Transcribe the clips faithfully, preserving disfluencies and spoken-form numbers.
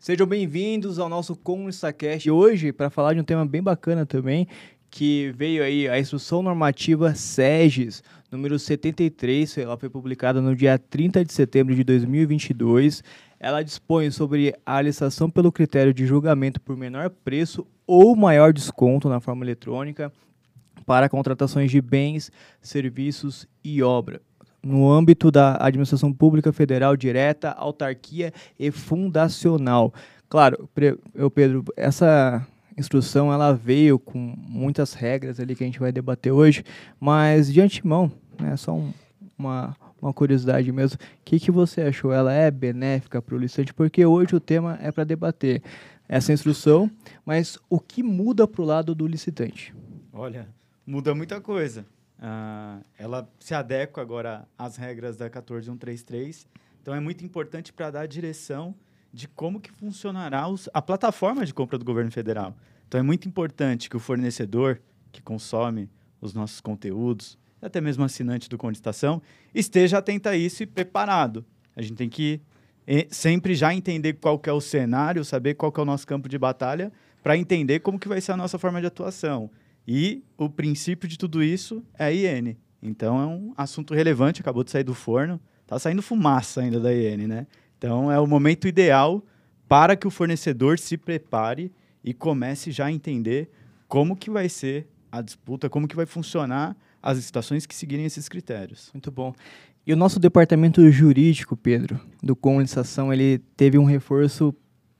Sejam bem-vindos ao nosso ConlistaCast. E hoje, para falar de um tema bem bacana também, que veio aí a Instrução Normativa SEGES, número setenta e três, ela foi publicada no dia trinta de setembro de dois mil e vinte e dois. Ela dispõe sobre a licitação pelo critério de julgamento por menor preço ou maior desconto na forma eletrônica para contratações de bens, serviços e obra, no âmbito da administração pública federal direta, autarquia e fundacional. Claro, eu, Pedro, essa instrução ela veio com muitas regras ali que a gente vai debater hoje, mas de antemão, né, só um, uma, uma curiosidade mesmo, o que, que você achou? Ela é benéfica para o licitante? Porque hoje o tema é para debater essa instrução, mas o que muda para o lado do licitante? Olha, muda muita coisa. Uh, ela se adequa agora às regras da quatorze mil cento e trinta e três, então é muito importante para dar a direção de como que funcionará os, a plataforma de compra do governo federal. Então é muito importante que o fornecedor que consome os nossos conteúdos, até mesmo assinante do Conlistação, esteja atento a isso e preparado. A gente tem que e, sempre já entender qual que é o cenário, saber qual que é o nosso campo de batalha, para entender como que vai ser a nossa forma de atuação. E o princípio de tudo isso é a I N. Então, é um assunto relevante, acabou de sair do forno, está saindo fumaça ainda da I N, né? Então, é o momento ideal para que o fornecedor se prepare e comece já a entender como que vai ser a disputa, como que vai funcionar as licitações que seguirem esses critérios. Muito bom. E o nosso departamento jurídico, Pedro, do Conlistação, ele teve um reforço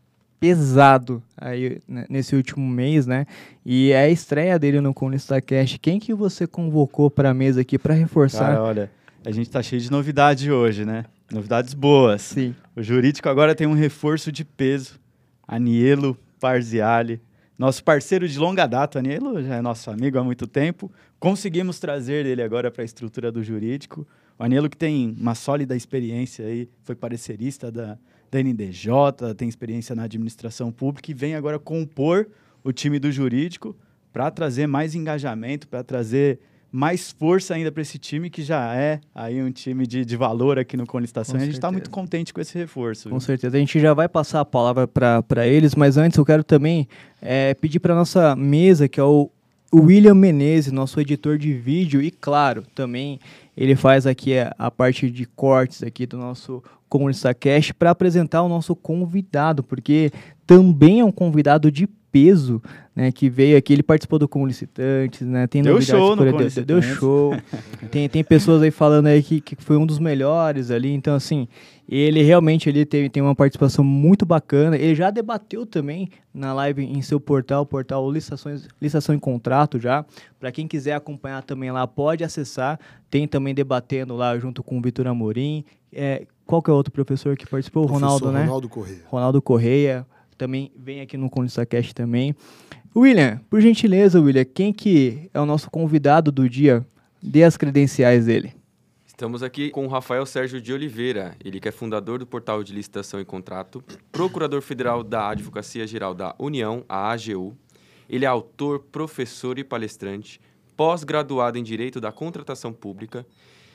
pesado aí, né, nesse último mês, né? E é a estreia dele no ConlistaCast. Quem que você convocou para a mesa aqui para reforçar? Cara, olha, a gente tá cheio de novidade hoje, né? Novidades boas. Sim. O jurídico agora tem um reforço de peso. Anielo Parziale, nosso parceiro de longa data. Anielo já é nosso amigo há muito tempo. Conseguimos trazer ele agora para a estrutura do jurídico. O Anielo, que tem uma sólida experiência aí, foi parecerista da da N D J, tem experiência na administração pública e vem agora compor o time do jurídico para trazer mais engajamento, para trazer mais força ainda para esse time, que já é aí um time de, de valor aqui no Conlistação. E a gente está muito contente com esse reforço. Com viu? certeza. A gente já vai passar a palavra para eles, mas antes eu quero também é, pedir para a nossa mesa, que é o William Menezes, nosso editor de vídeo, e claro, também ele faz aqui a, a parte de cortes aqui do nosso ConlistaCast para apresentar o nosso convidado, porque também é um convidado de peso, né, que veio aqui, ele participou do Conlicitantes, né, tem deu novidades show por no aí, deu, deu show, tem, tem pessoas aí falando aí que, que foi um dos melhores ali, então assim, ele realmente ele teve, tem uma participação muito bacana, ele já debateu também na live em seu portal, portal Licitações, Licitação em Contrato já, para quem quiser acompanhar também lá, pode acessar, tem também debatendo lá junto com o Vitor Amorim, é, qual que é o outro professor que participou? O Ronaldo, né? Ronaldo Correia. Ronaldo Correia, também vem aqui no ConlistaCast também. William, por gentileza, William, quem que é o nosso convidado do dia? Dê as credenciais dele. Estamos aqui com o Rafael Sérgio de Oliveira, ele que é fundador do portal de licitação e contrato, procurador federal da Advocacia Geral da União, a A G U. Ele é autor, professor e palestrante, pós-graduado em Direito da Contratação Pública.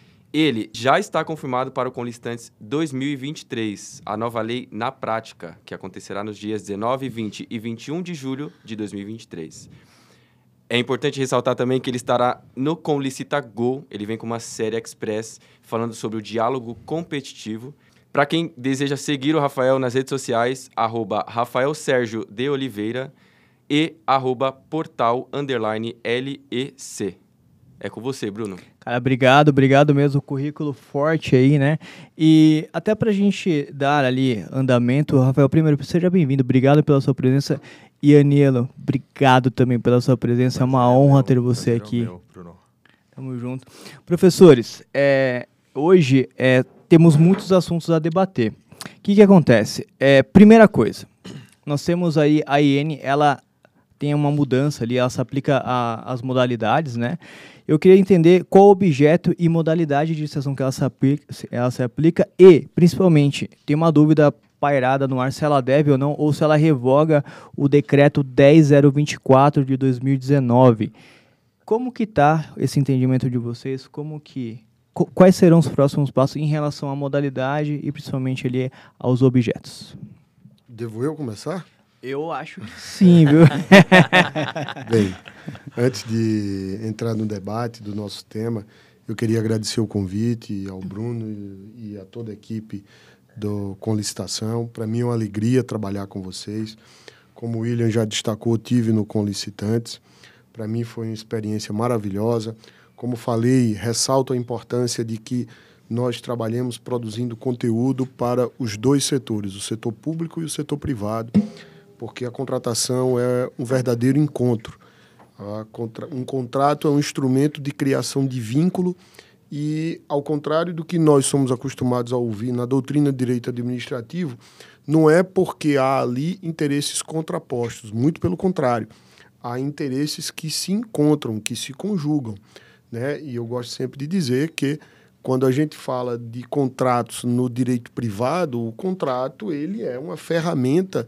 Ele já está confirmado para o Conlistantes dois mil e vinte e três, a nova lei na prática, que acontecerá nos dias dezenove, vinte e vinte e um de julho de dois mil e vinte e três. É importante ressaltar também que ele estará no Conlicita Go, ele vem com uma série express falando sobre o diálogo competitivo. Para quem deseja seguir o Rafael nas redes sociais, arroba Rafael Sérgio de Oliveira e arroba portal underline L E C. É com você, Bruno. Cara, obrigado, obrigado mesmo, currículo forte aí, né? E até pra gente dar ali andamento, Rafael, primeiro, seja bem-vindo, obrigado pela sua presença. E Anielo, obrigado também pela sua presença, é uma honra ter você aqui. Meu, Bruno. Tamo junto. Professores, é, hoje é, temos muitos assuntos a debater. O que que acontece? É, primeira coisa, nós temos aí a I N, ela tem uma mudança ali, ela se aplica às modalidades, né? Eu queria entender qual objeto e modalidade de licitação que ela se, aplica, ela se aplica e, principalmente, tem uma dúvida pairada no ar se ela deve ou não, ou se ela revoga o decreto dez mil vinte e quatro de dois mil e dezenove. Como que está esse entendimento de vocês? Como que, quais serão os próximos passos em relação à modalidade e, principalmente, ali, aos objetos? Devo eu começar? Eu acho que sim, viu? Bem, antes de entrar no debate do nosso tema, eu queria agradecer o convite ao Bruno e, e a toda a equipe do Com Licitação. Para mim é uma alegria trabalhar com vocês. Como o William já destacou, eu tive no Com Licitantes. Para mim foi uma experiência maravilhosa. Como falei, ressalto a importância de que nós trabalhemos produzindo conteúdo para os dois setores, o setor público e o setor privado, porque a contratação é um verdadeiro encontro. Um contrato é um instrumento de criação de vínculo e, ao contrário do que nós somos acostumados a ouvir na doutrina de direito administrativo, não é porque há ali interesses contrapostos, muito pelo contrário. Há interesses que se encontram, que se conjugam, né? E eu gosto sempre de dizer que, quando a gente fala de contratos no direito privado, o contrato ele é uma ferramenta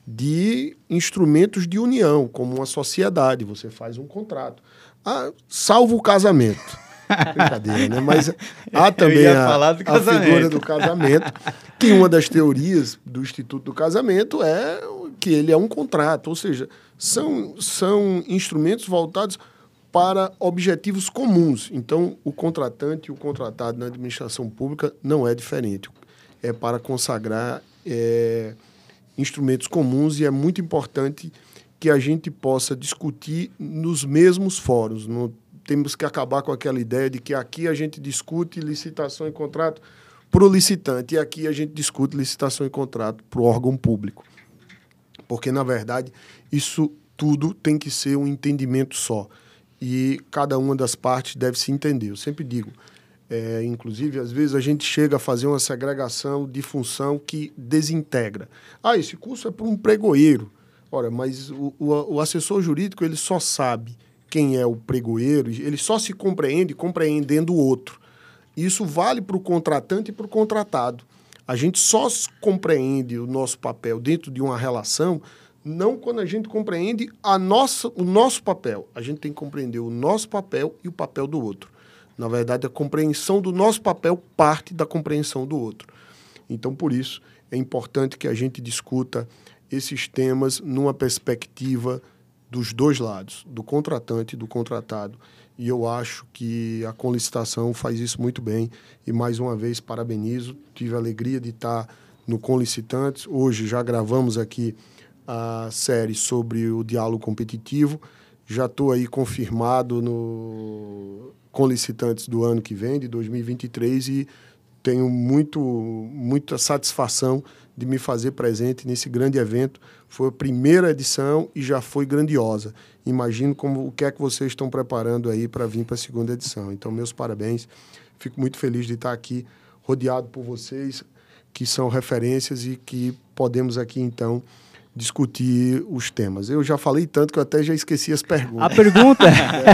de instrumentos de união, como uma sociedade. Você faz um contrato. Ah, salvo o casamento. Brincadeira, né? Mas há também a, a figura do casamento, que uma das teorias do Instituto do Casamento é que ele é um contrato, ou seja, são, são instrumentos voltados para objetivos comuns. Então, o contratante e o contratado na administração pública não é diferente. É para consagrar é, instrumentos comuns e é muito importante que a gente possa discutir nos mesmos fóruns. Não temos que acabar com aquela ideia de que aqui a gente discute licitação e contrato para o licitante e aqui a gente discute licitação e contrato para o órgão público. Porque, na verdade, isso tudo tem que ser um entendimento só. E cada uma das partes deve se entender. Eu sempre digo, é, inclusive, às vezes a gente chega a fazer uma segregação de função que desintegra. Ah, esse curso é para um pregoeiro. Ora, mas o, o, o assessor jurídico ele só sabe quem é o pregoeiro, ele só se compreende compreendendo o outro. Isso vale para o contratante e para o contratado. A gente só compreende o nosso papel dentro de uma relação não quando a gente compreende a nossa, o nosso papel. A gente tem que compreender o nosso papel e o papel do outro. Na verdade, a compreensão do nosso papel parte da compreensão do outro. Então, por isso, é importante que a gente discuta esses temas numa perspectiva dos dois lados, do contratante e do contratado. E eu acho que a Com Licitação faz isso muito bem. E, mais uma vez, parabenizo. Tive a alegria de estar no Com Licitantes. Hoje já gravamos aqui a série sobre o diálogo competitivo. Já estou aí confirmado no Com Licitantes do ano que vem, de dois mil e vinte e três, e tenho muito, muita satisfação de me fazer presente nesse grande evento. Foi a primeira edição e já foi grandiosa. Imagino como, o que é que vocês estão preparando aí para vir para a segunda edição. Então, meus parabéns. Fico muito feliz de estar aqui, rodeado por vocês, que são referências e que podemos aqui, então, discutir os temas. Eu já falei tanto que eu até já esqueci as perguntas. A pergunta,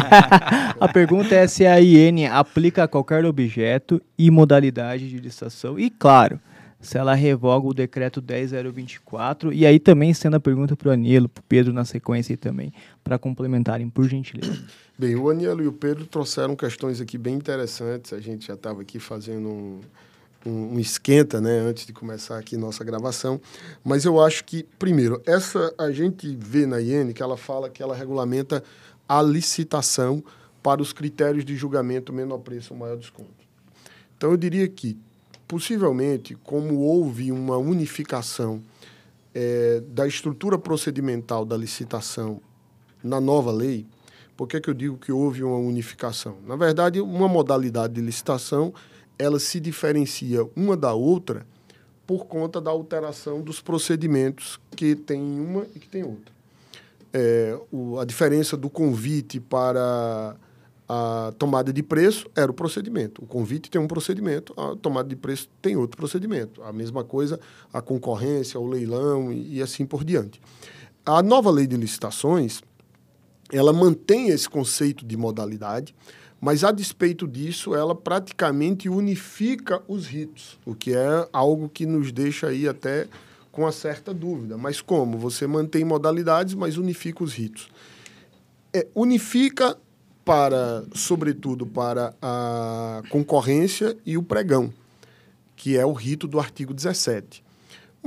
a pergunta é se a I N aplica a qualquer objeto e modalidade de licitação. E, claro, se ela revoga o decreto dez mil vinte e quatro. E aí também estendo a pergunta para o Anielo, para o Pedro na sequência aí também, para complementarem, por gentileza. Bem, o Anielo e o Pedro trouxeram questões aqui bem interessantes. A gente já estava aqui fazendo um... um esquenta, né, antes de começar aqui nossa gravação, mas eu acho que, primeiro, essa a gente vê na I N que ela fala que ela regulamenta a licitação para os critérios de julgamento menor preço ou maior desconto. Então, eu diria que, possivelmente, como houve uma unificação é, da estrutura procedimental da licitação na nova lei, por que que eu digo que houve uma unificação? Na verdade, uma modalidade de licitação ela se diferencia uma da outra por conta da alteração dos procedimentos que tem uma e que tem outra. É, o, a diferença do convite para a tomada de preço era o procedimento. O convite tem um procedimento, a tomada de preço tem outro procedimento. A mesma coisa, a concorrência, o leilão e, e assim por diante. A nova lei de licitações, ela mantém esse conceito de modalidade, mas, a despeito disso, ela praticamente unifica os ritos, o que é algo que nos deixa aí até com uma certa dúvida. Mas como? Você mantém modalidades, mas unifica os ritos. É, unifica, para, sobretudo, para a concorrência e o pregão, que é o rito do artigo dezessete.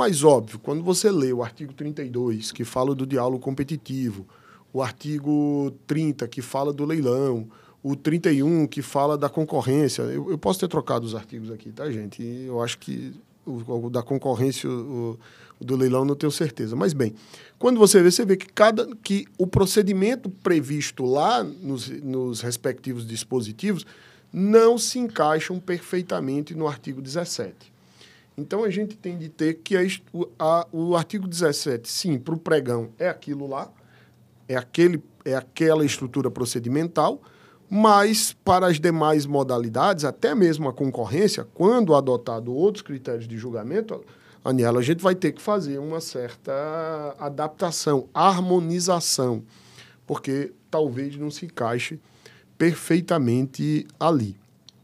Mas, óbvio, quando você lê o artigo trinta e dois, que fala do diálogo competitivo, o artigo trinta, que fala do leilão, o trinta e um, que fala da concorrência. Eu, eu posso ter trocado os artigos aqui, tá, gente? E eu acho que o, o da concorrência, o, o do leilão, não tenho certeza. Mas, bem, quando você vê, você vê que, cada, que o procedimento previsto lá nos, nos respectivos dispositivos não se encaixam perfeitamente no artigo dezessete. Então, a gente tem de ter que a, a, o artigo dezessete, sim, para o pregão é aquilo lá, é, aquele, é aquela estrutura procedimental, mas para as demais modalidades, até mesmo a concorrência, quando adotado outros critérios de julgamento, Aniela, a gente vai ter que fazer uma certa adaptação, harmonização, porque talvez não se encaixe perfeitamente ali.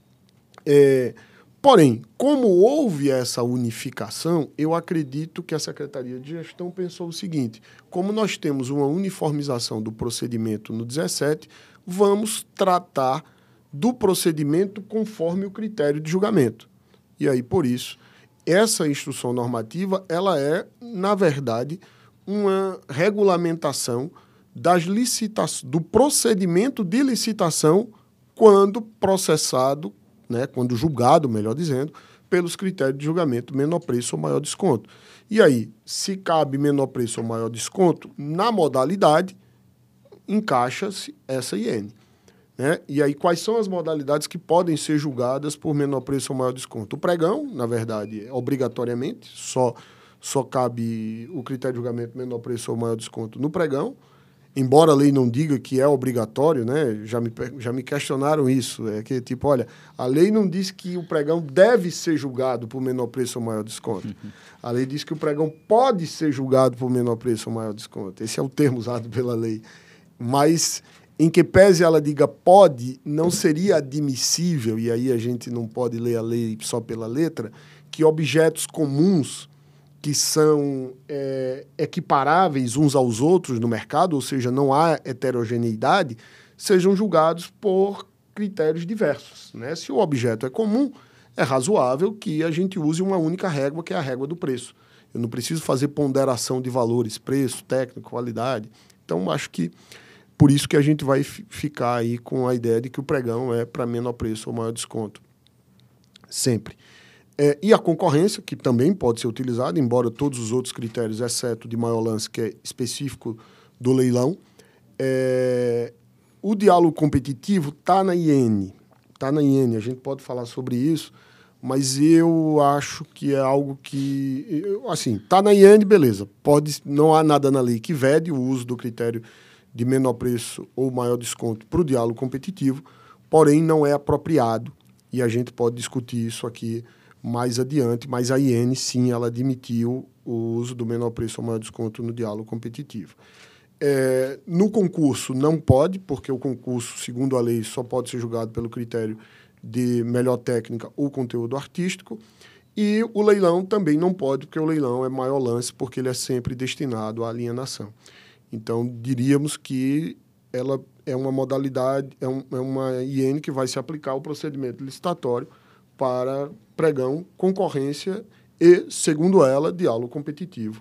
É, porém, como houve essa unificação, eu acredito que a Secretaria de Gestão pensou o seguinte: como nós temos uma uniformização do procedimento no dezessete, vamos tratar do procedimento conforme o critério de julgamento. E aí, por isso, essa instrução normativa, ela é, na verdade, uma regulamentação das licitações, do procedimento de licitação quando processado, né, quando julgado, melhor dizendo, pelos critérios de julgamento, menor preço ou maior desconto. E aí, se cabe menor preço ou maior desconto, na modalidade, encaixa-se essa I N. Né? E aí, quais são as modalidades que podem ser julgadas por menor preço ou maior desconto? O pregão, na verdade, obrigatoriamente, só, só cabe o critério de julgamento menor preço ou maior desconto no pregão, embora a lei não diga que é obrigatório, né? Já me, já me questionaram isso, é que tipo, olha, a lei não diz que o pregão deve ser julgado por menor preço ou maior desconto. Uhum. A lei diz que o pregão pode ser julgado por menor preço ou maior desconto. Esse é o termo usado pela lei. Mas, em que pese ela diga pode, não seria admissível, e aí a gente não pode ler a lei só pela letra, que objetos comuns que são é, equiparáveis uns aos outros no mercado, ou seja, não há heterogeneidade, sejam julgados por critérios diversos. Né? Se o objeto é comum, é razoável que a gente use uma única régua, que é a régua do preço. Eu não preciso fazer ponderação de valores, preço, técnico, qualidade. Então, acho que por isso que a gente vai f- ficar aí com a ideia de que o pregão é para menor preço ou maior desconto. Sempre. É, e a concorrência, que também pode ser utilizada, embora todos os outros critérios, exceto de maior lance, que é específico do leilão. É, o diálogo competitivo está na I N. Está na I N, a gente pode falar sobre isso, mas eu acho que é algo que... Assim, está na I N, beleza. Pode, não há nada na lei que vede o uso do critério de menor preço ou maior desconto para o diálogo competitivo, porém não é apropriado, e a gente pode discutir isso aqui mais adiante, mas a I N, sim, ela admitiu o uso do menor preço ou maior desconto no diálogo competitivo. É, no concurso, não pode, porque o concurso, segundo a lei, só pode ser julgado pelo critério de melhor técnica ou conteúdo artístico, e o leilão também não pode, porque o leilão é maior lance, porque ele é sempre destinado à alienação. Então, diríamos que ela é uma modalidade, é, um, é uma I N que vai se aplicar ao procedimento licitatório para pregão, concorrência e, segundo ela, diálogo competitivo.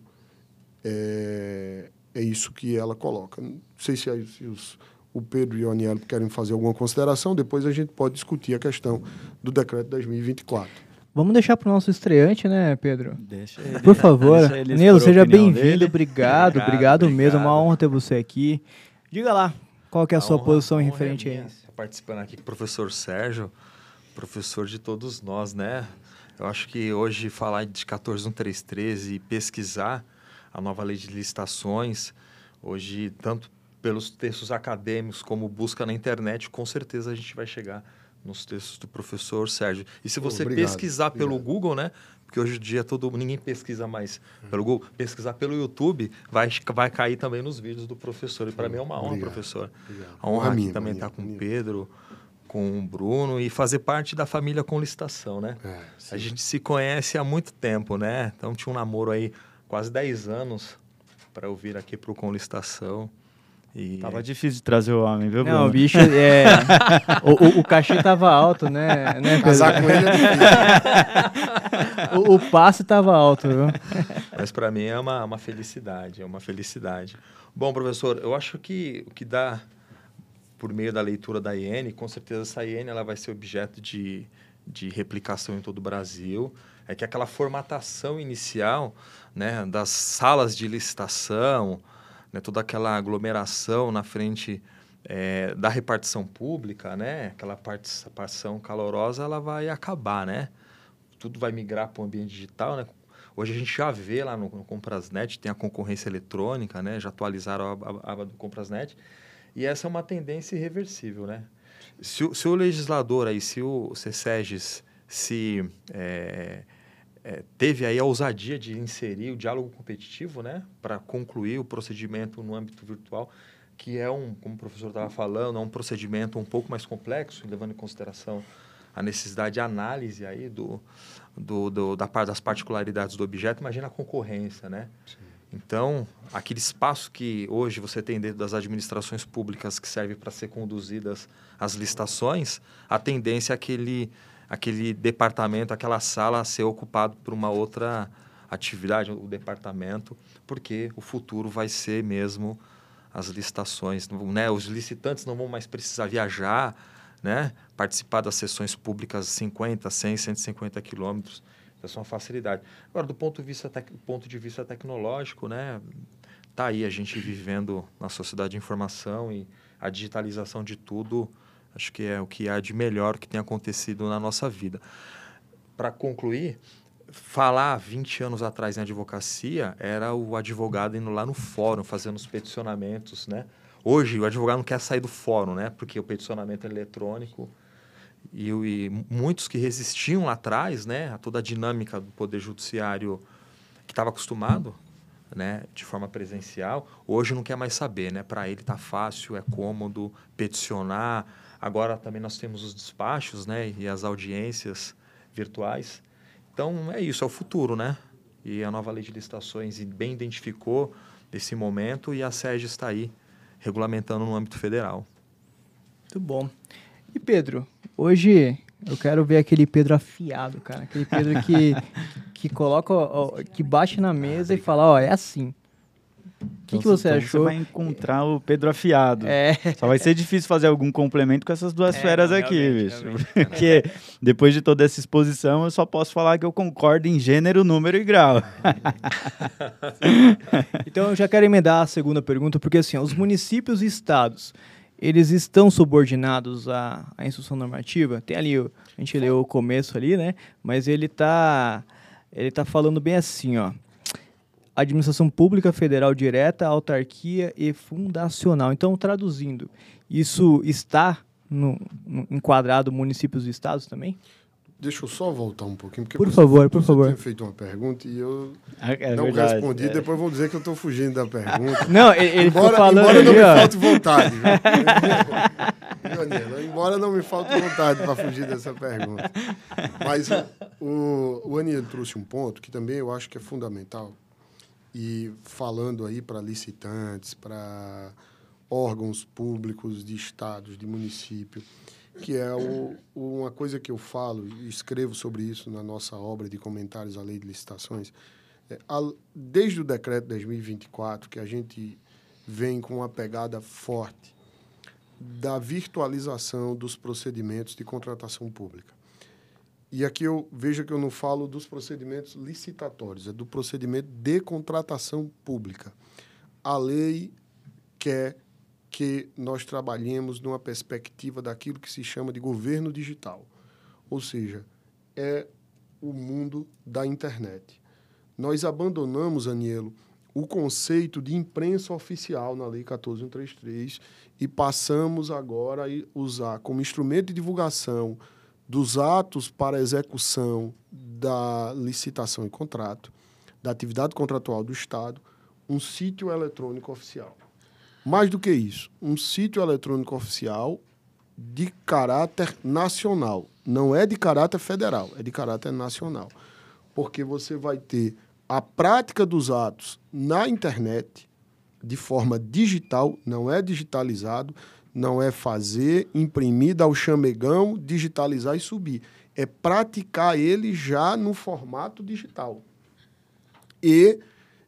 É, é isso que ela coloca. Não sei se, se os, o Pedro e o Anielo querem fazer alguma consideração, depois a gente pode discutir a questão do decreto dois mil e vinte e quatro. Vamos deixar para o nosso estreante, né, Pedro? Deixa ele. Por favor. Nilo, seja bem-vindo. Obrigado, obrigado, obrigado obrigado. mesmo. É uma honra ter você aqui. Diga lá, qual que é a, a sua honra, posição a em honra referente é a isso? Participando aqui com o professor Sérgio, professor de todos nós, né? Eu acho que hoje falar de quatorze mil cento e trinta e três e pesquisar a nova lei de licitações, hoje, tanto pelos textos acadêmicos como busca na internet, com certeza a gente vai chegar nos textos do professor Sérgio. E se você Obrigado, pesquisar obrigado. pelo Google, né? Porque hoje em dia todo, ninguém pesquisa mais pelo Google, pesquisar pelo YouTube vai, vai cair também nos vídeos do professor. E para mim é uma honra, Obrigado. professor. Obrigado. A honra Honra aqui minha, também minha, estar com o minha. Pedro, com o Bruno e fazer parte da família com licitação, né? É, A gente se conhece há muito tempo, né? Então tinha um namoro aí quase dez anos para eu vir aqui para o Com Licitação. E... Tava difícil de trazer o homem, viu, Bruno? Não, o bicho, é... o, o, o cachê tava alto, né? né Casar com ele é difícil. o, o passe tava alto, viu? Mas para mim é uma, uma felicidade, é uma felicidade. Bom, professor, eu acho que o que dá, por meio da leitura da I N, com certeza essa I N ela vai ser objeto de, de replicação em todo o Brasil, é que aquela formatação inicial, né, das salas de licitação, né, toda aquela aglomeração na frente é, da repartição pública, né, aquela participação calorosa, ela vai acabar, né? Tudo vai migrar para o ambiente digital, né? Hoje a gente já vê lá no, no Comprasnet, tem a concorrência eletrônica, né? Já atualizaram a aba, a aba do Comprasnet, e essa é uma tendência irreversível, né? Se o, se o legislador aí, se o CESEGES se é, é, teve aí a ousadia de inserir o diálogo competitivo, né, para concluir o procedimento no âmbito virtual, que é um, como o professor estava falando, é um procedimento um pouco mais complexo, levando em consideração a necessidade de análise aí do, do, do, da, das particularidades do objeto. Imagina a concorrência, né? Sim. Então, aquele espaço que hoje você tem dentro das administrações públicas que serve para ser conduzidas as licitações, a tendência é aquele, aquele departamento, aquela sala ser ocupado por uma outra atividade, o departamento, porque o futuro vai ser mesmo as licitações, né? Os licitantes não vão mais precisar viajar, né? Participar das sessões públicas cinquenta, cem, cento e cinquenta quilômetros. Essa é uma facilidade. Agora, do ponto de vista, tec... ponto de vista tecnológico, né? Tá aí a gente vivendo na sociedade de informação e a digitalização de tudo, acho que é o que há de melhor que tem acontecido na nossa vida. Para concluir, falar vinte anos atrás em advocacia era o advogado indo lá no fórum, fazendo os peticionamentos, né? Hoje, o advogado não quer sair do fórum, né? Porque o peticionamento é eletrônico e, e muitos que resistiam lá atrás, né, a toda a dinâmica do Poder Judiciário que estava acostumado, né, de forma presencial, hoje não quer mais saber, né? Para ele está fácil, é cômodo peticionar. Agora também nós temos os despachos, né, e as audiências virtuais. Então, é isso, é o futuro, né? E a nova lei de licitações bem identificou esse momento e a SERGES está aí regulamentando no âmbito federal. Muito bom. E Pedro, hoje eu quero ver aquele Pedro afiado, cara. Aquele Pedro que, que coloca, ó, que bate na mesa e fala, ó, é assim. O que, então, que você então achou? Você vai encontrar o Pedro afiado. É. Só vai ser difícil fazer algum complemento com essas duas é, feras não, aqui, realmente, bicho. realmente. Porque depois de toda essa exposição, eu só posso falar que eu concordo em gênero, número e grau. Então, eu já quero emendar a segunda pergunta, porque assim, os municípios e estados, eles estão subordinados à, à instrução normativa? Tem ali, a gente leu o começo ali, né? Mas ele tá, ele tá falando bem assim, ó. Administração pública federal direta, autarquia e fundacional. Então, traduzindo, isso está no, no enquadrado municípios e estados também? Deixa eu só voltar um pouquinho. Porque por você, favor, por você favor. tinha feito uma pergunta e eu É não verdade, respondi. é. Depois vão dizer que eu estou fugindo da pergunta. Não, ele, ele embora, ficou falando embora ali, não me ó. falte vontade. Viu, Aniela? Embora não me falte vontade para fugir dessa pergunta. Mas o, o Aniela trouxe um ponto que também eu acho que é fundamental. E falando aí para licitantes, para órgãos públicos de estados, de município, que é o, uma coisa que eu falo e escrevo sobre isso na nossa obra de comentários à lei de licitações, é, a, desde o decreto dez mil e vinte e quatro, que a gente vem com uma pegada forte da virtualização dos procedimentos de contratação pública. E aqui eu vejo que eu não falo dos procedimentos licitatórios, é do procedimento de contratação pública. A lei quer que nós trabalhemos numa perspectiva daquilo que se chama de governo digital. Ou seja, é o mundo da internet. Nós abandonamos, Anielo, o conceito de imprensa oficial na Lei quatorze mil cento e trinta e três e passamos agora a usar como instrumento de divulgação dos atos para execução da licitação e contrato, da atividade contratual do Estado, um sítio eletrônico oficial. Mais do que isso, um sítio eletrônico oficial de caráter nacional. Não é de caráter federal, é de caráter nacional. Porque você vai ter a prática dos atos na internet, de forma digital, não é digitalizado, não é fazer, imprimir, dar o chamegão, digitalizar e subir. É praticar ele já no formato digital. E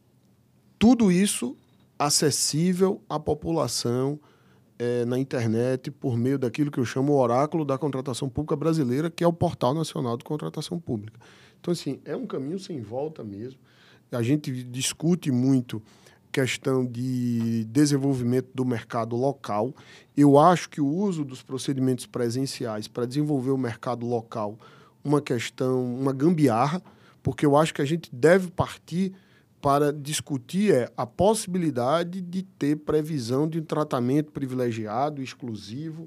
tudo isso acessível à população é, na internet por meio daquilo que eu chamo o oráculo da contratação pública brasileira, que é o Portal Nacional de Contratação Pública. Então, assim, é um caminho sem volta mesmo. A gente discute muito questão de desenvolvimento do mercado local. Eu acho que o uso dos procedimentos presenciais para desenvolver o mercado local uma questão, uma gambiarra, porque eu acho que a gente deve partir para discutir é, a possibilidade de ter previsão de um tratamento privilegiado, exclusivo,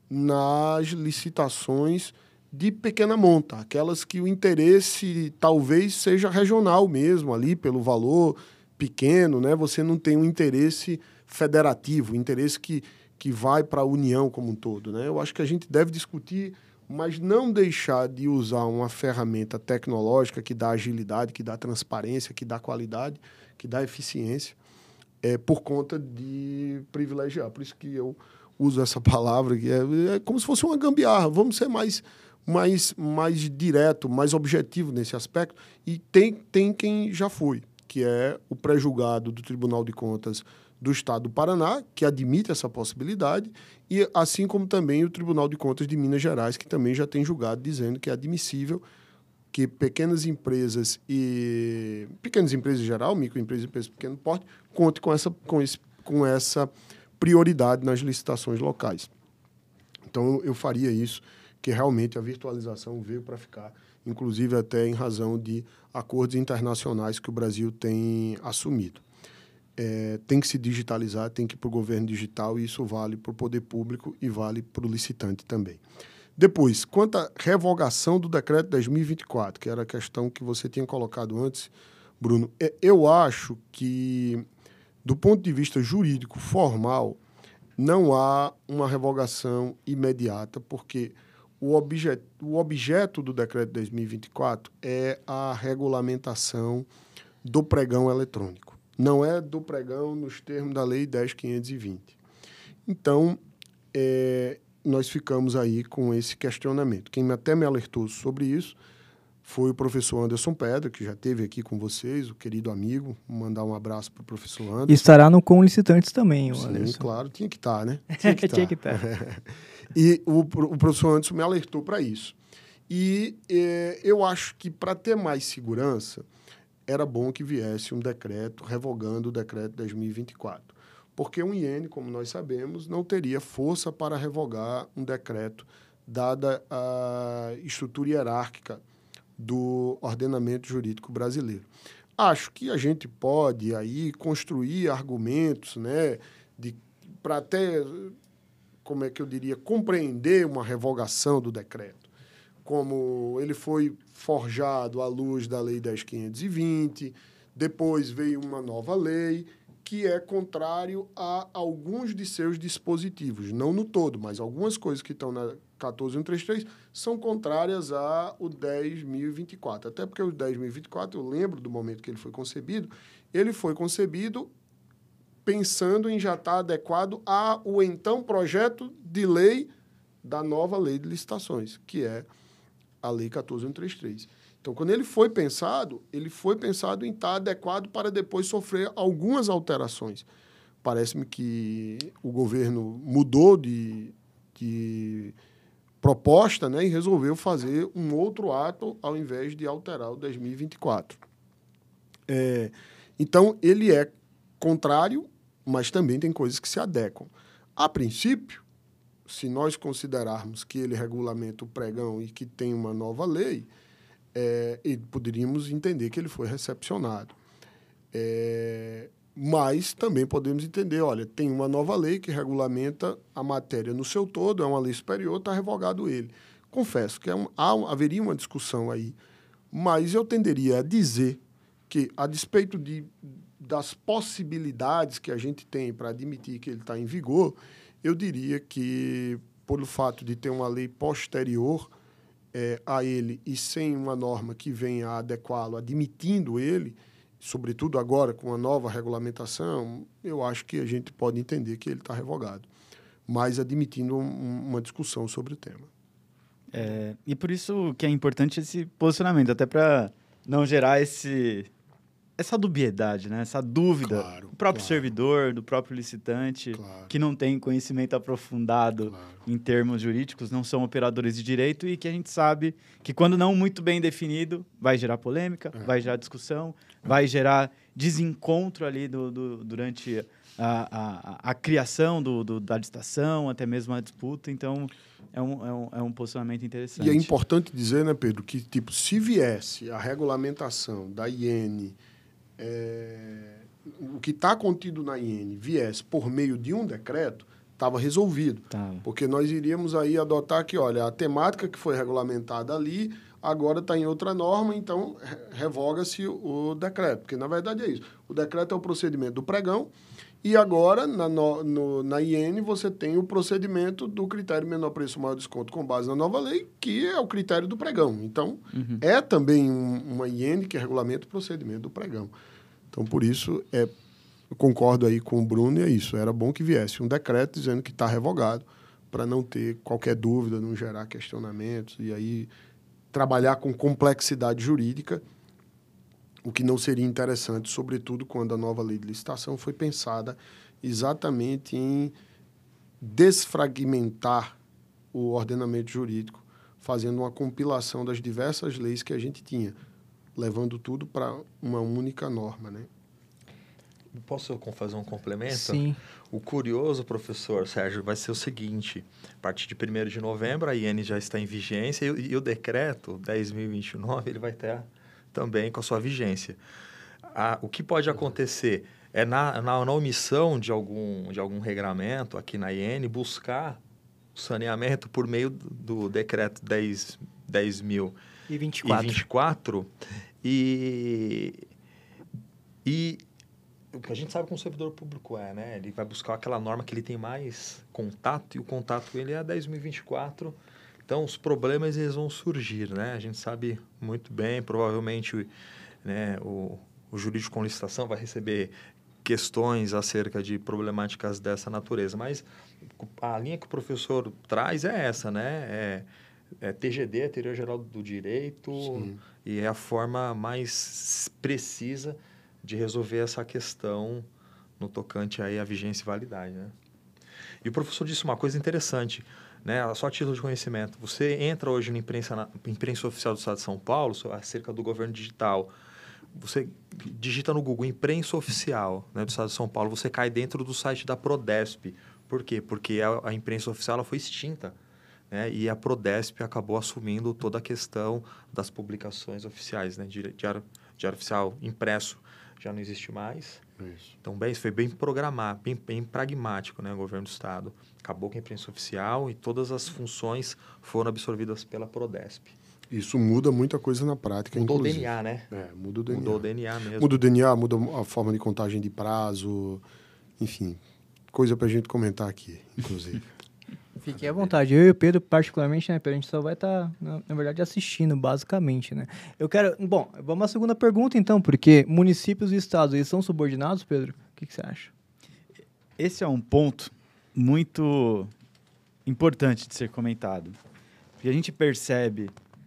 nas licitações de pequena monta, aquelas que o interesse talvez seja regional mesmo, ali pelo valor pequeno, né? Você não tem um interesse federativo, um interesse que, que vai para a União como um todo, né? Eu acho que a gente deve discutir, mas não deixar de usar uma ferramenta tecnológica que dá agilidade, que dá transparência, que dá qualidade, que dá eficiência, é, por conta de privilegiar. Por isso que eu uso essa palavra, que é, é como se fosse uma gambiarra. Vamos ser mais, mais, mais direto, mais objetivo nesse aspecto. E tem, tem quem já foi, que é o pré-julgado do Tribunal de Contas do Estado do Paraná, que admite essa possibilidade, e assim como também o Tribunal de Contas de Minas Gerais, que também já tem julgado dizendo que é admissível que pequenas empresas e pequenas empresas em geral, microempresas e empresas de pequeno porte, conte com essa, com, esse, com essa prioridade nas licitações locais. Então, eu faria isso, que realmente a virtualização veio para ficar, inclusive até em razão de acordos internacionais que o Brasil tem assumido. É, tem que se digitalizar, tem que ir para o governo digital, e isso vale para o poder público e vale para o licitante também. Depois, quanto à revogação do decreto dez mil e vinte e quatro, que era a questão que você tinha colocado antes, Bruno, é, eu acho que, do ponto de vista jurídico formal, não há uma revogação imediata, porque o objeto, o objeto do decreto dez mil e vinte e quatro é a regulamentação do pregão eletrônico. Não é do pregão nos termos da Lei dez mil quinhentos e vinte. Então, é, nós ficamos aí com esse questionamento. Quem até me alertou sobre isso foi o professor Anderson Pedra, que já esteve aqui com vocês, o querido amigo. Vou mandar um abraço para o professor Anderson. E estará no Com Licitantes também, o Sim, Anderson. claro, tinha que estar, né? Tinha que Tinha que estar. E o, o professor Anderson me alertou para isso. E é, eu acho que, para ter mais segurança, era bom que viesse um decreto revogando o decreto dez mil e vinte e quatro. Porque um I N, como nós sabemos, não teria força para revogar um decreto, dada a estrutura hierárquica do ordenamento jurídico brasileiro. Acho que a gente pode aí construir argumentos, né, de, para até, como é que eu diria, compreender uma revogação do decreto, como ele foi forjado à luz da Lei dez mil quinhentos e vinte, depois veio uma nova lei que é contrário a alguns de seus dispositivos, não no todo, mas algumas coisas que estão na quatorze mil cento e trinta e três são contrárias ao dez mil e vinte e quatro. Até porque o dez mil e vinte e quatro, eu lembro do momento que ele foi concebido, ele foi concebido pensando em já estar adequado ao então projeto de lei da nova Lei de Licitações, que é a Lei quatorze mil trezentos e trinta e três. Então, quando ele foi pensado, ele foi pensado em estar adequado para depois sofrer algumas alterações. Parece-me que o governo mudou de, de proposta, né, e resolveu fazer um outro ato ao invés de alterar o dez mil e vinte e quatro. É, então, ele é contrário, mas também tem coisas que se adequam. A princípio, se nós considerarmos que ele regulamenta o pregão e que tem uma nova lei, é, e poderíamos entender que ele foi recepcionado. É, mas também podemos entender, olha, tem uma nova lei que regulamenta a matéria no seu todo, é uma lei superior, está revogado ele. Confesso que é um, há, haveria uma discussão aí, mas eu tenderia a dizer que, a despeito de, das possibilidades que a gente tem para admitir que ele está em vigor, eu diria que, pelo fato de ter uma lei posterior é, a ele e sem uma norma que venha a adequá-lo, admitindo ele, sobretudo agora com a nova regulamentação, eu acho que a gente pode entender que ele está revogado, mas admitindo um, uma discussão sobre o tema. É, e por isso que é importante esse posicionamento, até para não gerar esse, essa dubiedade, né? Essa dúvida Claro, do próprio claro. servidor, do próprio licitante, Claro. que não tem conhecimento aprofundado Claro. em termos jurídicos, não são operadores de direito e que a gente sabe que, quando não muito bem definido, vai gerar polêmica, É. vai gerar discussão, vai gerar desencontro ali do, do, durante a, a, a criação do, do, da licitação, até mesmo a disputa. Então, é um, é um, é um posicionamento interessante. E é importante dizer, né, Pedro, que tipo, se viesse a regulamentação da I N, é, o que está contido na I N viesse por meio de um decreto, estava resolvido. Tá. Porque nós iríamos aí adotar que, olha, a temática que foi regulamentada ali, agora está em outra norma, então re- revoga-se o decreto. Porque, na verdade, é isso. O decreto é o procedimento do pregão, e agora, na, no, no, na I N, você tem o procedimento do critério menor preço, maior desconto com base na nova lei, que é o critério do pregão. Então, Uhum. é também um, uma I N que regulamenta o procedimento do pregão. Então, por isso, é, eu concordo aí com o Bruno, e é isso. Era bom que viesse um decreto dizendo que está revogado, para não ter qualquer dúvida, não gerar questionamentos, e aí trabalhar com complexidade jurídica, o que não seria interessante, sobretudo quando a nova lei de licitação foi pensada exatamente em desfragmentar o ordenamento jurídico, fazendo uma compilação das diversas leis que a gente tinha, levando tudo para uma única norma, né? Posso fazer um complemento? Sim. O curioso, professor Sérgio, vai ser o seguinte: a partir de primeiro de novembro, a I N já está em vigência e, e o decreto dez mil e vinte e nove ele vai estar também com a sua vigência. A, o que pode acontecer é, na, na, na omissão de algum, de algum regramento aqui na I N, buscar o saneamento por meio do, do decreto dez mil E vinte e e quatro. vinte e quatro e, e o que a gente sabe como o servidor público é, né? Ele vai buscar aquela norma que ele tem mais contato, e o contato com ele é a dez mil e vinte e quatro. Então, os problemas eles vão surgir, né? A gente sabe muito bem, provavelmente, né, o, o jurídico com licitação vai receber questões acerca de problemáticas dessa natureza, mas a linha que o professor traz é essa, né? É, é T G D, Teoria Geral do Direito, Sim. e é a forma mais precisa de resolver essa questão no tocante aí à vigência e validade, né? E o professor disse uma coisa interessante, né? Só a título de conhecimento. Você entra hoje na imprensa, na imprensa oficial do Estado de São Paulo, acerca do governo digital, você digita no Google imprensa oficial, né, do Estado de São Paulo, você cai dentro do site da Prodesp. Por quê? Porque a, a imprensa oficial ela foi extinta, né? E a Prodesp acabou assumindo toda a questão das publicações oficiais, né? Diário, diário oficial impresso já não existe mais. Isso. Então, bem, isso foi bem programado, bem, bem pragmático, né? O governo do Estado acabou com a imprensa oficial e todas as funções foram absorvidas pela Prodesp. Isso muda muita coisa na prática, Mudou inclusive. o D N A, né? É, muda o D N A. Mudou o D N A mesmo. Muda o D N A, muda a forma de contagem de prazo, enfim, coisa para a gente comentar aqui, inclusive. Fiquem à vontade. Eu e o Pedro, particularmente, né, Pedro, a gente só vai estar, na, na verdade, assistindo, basicamente, né? Eu quero... Bom, vamos à segunda pergunta, então, porque municípios e estados, eles são subordinados, Pedro? O que, que você acha? Esse é um ponto muito importante de ser comentado. Porque a gente percebe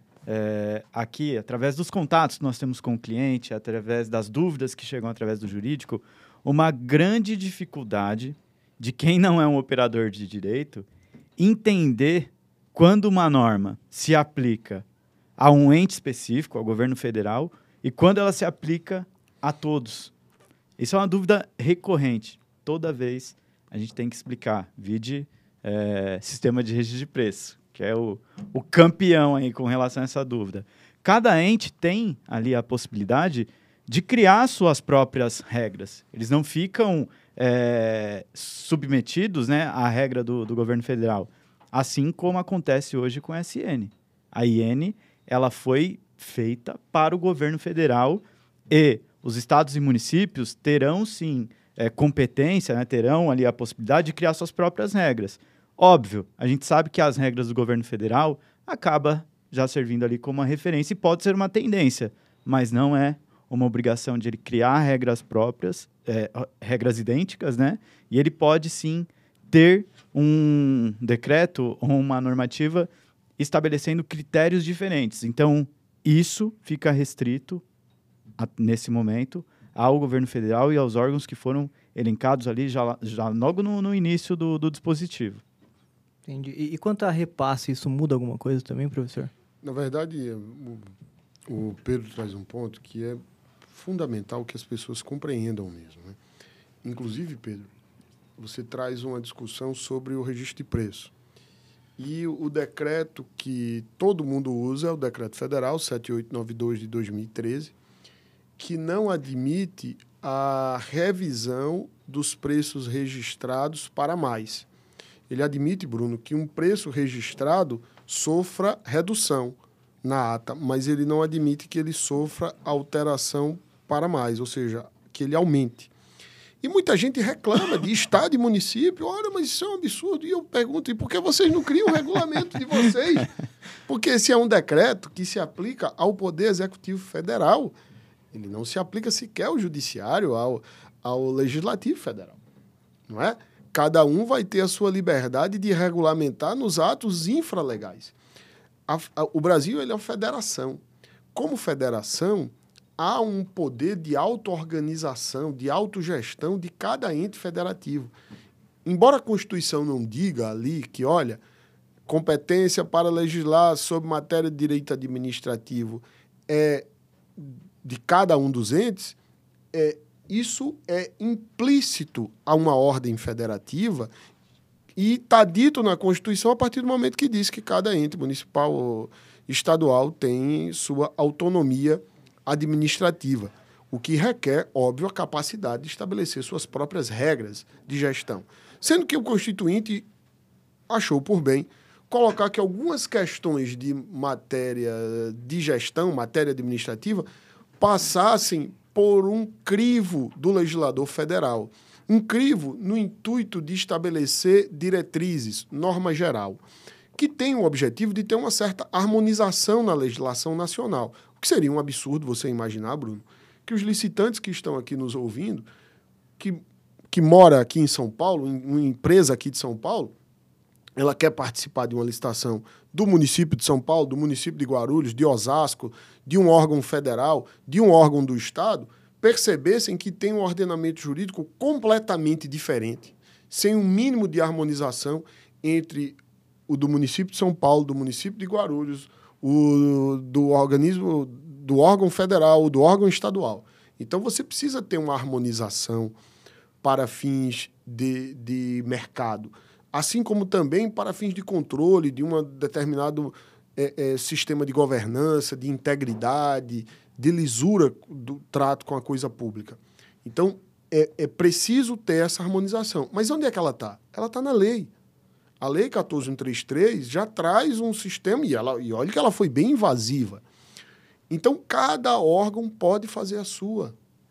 é, aqui, através dos contatos que nós temos com o cliente, através das dúvidas que chegam através do jurídico, uma grande dificuldade de quem não é um operador de direito entender quando uma norma se aplica a um ente específico, ao governo federal, e quando ela se aplica a todos. Isso é uma dúvida recorrente. Toda vez a gente tem que explicar. Vide é, sistema de registro de preço, que é o, o campeão aí com relação a essa dúvida. Cada ente tem ali a possibilidade de criar suas próprias regras. Eles não ficam é, submetidos, né, à regra do, do governo federal, assim como acontece hoje com a S N. A I N ela foi feita para o governo federal e os estados e municípios terão, sim, é, competência, né, terão ali a possibilidade de criar suas próprias regras. Óbvio, a gente sabe que as regras do governo federal acaba já servindo ali como uma referência e pode ser uma tendência, mas não é uma obrigação de ele criar regras próprias, é, regras idênticas, né? E ele pode, sim, ter um decreto ou uma normativa estabelecendo critérios diferentes. Então, isso fica restrito, a, nesse momento, ao governo federal e aos órgãos que foram elencados ali já, já logo no, no início do, do dispositivo. Entendi. E, e quanto a repasse, isso muda alguma coisa também, professor? Na verdade, o, o Pedro traz um ponto que é fundamental que as pessoas compreendam mesmo, né? Inclusive, Pedro, você traz uma discussão sobre o registro de preço. E o, o decreto que todo mundo usa é o Decreto Federal sete oito nove dois de dois mil e treze, que não admite a revisão dos preços registrados para mais. Ele admite, Bruno, que um preço registrado sofra redução na ata, mas ele não admite que ele sofra alteração para mais, ou seja, que ele aumente. E muita gente reclama de estado e município, olha, mas isso é um absurdo. E eu pergunto, e por que vocês não criam o regulamento de vocês? Porque esse é um decreto que se aplica ao Poder Executivo Federal. Ele não se aplica sequer ao Judiciário, ao, ao Legislativo Federal, não é? Cada um vai ter a sua liberdade de regulamentar nos atos infralegais. A, a, o Brasil ele é uma federação. Como federação, há um poder de auto-organização, de autogestão de cada ente federativo. Embora a Constituição não diga ali que, olha, competência para legislar sobre matéria de direito administrativo é de cada um dos entes, é, isso é implícito a uma ordem federativa e está dito na Constituição a partir do momento que diz que cada ente municipal ou estadual tem sua autonomia administrativa, o que requer, óbvio, a capacidade de estabelecer suas próprias regras de gestão. Sendo que o Constituinte achou por bem colocar que algumas questões de matéria de gestão, matéria administrativa, passassem por um crivo do legislador federal. Um crivo no intuito de estabelecer diretrizes, norma geral, que tem o objetivo de ter uma certa harmonização na legislação nacional. O que seria um absurdo você imaginar, Bruno, que os licitantes que estão aqui nos ouvindo, que, que mora aqui em São Paulo, uma empresa aqui de São Paulo, ela quer participar de uma licitação do município de São Paulo, do município de Guarulhos, de Osasco, de um órgão federal, de um órgão do Estado, percebessem que tem um ordenamento jurídico completamente diferente, sem um mínimo de harmonização entre o do município de São Paulo, do município de Guarulhos, o do organismo, do órgão federal, do órgão estadual. Então, você precisa ter uma harmonização para fins de, de mercado, assim como também para fins de controle de um determinado é, é, sistema de governança, de integridade, de lisura do trato com a coisa pública. Então, é, é preciso ter essa harmonização. Mas onde é que ela está? Ela está na lei. A Lei quatorze mil cento e trinta e três já traz um sistema, e, ela, e olha que ela foi bem invasiva. Então, cada órgão pode fazer a sua.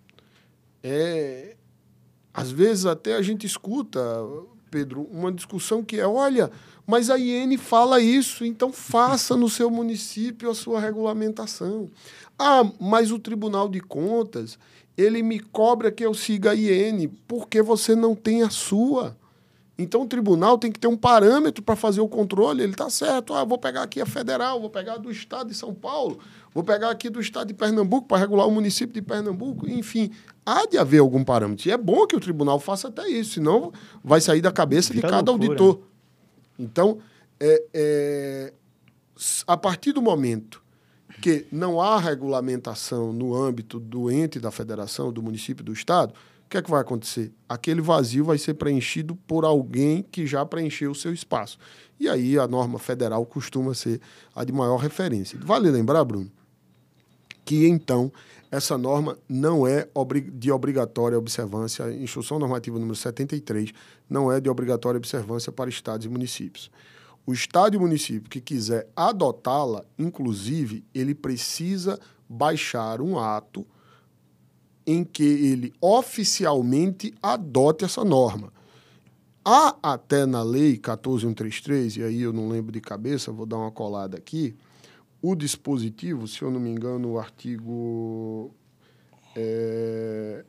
É, às vezes, até a gente escuta, Pedro, uma discussão que é, olha, mas a I N fala isso, então faça no seu município a sua regulamentação. Ah, mas o Tribunal de Contas, ele me cobra que eu siga a I N, porque você não tem a sua. Então, o tribunal tem que ter um parâmetro para fazer o controle. Ele está certo. Ah, vou pegar aqui a federal, vou pegar do estado de São Paulo, vou pegar aqui do estado de Pernambuco para regular o município de Pernambuco. Enfim, há de haver algum parâmetro. E é bom que o tribunal faça até isso, senão vai sair da cabeça de cada auditor. Então, é, é, a partir do momento que não há regulamentação no âmbito do ente da federação, do município, do estado, o que é que vai acontecer? Aquele vazio vai ser preenchido por alguém que já preencheu o seu espaço. E aí a norma federal costuma ser a de maior referência. Vale lembrar, Bruno, que então essa norma não é de obrigatória observância, a Instrução Normativa número setenta e três não é de obrigatória observância para estados e municípios. O estado e o município que quiser adotá-la, inclusive, ele precisa baixar um ato em que ele oficialmente adote essa norma. Há até na Lei quatorze mil cento e trinta e três, e aí eu não lembro de cabeça, vou dar uma colada aqui, o dispositivo, se eu não me engano, o artigo é,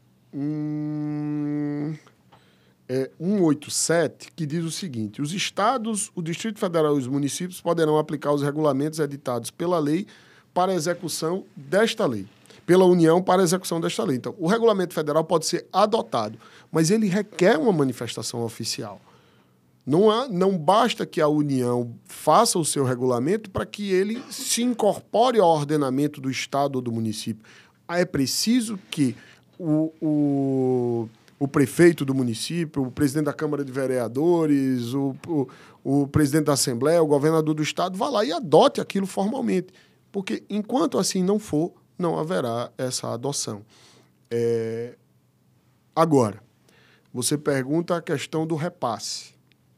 hum, é cento e oitenta e sete, que diz o seguinte: os estados, o Distrito Federal e os municípios poderão aplicar os regulamentos editados pela lei para a execução desta lei, pela União para a execução desta lei. Então, o regulamento federal pode ser adotado, mas ele requer uma manifestação oficial. Não, há, não basta que a União faça o seu regulamento para que ele se incorpore ao ordenamento do estado ou do município. É preciso que o... o o prefeito do município, o presidente da Câmara de Vereadores, o, o, o presidente da Assembleia, o governador do estado, vá lá e adote aquilo formalmente. Porque, enquanto assim não for, não haverá essa adoção. É... Agora, você pergunta a questão do repasse.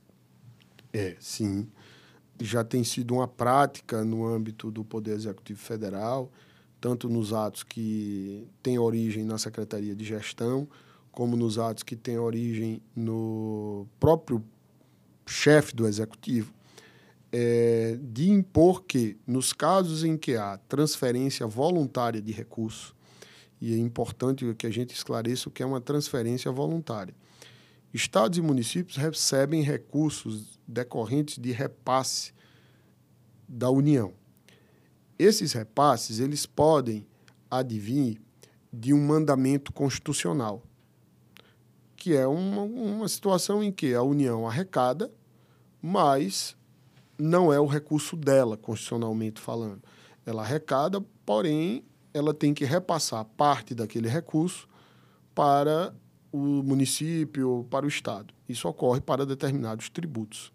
É, sim, já tem sido uma prática no âmbito do Poder Executivo Federal, tanto nos atos que têm origem na Secretaria de Gestão, como nos atos que têm origem no próprio chefe do Executivo, é, de impor que, nos casos em que há transferência voluntária de recurso, e é importante que a gente esclareça o que é uma transferência voluntária, estados e municípios recebem recursos decorrentes de repasse da União. Esses repasses eles podem advir de um mandamento constitucional, que é uma, uma situação em que a União arrecada, mas não é o recurso dela, constitucionalmente falando. Ela arrecada, porém, ela tem que repassar parte daquele recurso para o município, para o Estado. Isso ocorre para determinados tributos.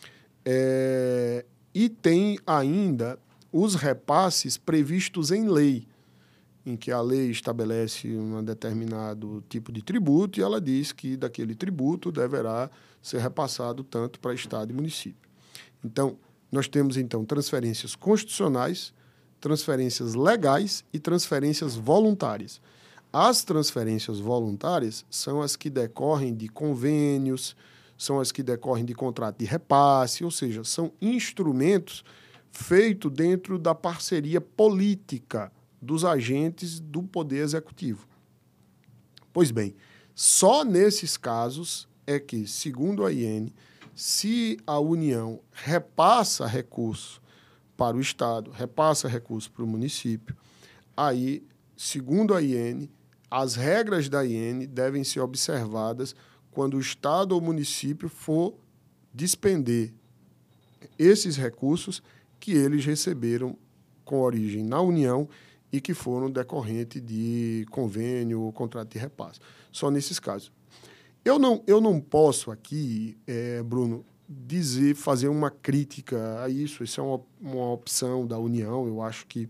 É, e tem ainda os repasses previstos em lei, em que a lei estabelece um determinado tipo de tributo e ela diz que daquele tributo deverá ser repassado tanto para Estado e município. Então, nós temos, então, transferências constitucionais, transferências legais e transferências voluntárias. As transferências voluntárias são as que decorrem de convênios, são as que decorrem de contrato de repasse, ou seja, são instrumentos feitos dentro da parceria política dos agentes do Poder Executivo. Pois bem, só nesses casos é que, segundo a I N, se a União repassa recurso para o Estado, repassa recurso para o município, aí, segundo a I N, as regras da I N devem ser observadas quando o Estado ou o município for despender esses recursos que eles receberam com origem na União e que foram decorrentes de convênio ou contrato de repasse. Só nesses casos. Eu não, eu não posso aqui, é, Bruno, dizer, fazer uma crítica a isso. Isso é uma, uma opção da União, eu acho que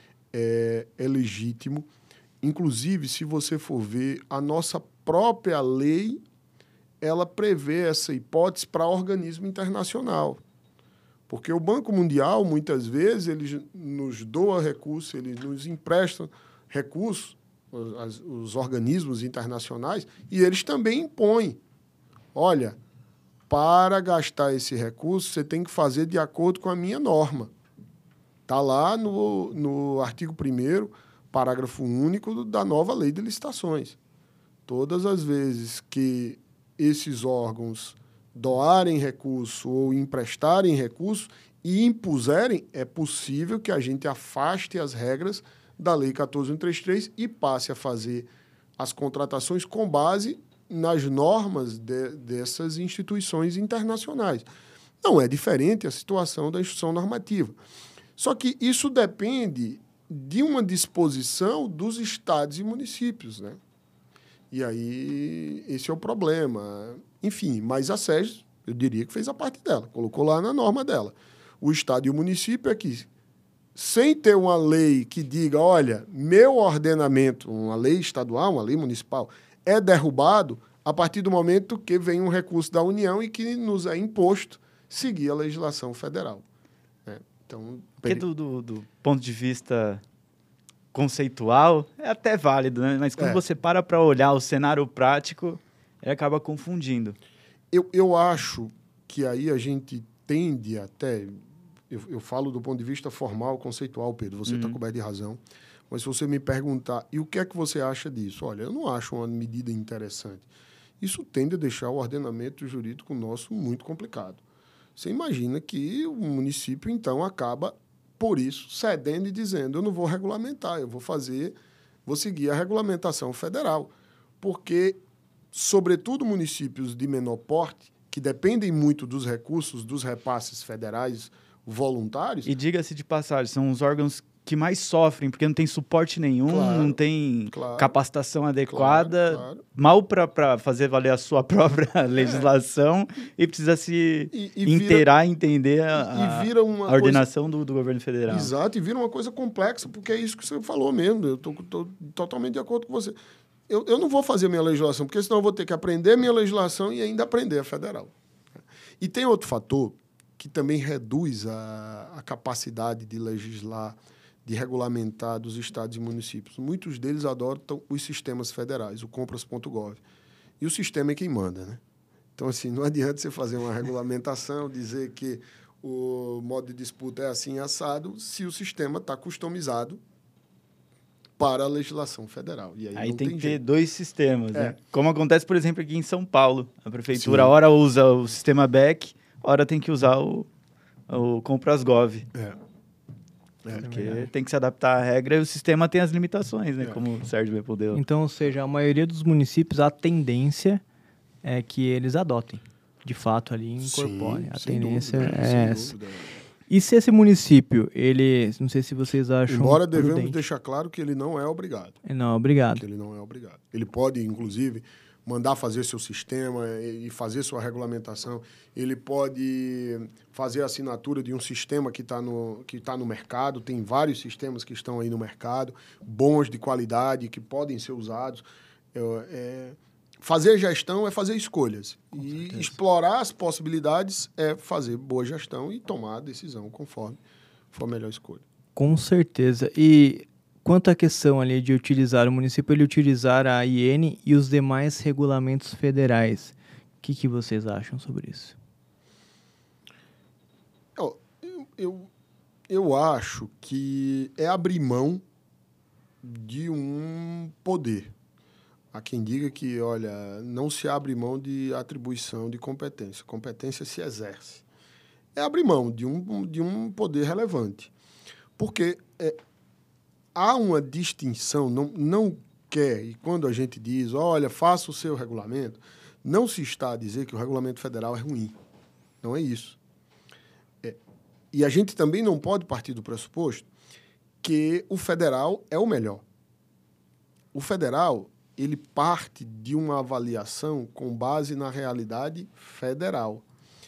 é, é legítimo. Inclusive, se você for ver, a nossa própria lei, ela prevê essa hipótese para organismo internacional. Porque o Banco Mundial, muitas vezes, ele nos doa recursos, ele nos empresta recursos, os, os organismos internacionais, e eles também impõem. Olha, para gastar esse recurso, você tem que fazer de acordo com a minha norma. Está lá no, no artigo primeiro, parágrafo único da nova lei de licitações. Todas as vezes que esses órgãos doarem recurso ou emprestarem recurso e impuserem, é possível que a gente afaste as regras da Lei quatorze mil cento e trinta e três e passe a fazer as contratações com base nas normas de, dessas instituições internacionais. Não é diferente a situação da instituição normativa. Só que isso depende de uma disposição dos estados e municípios, né? E aí, esse é o problema. Enfim, mas a SEGES, eu diria que fez a parte dela, colocou lá na norma dela. O Estado e o município é que, sem ter uma lei que diga, olha, meu ordenamento, uma lei estadual, uma lei municipal, é derrubado a partir do momento que vem um recurso da União e que nos é imposto seguir a legislação federal. É, então, Porque do, do, do ponto de vista conceitual, é até válido, né? Mas quando é. você para para olhar o cenário prático, ele acaba confundindo. Eu, eu acho que aí a gente tende até... Eu, eu falo do ponto de vista formal, conceitual, Pedro. Você está uhum. coberto de razão. Mas se você me perguntar, e o que é que você acha disso? Olha, eu não acho uma medida interessante. Isso tende a deixar o ordenamento jurídico nosso muito complicado. Você imagina que o município, então, acaba, por isso, cedendo e dizendo, eu não vou regulamentar, eu vou fazer, vou seguir a regulamentação federal. Porque, sobretudo municípios de menor porte, que dependem muito dos recursos, dos repasses federais voluntários... E diga-se de passagem, são os órgãos que mais sofrem, porque não tem suporte nenhum, Claro, não tem claro, capacitação adequada, claro, claro. mal para fazer valer a sua própria legislação é. e precisa se e, e inteirar, vira, entender a, e vira uma a ordenação coisa, do, do governo federal. Exato, e vira uma coisa complexa, porque é isso que você falou mesmo, eu estou totalmente de acordo com você. Eu, eu não vou fazer minha legislação, porque senão eu vou ter que aprender minha legislação e ainda aprender a federal. E tem outro fator que também reduz a, a capacidade de legislar, de regulamentar dos estados e municípios. Muitos deles adotam os sistemas federais, o compras ponto gov. E o sistema é quem manda, né? Então, assim, não adianta você fazer uma regulamentação, dizer que o modo de disputa é assim assado, se o sistema está customizado para a legislação federal. E aí aí não tem, tem que ter jeito. dois sistemas, É. né? Como acontece, por exemplo, aqui em São Paulo. A prefeitura, Sim. hora usa o sistema B E C, hora tem que usar o, o compras ponto gov. É. É, Porque é. tem que se adaptar à regra e o sistema tem as limitações, né? É. Como o Sérgio respondeu. Então, ou seja, a maioria dos municípios, a tendência é que eles adotem. De fato, ali incorporem. Sim, a sem tendência dúvida, é sem essa. dúvida. E se esse município, ele... Não sei se vocês acham Embora devemos prudente. deixar claro que ele não é obrigado. Não, obrigado. Que ele não é obrigado. Ele pode, inclusive, mandar fazer seu sistema e fazer sua regulamentação. Ele pode fazer a assinatura de um sistema que está no, que tá no mercado. Tem vários sistemas que estão aí no mercado, bons, de qualidade, que podem ser usados. É, é, fazer gestão é fazer escolhas. Com e certeza. explorar as possibilidades é fazer boa gestão e tomar a decisão conforme for a melhor escolha. Com certeza. E quanto à questão ali de utilizar o município, ele utilizar a I N e os demais regulamentos federais, o que, que vocês acham sobre isso? Eu, eu, eu acho que é abrir mão de um poder. Há quem diga que, olha, não se abre mão de atribuição de competência. Competência se exerce. É abrir mão de um, de um poder relevante. Porque é, há uma distinção, não, não quer, e quando a gente diz, olha, faça o seu regulamento, não se está a dizer que o regulamento federal é ruim. Não é isso. É, e a gente também não pode partir do pressuposto que o federal é o melhor. O federal, ele parte de uma avaliação com base na realidade federal,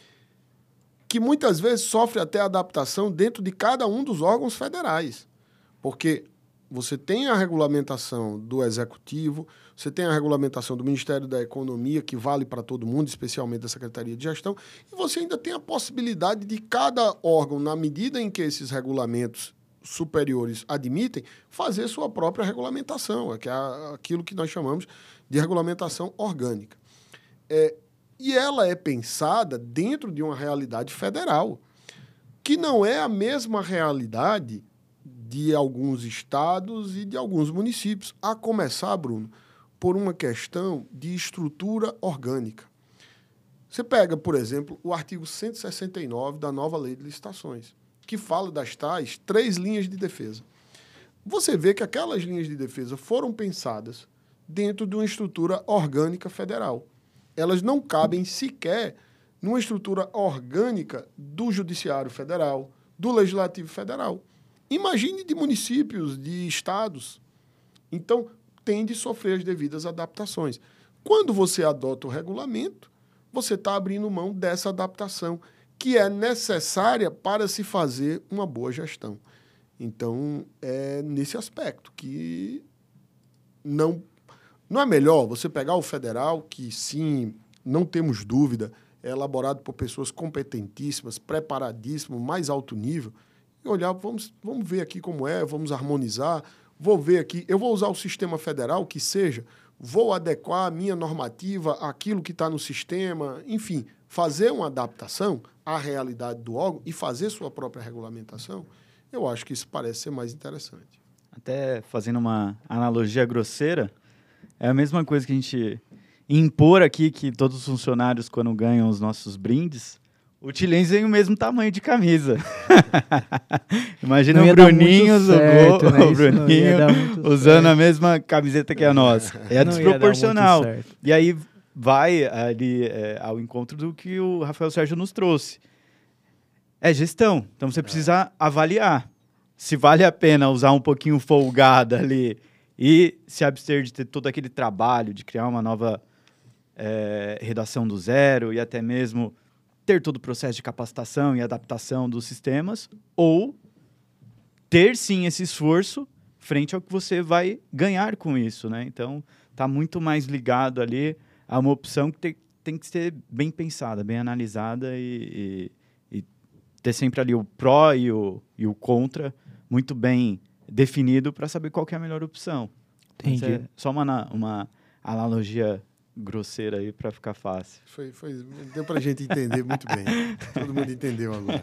que muitas vezes sofre até adaptação dentro de cada um dos órgãos federais. Porque você tem a regulamentação do Executivo, você tem a regulamentação do Ministério da Economia, que vale para todo mundo, especialmente da Secretaria de Gestão, e você ainda tem a possibilidade de cada órgão, na medida em que esses regulamentos superiores admitem, fazer sua própria regulamentação, que é aquilo que nós chamamos de regulamentação orgânica. É, e ela é pensada dentro de uma realidade federal, que não é a mesma realidade de alguns estados e de alguns municípios. A começar, Bruno, por uma questão de estrutura orgânica. Você pega, por exemplo, o artigo cento e sessenta e nove da nova Lei de Licitações, que fala das tais três linhas de defesa. Você vê que aquelas linhas de defesa foram pensadas dentro de uma estrutura orgânica federal. Elas não cabem sequer numa estrutura orgânica do Judiciário Federal, do Legislativo Federal. Imagine de municípios, de estados. Então, tem de sofrer as devidas adaptações. Quando você adota o regulamento, você está abrindo mão dessa adaptação, que é necessária para se fazer uma boa gestão. Então, é nesse aspecto que não, não é melhor você pegar o federal, que sim, não temos dúvida, é elaborado por pessoas competentíssimas, preparadíssimas, mais alto nível, e olhar, vamos, vamos ver aqui como é, vamos harmonizar, vou ver aqui, eu vou usar o sistema federal, que seja, vou adequar a minha normativa àquilo que está no sistema, enfim, fazer uma adaptação à realidade do órgão e fazer sua própria regulamentação, eu acho que isso parece ser mais interessante. até fazendo uma analogia grosseira, é a mesma coisa que a gente impor aqui que todos os funcionários, quando ganham os nossos brindes, utilizem o mesmo tamanho de camisa. Imagina o Bruninho, certo, o, né? o Bruninho usando certo. a mesma camiseta que a nossa. É não desproporcional. E aí vai ali é, ao encontro do que o Rafael Sérgio nos trouxe. É gestão. Então você precisa é. avaliar se vale a pena usar um pouquinho folgada ali e se abster de ter todo aquele trabalho de criar uma nova é, redação do zero e até mesmo ter todo o processo de capacitação e adaptação dos sistemas, ou ter, sim, esse esforço frente ao que você vai ganhar com isso, né? Então, está muito mais ligado ali a uma opção que tem, tem que ser bem pensada, bem analisada e, e, e ter sempre ali o pró e o, e o contra muito bem definido para saber qual que é a melhor opção. Entendi. É só uma, uma analogia grosseira aí para ficar fácil. Foi, foi, deu para a gente entender muito bem. Todo mundo entendeu agora.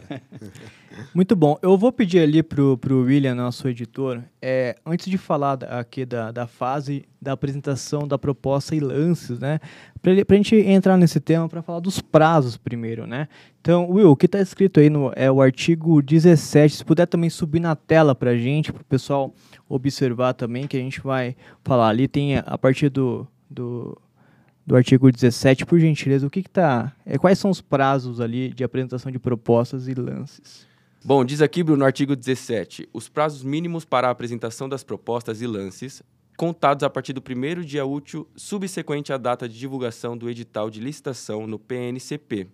Muito bom. Eu vou pedir ali pro, pro William, nosso editor, é, antes de falar da, aqui da, da fase da apresentação da proposta e lances, né? Para a gente entrar nesse tema, para falar dos prazos primeiro, né? Então, Will, o que está escrito aí no, é o artigo dezessete, se puder também subir na tela para a gente, para o pessoal observar também, que a gente vai falar ali, tem a partir do... do do artigo dezessete, por gentileza, o que que tá, é, quais são os prazos ali de apresentação de propostas e lances? Bom, diz aqui, Bruno, no artigo dezessete, os prazos mínimos para a apresentação das propostas e lances, contados a partir do primeiro dia útil subsequente à data de divulgação do edital de licitação no P N C P.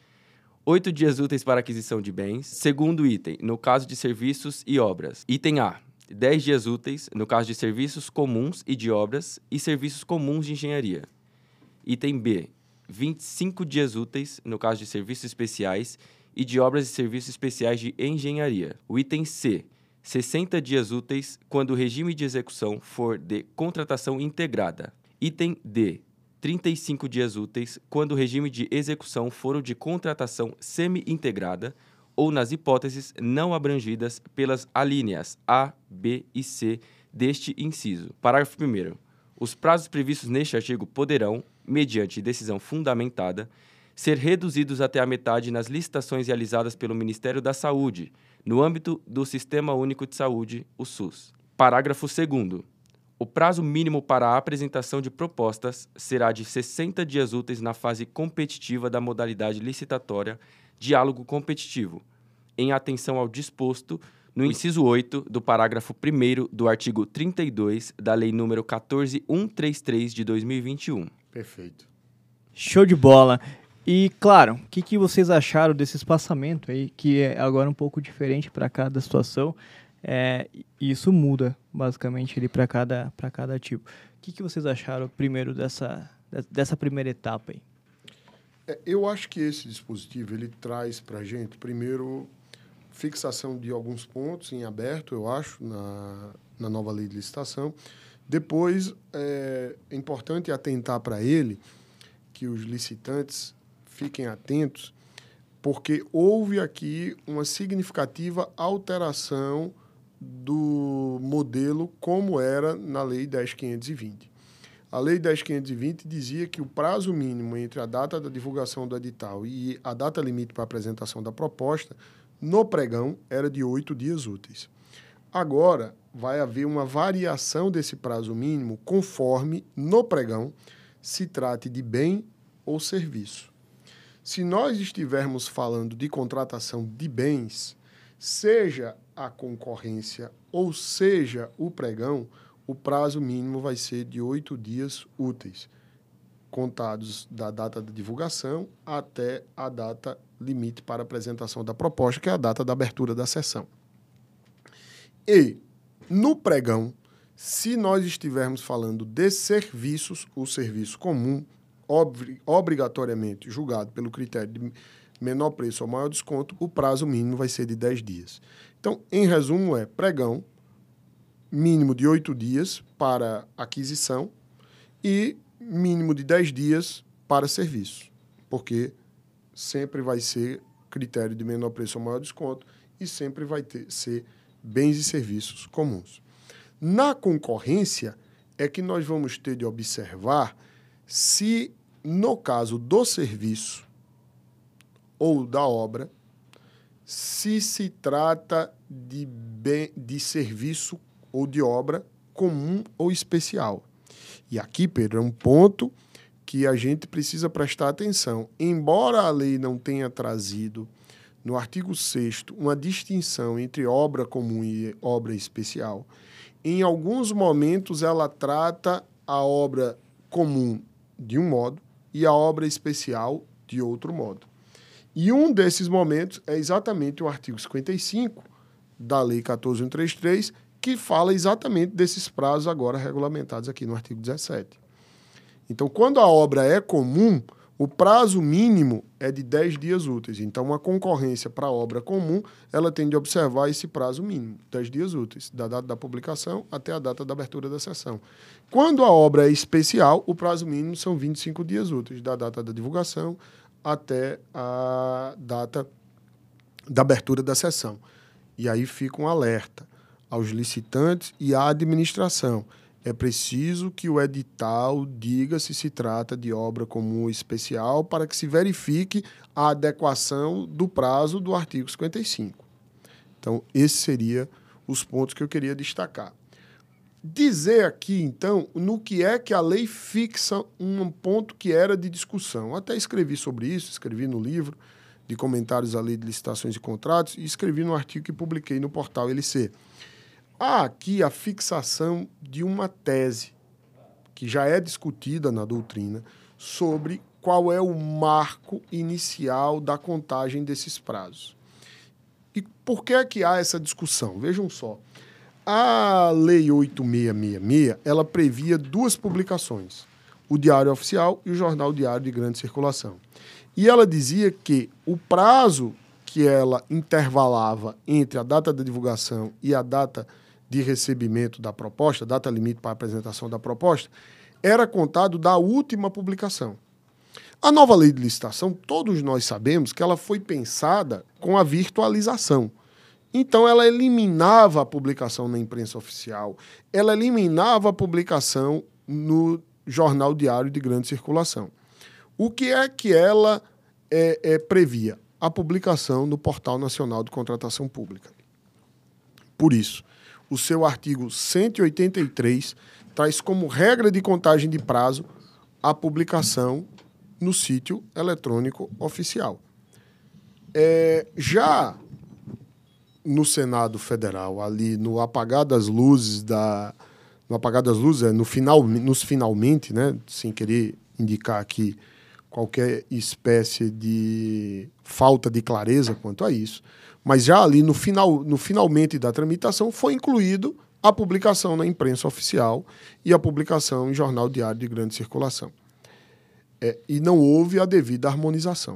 Oito dias úteis para aquisição de bens. Segundo item, no caso de serviços e obras. Item A, dez dias úteis, no caso de serviços comuns e de obras e serviços comuns de engenharia. Item B, vinte e cinco dias úteis, no caso de serviços especiais e de obras e serviços especiais de engenharia. O item C, sessenta dias úteis, quando o regime de execução for de contratação integrada. Item D, trinta e cinco dias úteis, quando o regime de execução for o de contratação semi-integrada ou nas hipóteses não abrangidas pelas alíneas A, B e C deste inciso. Parágrafo primeiro. Os prazos previstos neste artigo poderão, mediante decisão fundamentada, ser reduzidos até a metade nas licitações realizadas pelo Ministério da Saúde, no âmbito do Sistema Único de Saúde, o SUS. Parágrafo segundo. O prazo mínimo para a apresentação de propostas será de sessenta dias úteis na fase competitiva da modalidade licitatória diálogo competitivo, em atenção ao disposto no inciso oito do parágrafo primeiro do artigo trinta e dois da Lei número quatorze mil cento e trinta e três de dois mil e vinte e um. Perfeito. Show de bola. E, claro, o que, que vocês acharam desse espaçamento aí, que é agora um pouco diferente para cada situação, é, e isso muda, basicamente, ali para cada, para cada tipo. O que, que vocês acharam, primeiro, dessa, dessa primeira etapa aí? É, eu acho que esse dispositivo, ele traz para a gente, primeiro, fixação de alguns pontos em aberto, eu acho, na, na nova lei de licitação. Depois, é, é importante atentar para ele, que os licitantes fiquem atentos, porque houve aqui uma significativa alteração do modelo como era na Lei dez mil quinhentos e vinte. A Lei dez mil quinhentos e vinte dizia que o prazo mínimo entre a data da divulgação do edital e a data limite para a apresentação da proposta no pregão era de oito dias úteis. Agora, vai haver uma variação desse prazo mínimo conforme, no pregão, se trate de bem ou serviço. Se nós estivermos falando de contratação de bens, seja a concorrência ou seja o pregão, o prazo mínimo vai ser de oito dias úteis, contados da data da divulgação até a data limite para apresentação da proposta, que é a data da abertura da sessão. E, no pregão, se nós estivermos falando de serviços, o serviço comum, obri- obrigatoriamente julgado pelo critério de menor preço ou maior desconto, o prazo mínimo vai ser de dez dias. Então, em resumo, é pregão, mínimo de oito dias para aquisição e mínimo de dez dias para serviço, porque sempre vai ser critério de menor preço ou maior desconto e sempre vai ter, ser bens e serviços comuns. Na concorrência, é que nós vamos ter de observar se, no caso do serviço ou da obra, se se trata de, bem, de serviço ou de obra comum ou especial. E aqui, Pedro, é um ponto que a gente precisa prestar atenção. Embora a lei não tenha trazido, no artigo sexto, uma distinção entre obra comum e obra especial, em alguns momentos ela trata a obra comum de um modo e a obra especial de outro modo. E um desses momentos é exatamente o artigo cinquenta e cinco da Lei quatorze mil cento e trinta e três, que fala exatamente desses prazos agora regulamentados aqui no artigo dezessete. Então, quando a obra é comum, o prazo mínimo é de dez dias úteis. Então, uma concorrência para a obra comum, ela tem de observar esse prazo mínimo, dez dias úteis, da data da publicação até a data da abertura da sessão. Quando a obra é especial, o prazo mínimo são vinte e cinco dias úteis, da data da divulgação até a data da abertura da sessão. E aí fica um alerta aos licitantes e à administração. É preciso que o edital diga se se trata de obra comum ou especial para que se verifique a adequação do prazo do artigo cinquenta e cinco. Então, esses seriam os pontos que eu queria destacar. Dizer aqui, então, no que é que a lei fixa um ponto que era de discussão. Até escrevi sobre isso, escrevi no livro de comentários à lei de licitações e contratos e escrevi no artigo que publiquei no portal L C. Há aqui a fixação de uma tese que já é discutida na doutrina sobre qual é o marco inicial da contagem desses prazos. E por que é que há essa discussão? Vejam só. A Lei oito mil seiscentos e sessenta e seis, ela previa duas publicações, o Diário Oficial e o Jornal Diário de Grande Circulação. E ela dizia que o prazo que ela intervalava entre a data da divulgação e a data de recebimento da proposta, data limite para a apresentação da proposta, era contado da última publicação. A nova lei de licitação, todos nós sabemos que ela foi pensada com a virtualização. Então, ela eliminava a publicação na imprensa oficial, ela eliminava a publicação no Jornal Diário de Grande Circulação. O que é que ela é, é, previa? A publicação no Portal Nacional de Contratação Pública. Por isso, o seu artigo cento e oitenta e três traz como regra de contagem de prazo a publicação no sítio eletrônico oficial. É, já no Senado Federal, ali no apagar das luzes, da, no apagar das luzes, é, no final, nos finalmente, né, sem querer indicar aqui qualquer espécie de falta de clareza quanto a isso, mas já ali no, final, no finalmente da tramitação foi incluído a publicação na imprensa oficial e a publicação em Jornal Diário de Grande Circulação. É, e não houve a devida harmonização.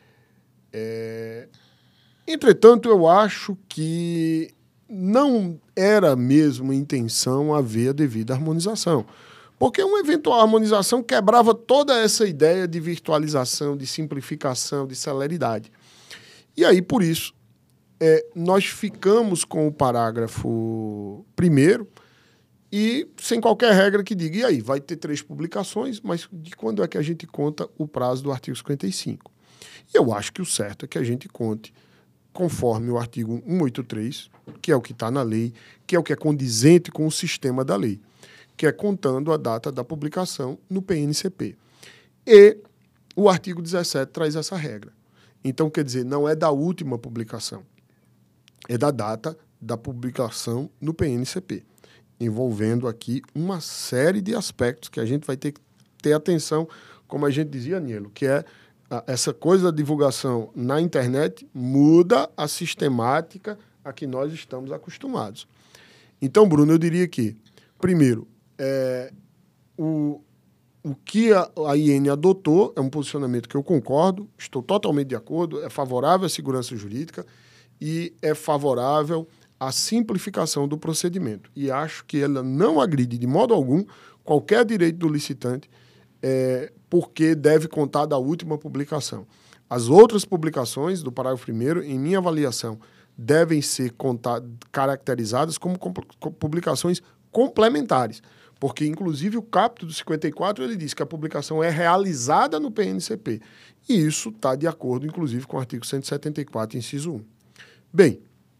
É... Entretanto, eu acho que não era mesmo a intenção haver a devida harmonização, porque uma eventual harmonização quebrava toda essa ideia de virtualização, de simplificação, de celeridade. E aí, por isso, é, nós ficamos com o parágrafo primeiro e sem qualquer regra que diga, e aí, vai ter três publicações, mas de quando é que a gente conta o prazo do artigo cinquenta e cinco? E eu acho que o certo é que a gente conte conforme o artigo cento e oitenta e três, que é o que está na lei, que é o que é condizente com o sistema da lei, que é contando a data da publicação no P N C P. E o artigo dezessete traz essa regra. Então, quer dizer, não é da última publicação, é da data da publicação no P N C P, envolvendo aqui uma série de aspectos que a gente vai ter que ter atenção, como a gente dizia, Anielo, que é essa coisa da divulgação na internet muda a sistemática a que nós estamos acostumados. Então, Bruno, eu diria que, primeiro, é, o, o que a, a I N adotou é um posicionamento que eu concordo, estou totalmente de acordo, é favorável à segurança jurídica e é favorável à simplificação do procedimento. E acho que ela não agride de modo algum qualquer direito do licitante, é, porque deve contar da última publicação. As outras publicações do parágrafo primeiro, em minha avaliação, devem ser contadas, caracterizadas como publicações complementares. Porque, inclusive, o caput do cinquenta e quatro, ele diz que a publicação é realizada no P N C P. E isso está de acordo, inclusive, com o artigo cento e setenta e quatro, inciso um. Bem,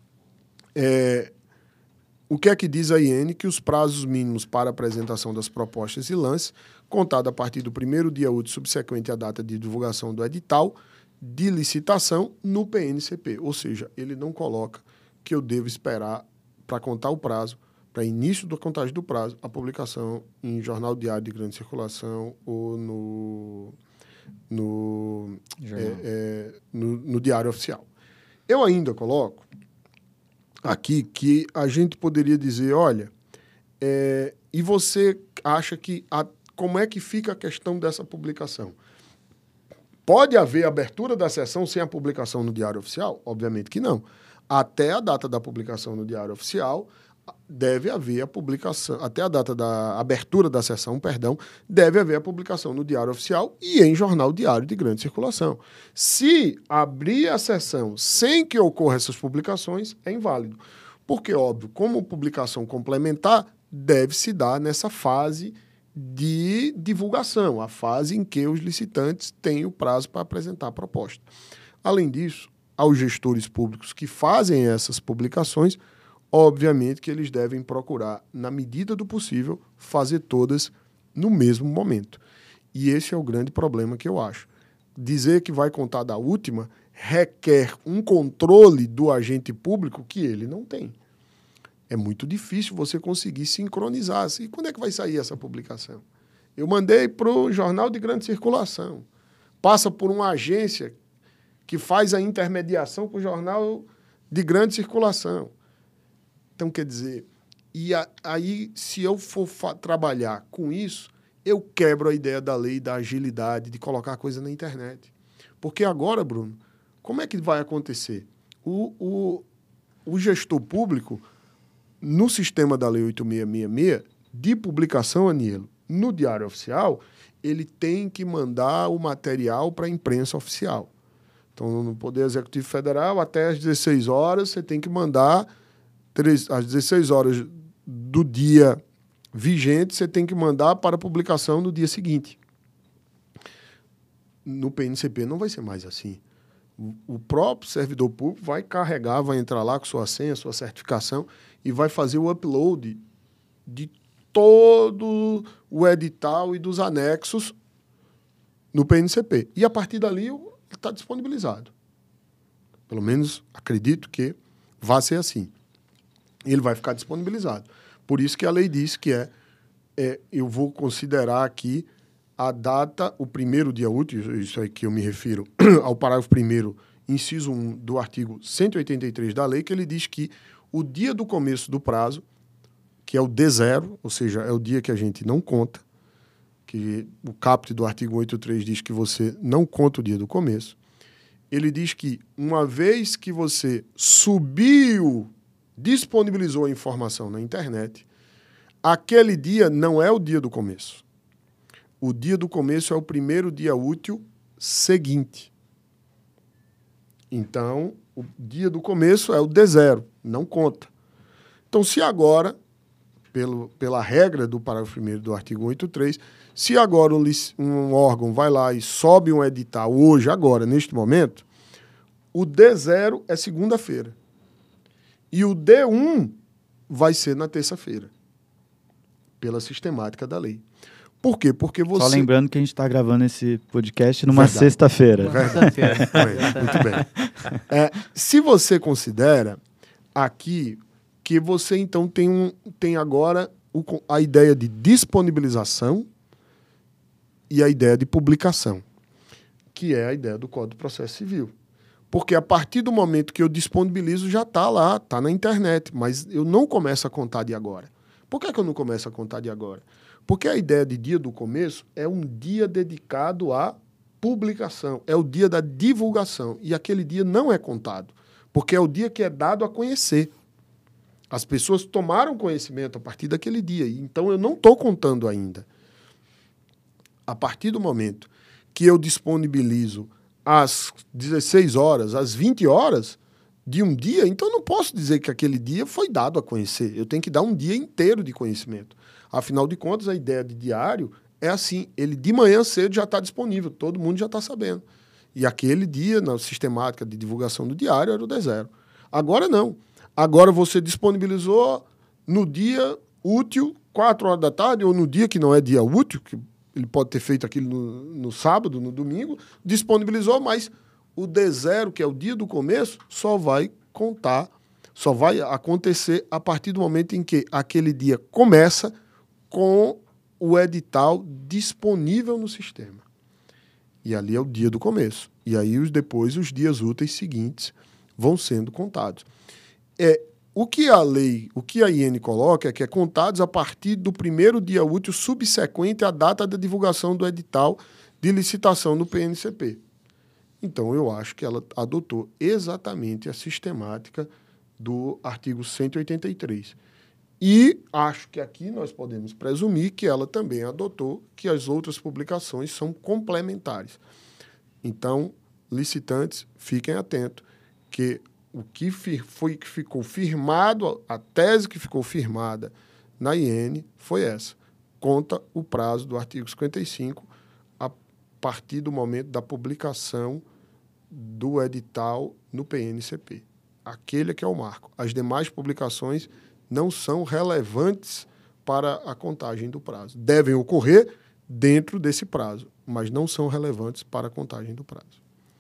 é, o que é que diz a I N? Que os prazos mínimos para apresentação das propostas e lances, contado a partir do primeiro dia útil subsequente à data de divulgação do edital de licitação no P N C P. Ou seja, ele não coloca que eu devo esperar para contar o prazo, para início da contagem do prazo, a publicação em jornal diário de grande circulação ou no, no, é, é, no, no diário oficial. Eu ainda coloco aqui que a gente poderia dizer, olha, é, e você acha que, a, como é que fica a questão dessa publicação? Pode haver abertura da sessão sem a publicação no diário oficial? Obviamente que não. Até a data da publicação no diário oficial, deve haver a publicação, até a data da abertura da sessão, perdão, deve haver a publicação no Diário Oficial e em jornal diário de grande circulação. Se abrir a sessão sem que ocorra essas publicações, é inválido. Porque, óbvio, como publicação complementar, deve se dar nessa fase de divulgação, a fase em que os licitantes têm o prazo para apresentar a proposta. Além disso, aos gestores públicos que fazem essas publicações, obviamente que eles devem procurar, na medida do possível, fazer todas no mesmo momento. E esse é o grande problema que eu acho. Dizer que vai contar da última requer um controle do agente público que ele não tem. É muito difícil você conseguir sincronizar. E quando é que vai sair essa publicação? Eu mandei para o jornal de grande circulação. Passa por uma agência que faz a intermediação com o jornal de grande circulação. Então, quer dizer, e a, aí, se eu for trabalhar com isso, eu quebro a ideia da lei, da agilidade, de colocar a coisa na internet. Porque agora, Bruno, como é que vai acontecer? O, o, o gestor público, no sistema da lei oito mil seiscentos e sessenta e seis, de publicação, Anielo, no Diário Oficial, ele tem que mandar o material para a imprensa oficial. Então, no Poder Executivo Federal, até às dezesseis horas, você tem que mandar... às dezesseis horas do dia vigente, você tem que mandar para a publicação no dia seguinte. No P N C P não vai ser mais assim. O próprio servidor público vai carregar, vai entrar lá com sua senha, sua certificação e vai fazer o upload de todo o edital e dos anexos no P N C P. E, a partir dali, está disponibilizado. Pelo menos, acredito que vai ser assim. Ele vai ficar disponibilizado. Por isso que a lei diz que é, é eu vou considerar aqui a data, o primeiro dia útil, isso aí que eu me refiro ao parágrafo primeiro, inciso um do artigo cento e oitenta e três da lei, que ele diz que o dia do começo do prazo, que é o D zero, ou seja, é o dia que a gente não conta, que o caput do artigo oitenta e três diz que você não conta o dia do começo, ele diz que uma vez que você subiu, disponibilizou a informação na internet, aquele dia não é o dia do começo. O dia do começo é o primeiro dia útil seguinte. Então, o dia do começo é o D zero, não conta. Então, se agora, pelo, pela regra do parágrafo primeiro do artigo oitenta e três, se agora um, um órgão vai lá e sobe um edital hoje, agora, neste momento, o D zero é segunda-feira. E o D um vai ser na terça-feira, pela sistemática da lei. Por quê? Porque você... Só lembrando que a gente está gravando esse podcast numa sexta-feira. Sexta-feira. Muito bem. É, se você considera aqui que você, então, tem, um, tem agora o, a ideia de disponibilização e a ideia de publicação, que é a ideia do Código de Processo Civil. Porque a partir do momento que eu disponibilizo, já está lá, está na internet, mas eu não começo a contar de agora. Por que, é que eu não começo a contar de agora? Porque a ideia de dia do começo é um dia dedicado à publicação, é o dia da divulgação, e aquele dia não é contado, porque é o dia que é dado a conhecer. As pessoas tomaram conhecimento a partir daquele dia, então eu não estou contando ainda. A partir do momento que eu disponibilizo às dezesseis horas, às vinte horas, de um dia, então eu não posso dizer que aquele dia foi dado a conhecer. Eu tenho que dar um dia inteiro de conhecimento. Afinal de contas, a ideia de diário é assim, ele de manhã cedo já está disponível, todo mundo já está sabendo. E aquele dia, na sistemática de divulgação do diário, era o D zero. Agora não. Agora você disponibilizou no dia útil, quatro horas da tarde, ou no dia que não é dia útil, que ele pode ter feito aquilo no, no sábado, no domingo, disponibilizou, mas o D zero, que é o dia do começo, só vai contar, só vai acontecer a partir do momento em que aquele dia começa com o edital disponível no sistema. E ali é o dia do começo. E aí, os, depois, os dias úteis seguintes vão sendo contados. É, o que a lei, o que a I N coloca é que é contados a partir do primeiro dia útil subsequente à data da divulgação do edital de licitação no P N C P. Então, eu acho que ela adotou exatamente a sistemática do artigo cento e oitenta e três. E acho que aqui nós podemos presumir que ela também adotou que as outras publicações são complementares. Então, licitantes, fiquem atentos, que o que foi que ficou firmado, a tese que ficou firmada na I N foi essa. Conta o prazo do artigo cinquenta e cinco a partir do momento da publicação do edital no P N C P. Aquele é que é o marco. As demais publicações não são relevantes para a contagem do prazo. Devem ocorrer dentro desse prazo, mas não são relevantes para a contagem do prazo.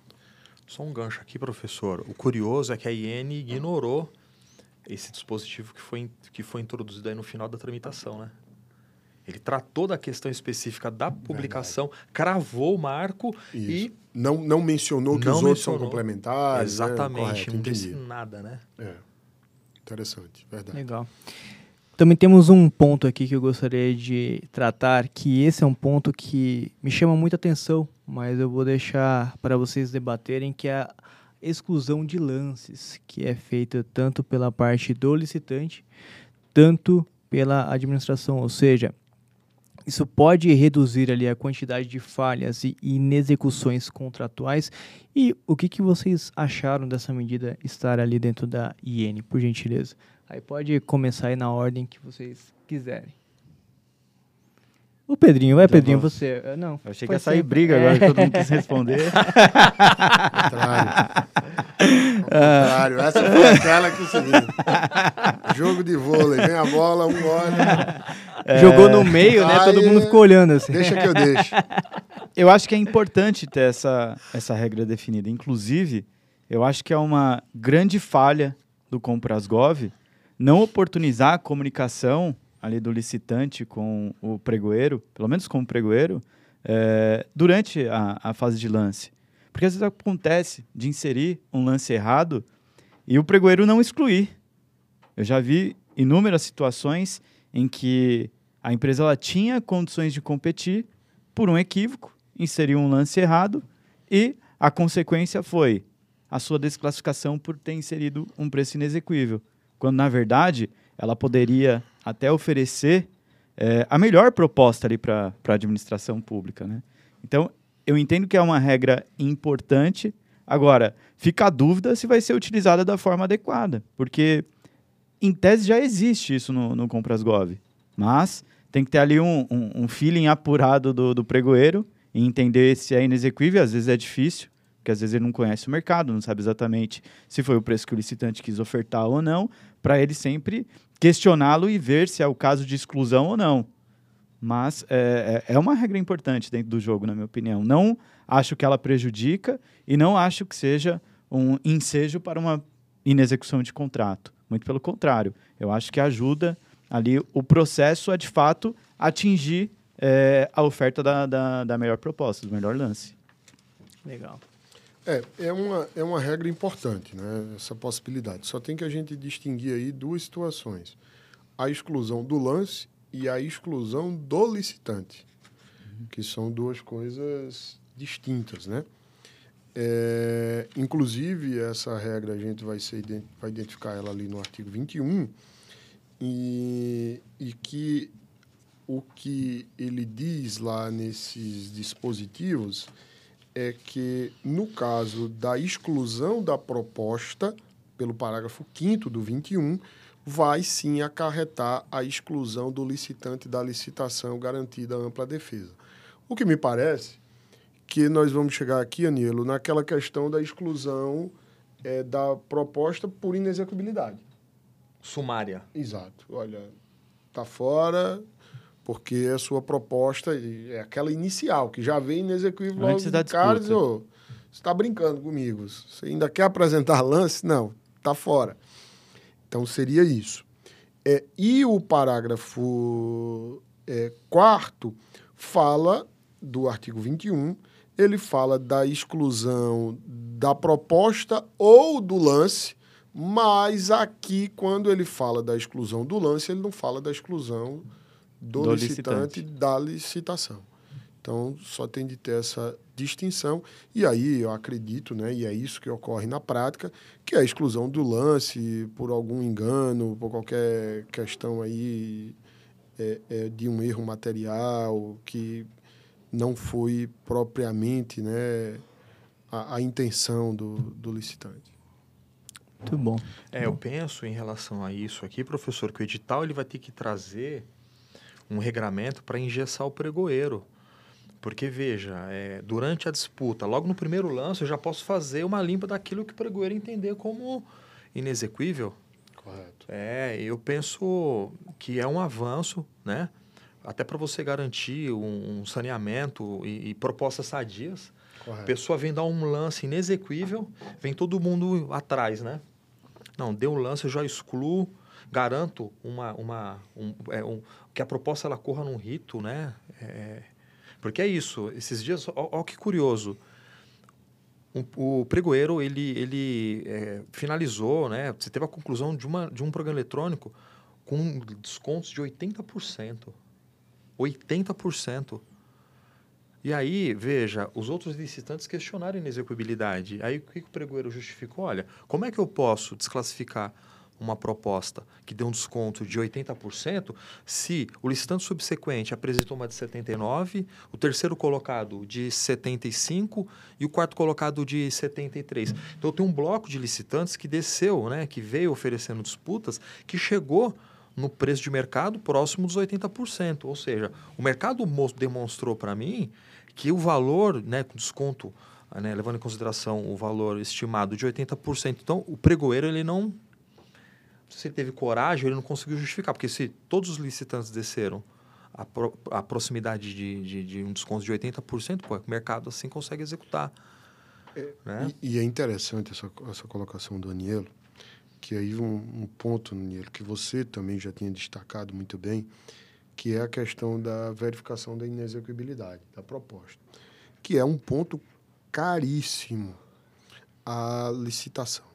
Só um gancho aqui, professor. O curioso é que a I N ignorou esse dispositivo que foi, que foi introduzido aí no final da tramitação, né? Ele tratou da questão específica da publicação, verdade, cravou o marco Isso. e... Não, não mencionou que não os mencionou. outros são complementares. Exatamente, né? Correto, não entendi. disse nada, né? É, interessante, verdade. Legal. Também temos um ponto aqui que eu gostaria de tratar, que esse é um ponto que me chama muita atenção, mas eu vou deixar para vocês debaterem, que é a exclusão de lances, que é feita tanto pela parte do licitante, tanto pela administração, ou seja, isso pode reduzir ali a quantidade de falhas e inexecuções contratuais. E o que, que vocês acharam dessa medida estar ali dentro da I N, por gentileza? Aí pode começar aí na ordem que vocês quiserem. O Pedrinho, vai, Pedrinho, vou... você... Não, eu achei que ia sair briga agora, que todo mundo quis responder. Ao contrário. Ao contrário. Essa foi aquela que o seguinte. Jogo de vôlei, vem a bola, um olha... É... Jogou no meio, né? Todo mundo ficou olhando assim. Deixa que eu deixo. Eu acho que é importante ter essa, essa regra definida. Inclusive, eu acho que é uma grande falha do Comprasgov não oportunizar a comunicação ali do licitante com o pregoeiro, pelo menos com o pregoeiro, é, durante a, a fase de lance. Porque às vezes acontece de inserir um lance errado e o pregoeiro não excluir. Eu já vi inúmeras situações em que a empresa ela tinha condições de competir, por um equívoco, inseriu um lance errado e a consequência foi a sua desclassificação por ter inserido um preço inexequível. Quando, na verdade, ela poderia até oferecer é, a melhor proposta ali para a administração pública, né? Então, eu entendo que é uma regra importante. Agora, fica a dúvida se vai ser utilizada da forma adequada, porque, em tese, já existe isso no, no Comprasgov, mas tem que ter ali um, um, um feeling apurado do, do pregoeiro e entender se é inexequível. Às vezes é difícil, porque às vezes ele não conhece o mercado, não sabe exatamente se foi o preço que o licitante quis ofertar ou não, para ele sempre questioná-lo e ver se é o caso de exclusão ou não. Mas é, é uma regra importante dentro do jogo, na minha opinião. Não acho que ela prejudica e não acho que seja um ensejo para uma inexecução de contrato. Muito pelo contrário. Eu acho que ajuda ali o processo a, de fato, atingir é, a oferta da, da, da melhor proposta, do melhor lance. Legal. É, é uma, é uma regra importante, né? Essa possibilidade. Só tem que a gente distinguir aí duas situações. A exclusão do lance e a exclusão do licitante, uhum. que são duas coisas distintas, né? É, inclusive, essa regra a gente vai, ser, vai identificar ela ali no artigo vinte e um, e, e que o que ele diz lá nesses dispositivos é que, no caso da exclusão da proposta, pelo parágrafo quinto do vinte e um, vai sim acarretar a exclusão do licitante da licitação garantida a ampla defesa. O que me parece que nós vamos chegar aqui, Anielo, naquela questão da exclusão é, da proposta por inexecuibilidade. Sumária. Exato. Olha, está fora porque a sua proposta é aquela inicial, que já vem inexequível logo Antes da do cara e diz, disputa. ô, você está brincando comigo, você ainda quer apresentar lance? Não, está fora. Então, seria isso. É, e o parágrafo é, quarto fala do artigo vinte e um, ele fala da exclusão da proposta ou do lance, mas aqui, quando ele fala da exclusão do lance, ele não fala da exclusão do, Do licitante, licitante. da licitação. Então, só tem de ter essa distinção. E aí, eu acredito, né, e é isso que ocorre na prática, que é a exclusão do lance por algum engano, por qualquer questão aí é, é, de um erro material que não foi propriamente, né, a, a intenção do, do licitante. Muito bom. É, eu penso em relação a isso aqui, professor, que o edital ele vai ter que trazer um regramento para engessar o pregoeiro. Porque, veja, é, durante a disputa, logo no primeiro lance, eu já posso fazer uma limpa daquilo que o pregoeiro entender como inexequível. Correto. É, eu penso que é um avanço, né? Até para você garantir um, um saneamento e, e propostas sadias. A Correto. pessoa vem dar um lance inexequível, vem todo mundo atrás, né? Não, deu um lance, eu já excluo, garanto uma, uma, um, é, um, que a proposta ela corra num rito, né? É, porque é isso, esses dias, ó, ó que curioso, o, o pregoeiro, ele, ele é, finalizou, né? Você teve a conclusão de, uma, de um programa eletrônico com descontos de oitenta por cento. oitenta por cento. E aí, veja, os outros licitantes questionaram a inexecuibilidade. Aí, o que o pregoeiro justificou? Olha, como é que eu posso desclassificar uma proposta que deu um desconto de oitenta por cento se o licitante subsequente apresentou uma de setenta e nove por cento, o terceiro colocado de setenta e cinco por cento e o quarto colocado de setenta e três por cento? Então, tem um bloco de licitantes que desceu, né, que veio oferecendo disputas, que chegou no preço de mercado próximo dos oitenta por cento. Ou seja, o mercado demonstrou para mim que o valor, né, com desconto, né, levando em consideração o valor estimado de oitenta por cento, então o pregoeiro ele não, se ele teve coragem, ele não conseguiu justificar, porque se todos os licitantes desceram a, pro, a proximidade de, de, de um desconto de oitenta por cento, pô, o mercado assim consegue executar. É, né? e, e é interessante essa, essa colocação do Anielo, que aí um, um ponto, Anielo, que você também já tinha destacado muito bem, que é a questão da verificação da inexecuibilidade da proposta, que é um ponto caríssimo a licitação.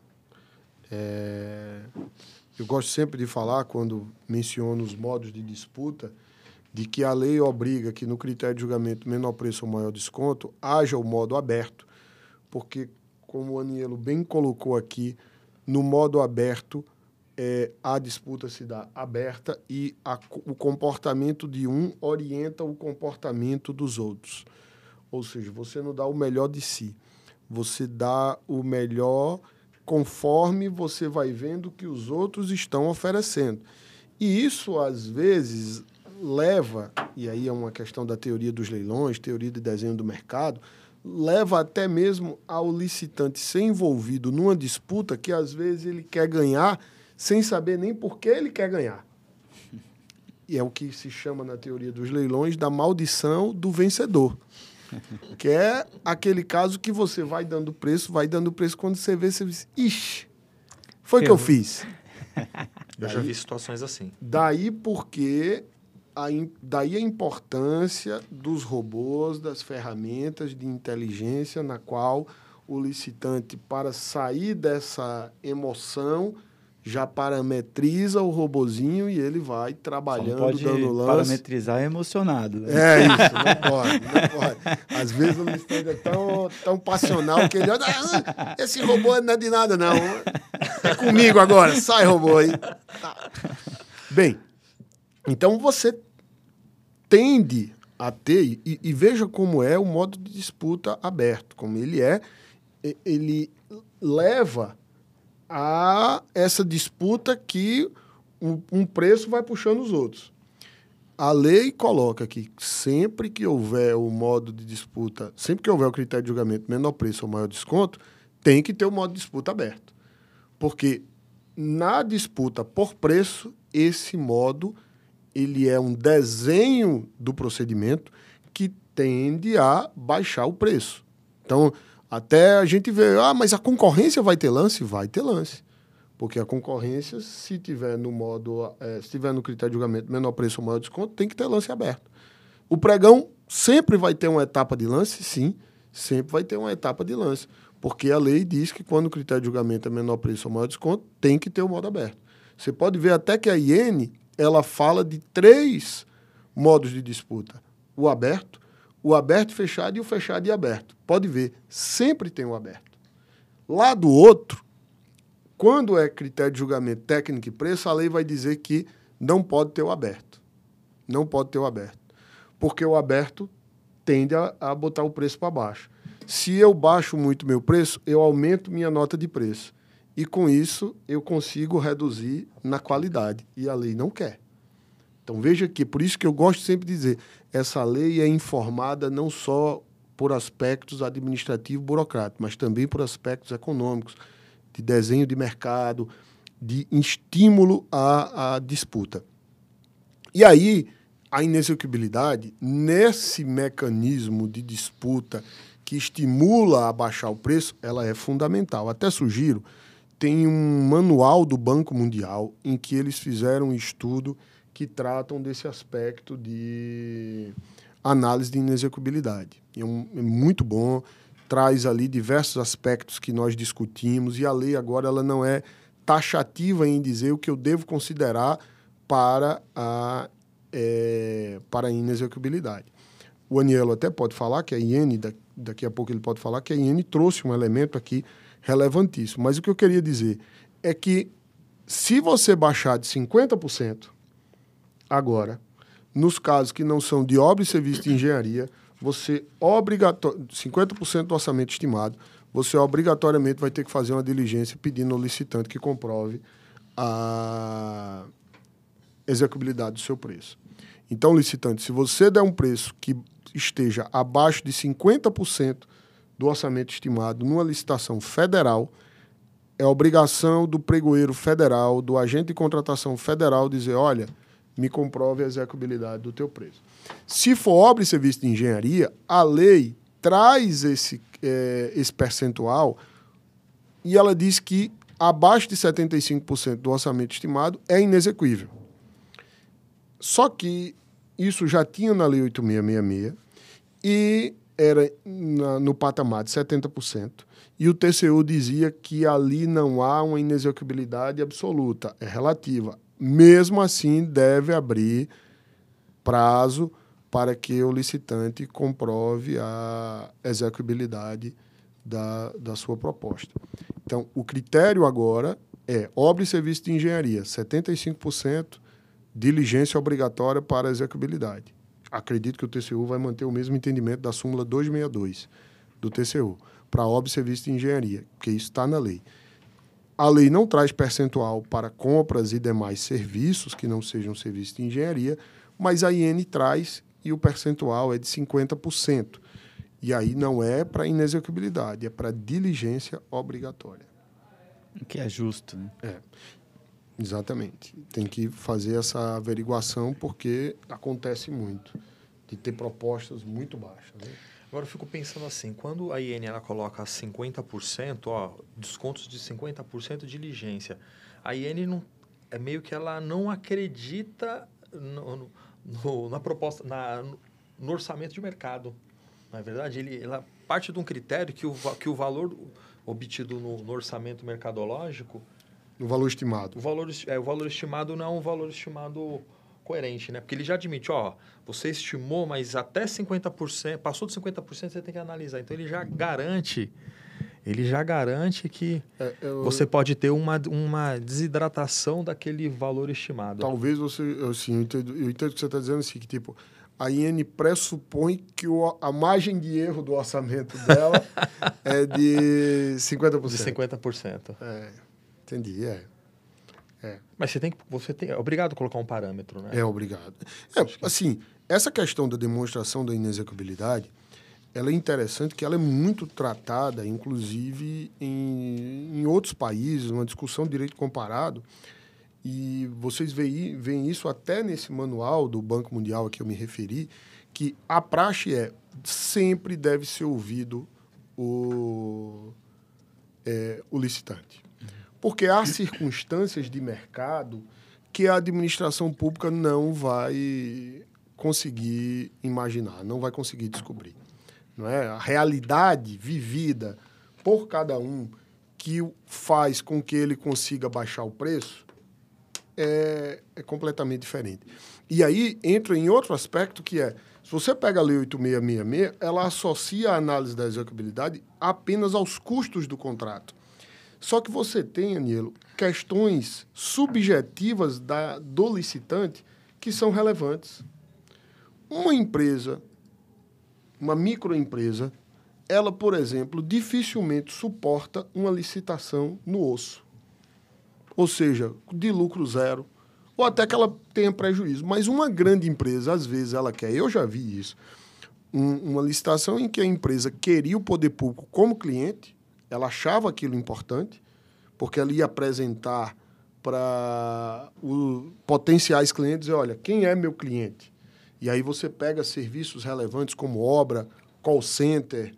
É, eu gosto sempre de falar, quando menciono os modos de disputa, de que a lei obriga que no critério de julgamento menor preço ou maior desconto haja o modo aberto, porque, como o Anielo bem colocou aqui, no modo aberto, é, a disputa se dá aberta e a, o comportamento de um orienta o comportamento dos outros. Ou seja, você não dá o melhor de si, você dá o melhor conforme você vai vendo que os outros estão oferecendo. E isso, às vezes, leva, e aí é uma questão da teoria dos leilões, teoria de desenho do mercado, leva até mesmo ao licitante ser envolvido numa disputa que, às vezes, ele quer ganhar sem saber nem por que ele quer ganhar. E é o que se chama, na teoria dos leilões, da maldição do vencedor. Que é aquele caso que você vai dando preço, vai dando preço, quando você vê, você diz, ixi, foi o que eu fiz. Eu já vi situações assim. Daí porque... A, daí a importância dos robôs, das ferramentas de inteligência, na qual o licitante, para sair dessa emoção, já parametriza o robozinho e ele vai trabalhando, Só não pode dando lance. parametrizar emocionado. Né? É isso, não pode, não pode. Às vezes o licitante é tão, tão passional que ele olha, ah, esse robô não é de nada, não. É comigo agora, sai, robô aí. Tá. Bem, então você tende a ter, e, e veja como é o modo de disputa aberto, como ele é, ele leva há essa disputa que um, um preço vai puxando os outros. A lei coloca que sempre que houver o modo de disputa, sempre que houver o critério de julgamento menor preço ou maior desconto, tem que ter o modo de disputa aberto. Porque na disputa por preço, esse modo ele é um desenho do procedimento que tende a baixar o preço. Então, até a gente vê, ah, mas a concorrência vai ter lance? Vai ter lance. Porque a concorrência, se tiver no modo, é, se tiver no critério de julgamento menor preço ou maior desconto, tem que ter lance aberto. O pregão sempre vai ter uma etapa de lance? Sim, sempre vai ter uma etapa de lance. Porque a lei diz que quando o critério de julgamento é menor preço ou maior desconto, tem que ter o modo aberto. Você pode ver até que a I N, ela fala de três modos de disputa. O aberto, o aberto e fechado e o fechado e aberto. Pode ver, sempre tem o aberto. Lá do outro, quando é critério de julgamento técnico e preço, a lei vai dizer que não pode ter o aberto. Não pode ter o aberto. Porque o aberto tende a, a botar o preço para baixo. Se eu baixo muito meu preço, eu aumento minha nota de preço. E com isso, eu consigo reduzir na qualidade. E a lei não quer. Então, veja que, por isso que eu gosto sempre de dizer, essa lei é informada não só por aspectos administrativos burocráticos, mas também por aspectos econômicos, de desenho de mercado, de estímulo à, à disputa. E aí, a inexequibilidade, nesse mecanismo de disputa que estimula a baixar o preço, ela é fundamental. Até sugiro, tem um manual do Banco Mundial em que eles fizeram um estudo que tratam desse aspecto de análise de inexequibilidade. É, um, é muito bom, traz ali diversos aspectos que nós discutimos e a lei agora ela não é taxativa em dizer o que eu devo considerar para a, é, para a inexequibilidade. O Anielo até pode falar que a I N, daqui a pouco ele pode falar que a I N trouxe um elemento aqui relevantíssimo. Mas o que eu queria dizer é que se você baixar de cinquenta por cento agora, nos casos que não são de obra e serviço de engenharia, você obrigatório, cinquenta por cento do orçamento estimado, você obrigatoriamente vai ter que fazer uma diligência pedindo ao licitante que comprove a execuibilidade do seu preço. Então, licitante, se você der um preço que esteja abaixo de cinquenta por cento do orçamento estimado numa licitação federal, é obrigação do pregoeiro federal, do agente de contratação federal, dizer, olha, me comprove a execuibilidade do teu preço. Se for obra e serviço de engenharia, a lei traz esse, é, esse percentual e ela diz que abaixo de setenta e cinco por cento do orçamento estimado é inexequível. Só que isso já tinha na Lei oito mil seiscentos e sessenta e seis e era na, no patamar de setenta por cento. E o T C U dizia que ali não há uma inexequibilidade absoluta, é relativa. Mesmo assim, deve abrir prazo para que o licitante comprove a execuibilidade da, da sua proposta. Então, o critério agora é obra e serviço de engenharia, setenta e cinco por cento, diligência obrigatória para a execuibilidade. Acredito que o T C U vai manter o mesmo entendimento da súmula duzentos e sessenta e dois do T C U, para obra e serviço de engenharia, porque isso está na lei. A lei não traz percentual para compras e demais serviços que não sejam serviços de engenharia, mas a I N traz e o percentual é de cinquenta por cento. E aí não é para inexequibilidade, é para diligência obrigatória. O que é justo, né? É, exatamente. Tem que fazer essa averiguação porque acontece muito de ter propostas muito baixas, né? Agora eu fico pensando assim, quando a I N ela coloca cinquenta por cento, ó, descontos de cinquenta por cento de diligência, a I N não, é meio que ela não acredita no, no, na proposta, na, no orçamento de mercado. Não é verdade? Ele, ela parte de um critério que o, que o valor obtido no, no orçamento mercadológico... O valor estimado. O valor, é, o valor estimado não é um valor estimado coerente, né? Porque ele já admite, ó, você estimou, mas até cinquenta por cento, passou de cinquenta por cento, você tem que analisar. Então, ele já garante, ele já garante que é, eu, você pode ter uma, uma desidratação daquele valor estimado. Talvez você, assim, eu entendo, eu entendo o que você está dizendo, assim, que tipo, a I N pressupõe que o, a margem de erro do orçamento dela é de cinquenta por cento. De cinquenta por cento. É. entendi, é. é. Mas você tem que, você tem, é obrigado a colocar um parâmetro, né? É obrigado. É, assim, essa questão da demonstração da inexecuibilidade, ela é interessante que ela é muito tratada, inclusive, em, em outros países, uma discussão de direito comparado, e vocês veem, veem isso até nesse manual do Banco Mundial a que eu me referi, que a praxe é, sempre deve ser ouvido o, é, o licitante. Porque há circunstâncias de mercado que a administração pública não vai conseguir imaginar, não vai conseguir descobrir. Não é? A realidade vivida por cada um que faz com que ele consiga baixar o preço é, é completamente diferente. E aí entra em outro aspecto que é, se você pega a Lei oito mil seiscentos e sessenta e seis, ela associa a análise da execuibilidade apenas aos custos do contrato. Só que você tem, Anielo, questões subjetivas da, do licitante que são relevantes. Uma empresa, uma microempresa, ela, por exemplo, dificilmente suporta uma licitação no osso. Ou seja, de lucro zero, ou até que ela tenha prejuízo. Mas uma grande empresa, às vezes, ela quer, eu já vi isso, um, uma licitação em que a empresa queria o poder público como cliente, ela achava aquilo importante, porque ela ia apresentar para os potenciais clientes, e olha, quem é meu cliente? E aí você pega serviços relevantes como obra, call center,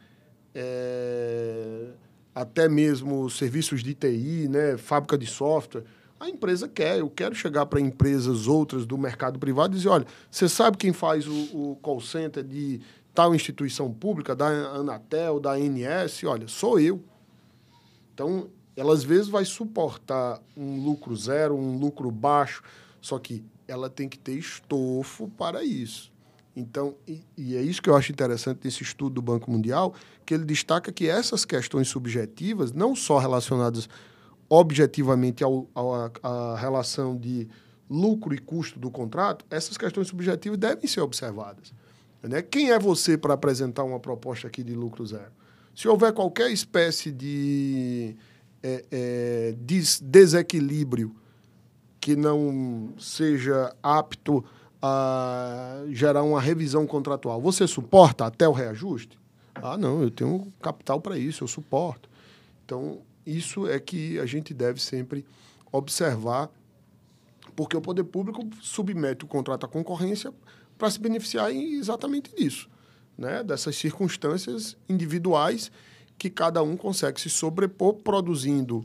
é, até mesmo serviços de T I, né, fábrica de software. A empresa quer, eu quero chegar para empresas outras do mercado privado e dizer, olha, você sabe quem faz o, o call center de tal instituição pública, da Anatel, da A N S? Olha, sou eu. Então, ela às vezes vai suportar um lucro zero, um lucro baixo, só que ela tem que ter estofo para isso. Então, e, e é isso que eu acho interessante desse estudo do Banco Mundial, que ele destaca que essas questões subjetivas, não só relacionadas objetivamente ao, ao, à relação de lucro e custo do contrato, essas questões subjetivas devem ser observadas. Né? Quem é você para apresentar uma proposta aqui de lucro zero? Se houver qualquer espécie de é, é, des desequilíbrio que não seja apto a gerar uma revisão contratual, você suporta até o reajuste? Ah, não, eu tenho capital para isso, eu suporto. Então, isso é que a gente deve sempre observar, porque o poder público submete o contrato à concorrência para se beneficiar exatamente disso, né? Dessas circunstâncias individuais que cada um consegue se sobrepor produzindo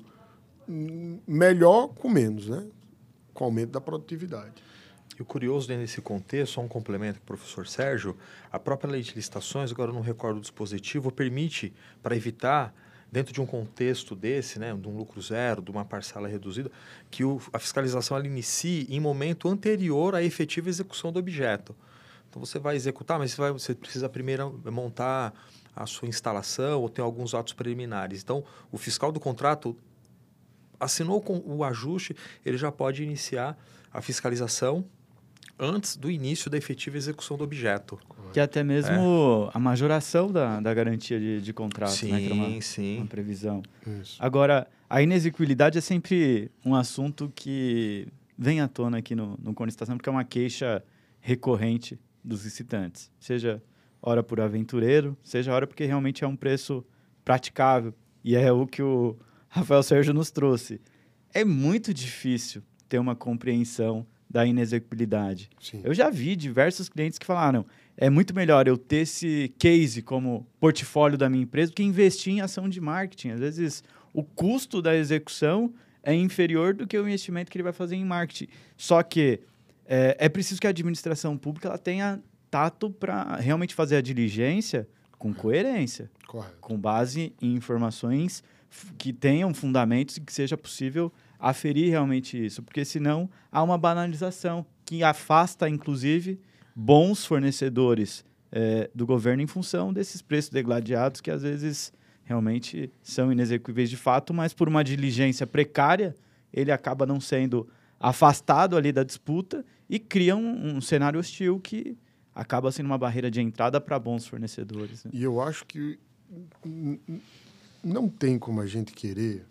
melhor com menos, né? Com aumento da produtividade. E o curioso dentro desse contexto, só um complemento com o professor Sérgio, a própria lei de licitações, agora eu não recordo o dispositivo, permite, para evitar, dentro de um contexto desse, né, de um lucro zero, de uma parcela reduzida, que o, a fiscalização ela inicie em momento anterior à efetiva execução do objeto. Então, você vai executar, mas você, vai, você precisa primeiro montar a sua instalação ou ter alguns atos preliminares. Então, o fiscal do contrato assinou com o ajuste, ele já pode iniciar a fiscalização antes do início da efetiva execução do objeto. Que até mesmo é. a majoração da, da garantia de, de contrato, sim, né? Que era uma, sim. uma previsão. Isso. Agora, a inexequibilidade é sempre um assunto que vem à tona aqui no, no Cone Licitação, porque é uma queixa recorrente dos licitantes. Seja hora por aventureiro, seja hora porque realmente é um preço praticável. E é o que o Rafael Sérgio nos trouxe. É muito difícil ter uma compreensão da inexequibilidade. Sim. Eu já vi diversos clientes que falaram, é muito melhor eu ter esse case como portfólio da minha empresa do que investir em ação de marketing. Às vezes, o custo da execução é inferior do que o investimento que ele vai fazer em marketing. Só que é, é preciso que a administração pública ela tenha tato para realmente fazer a diligência com coerência, Correto. com base em informações que tenham fundamentos e que seja possível aferir realmente isso, porque senão há uma banalização que afasta, inclusive, bons fornecedores é, do governo em função desses preços degladiados que, às vezes, realmente são inexequíveis de fato, mas por uma diligência precária, ele acaba não sendo afastado ali da disputa e cria um, um cenário hostil que acaba sendo uma barreira de entrada para bons fornecedores. Né? E eu acho que não tem como a gente querer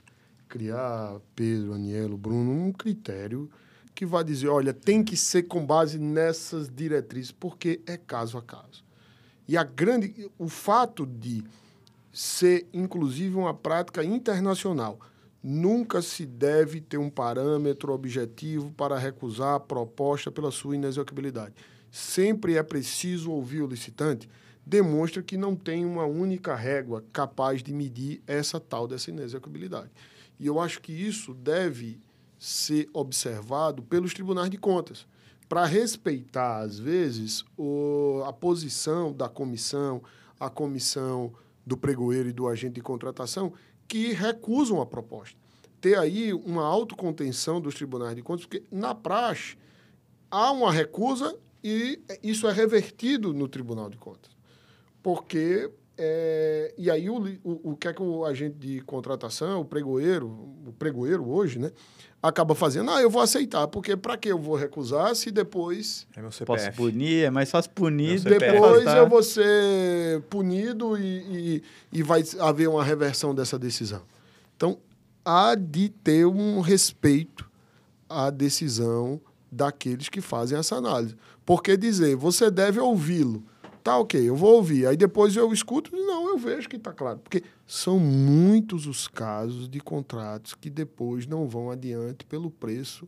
criar, Pedro, Anielo, Bruno, um critério que vai dizer, olha, tem que ser com base nessas diretrizes, porque é caso a caso. E a grande, o fato de ser, inclusive, uma prática internacional, nunca se deve ter um parâmetro objetivo para recusar a proposta pela sua inexequibilidade. Sempre é preciso ouvir o licitante, demonstra que não tem uma única régua capaz de medir essa tal dessa inexequibilidade. E eu acho que isso deve ser observado pelos tribunais de contas, para respeitar, às vezes, o, a posição da comissão, a comissão do pregoeiro e do agente de contratação, que recusam a proposta. Ter aí uma autocontenção dos tribunais de contas, porque, na praxe, há uma recusa e isso é revertido no Tribunal de Contas. Porque, é, e aí o, o, o que é que o agente de contratação, o pregoeiro, o pregoeiro hoje, né, acaba fazendo? Ah, eu vou aceitar, porque para que eu vou recusar se depois... É meu C P F. Posso punir, é mais fácil punir. Depois tá? eu vou ser punido e, e, e vai haver uma reversão dessa decisão. Então, há de ter um respeito à decisão daqueles que fazem essa análise. Porque dizer, você deve ouvi-lo. Tá, ok, eu vou ouvir. Aí depois eu escuto, não, eu vejo que está claro. Porque são muitos os casos de contratos que depois não vão adiante pelo preço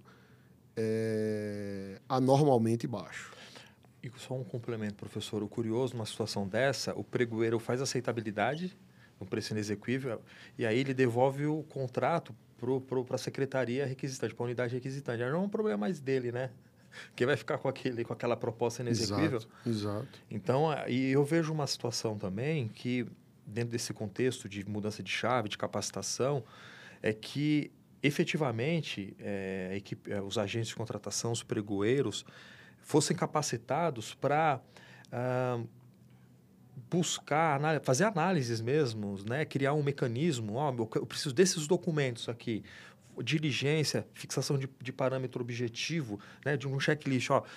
é, anormalmente baixo. E só um complemento, professor. O curioso, numa situação dessa, o pregoeiro faz aceitabilidade no preço inexequível e aí ele devolve o contrato para a secretaria requisitante, para a unidade requisitante. Aí não é um problema mais dele, né? Quem vai ficar com, aquele, com aquela proposta inexequível. Exato, exato. Então, e eu vejo uma situação também que, dentro desse contexto de mudança de chave, de capacitação, é que, efetivamente, é, a equipe, é, os agentes de contratação, os pregoeiros, fossem capacitados para ah, buscar, fazer análises mesmo, né? Criar um mecanismo. Oh, eu preciso desses documentos aqui. Diligência, fixação de, de parâmetro objetivo, né, de um checklist, ó,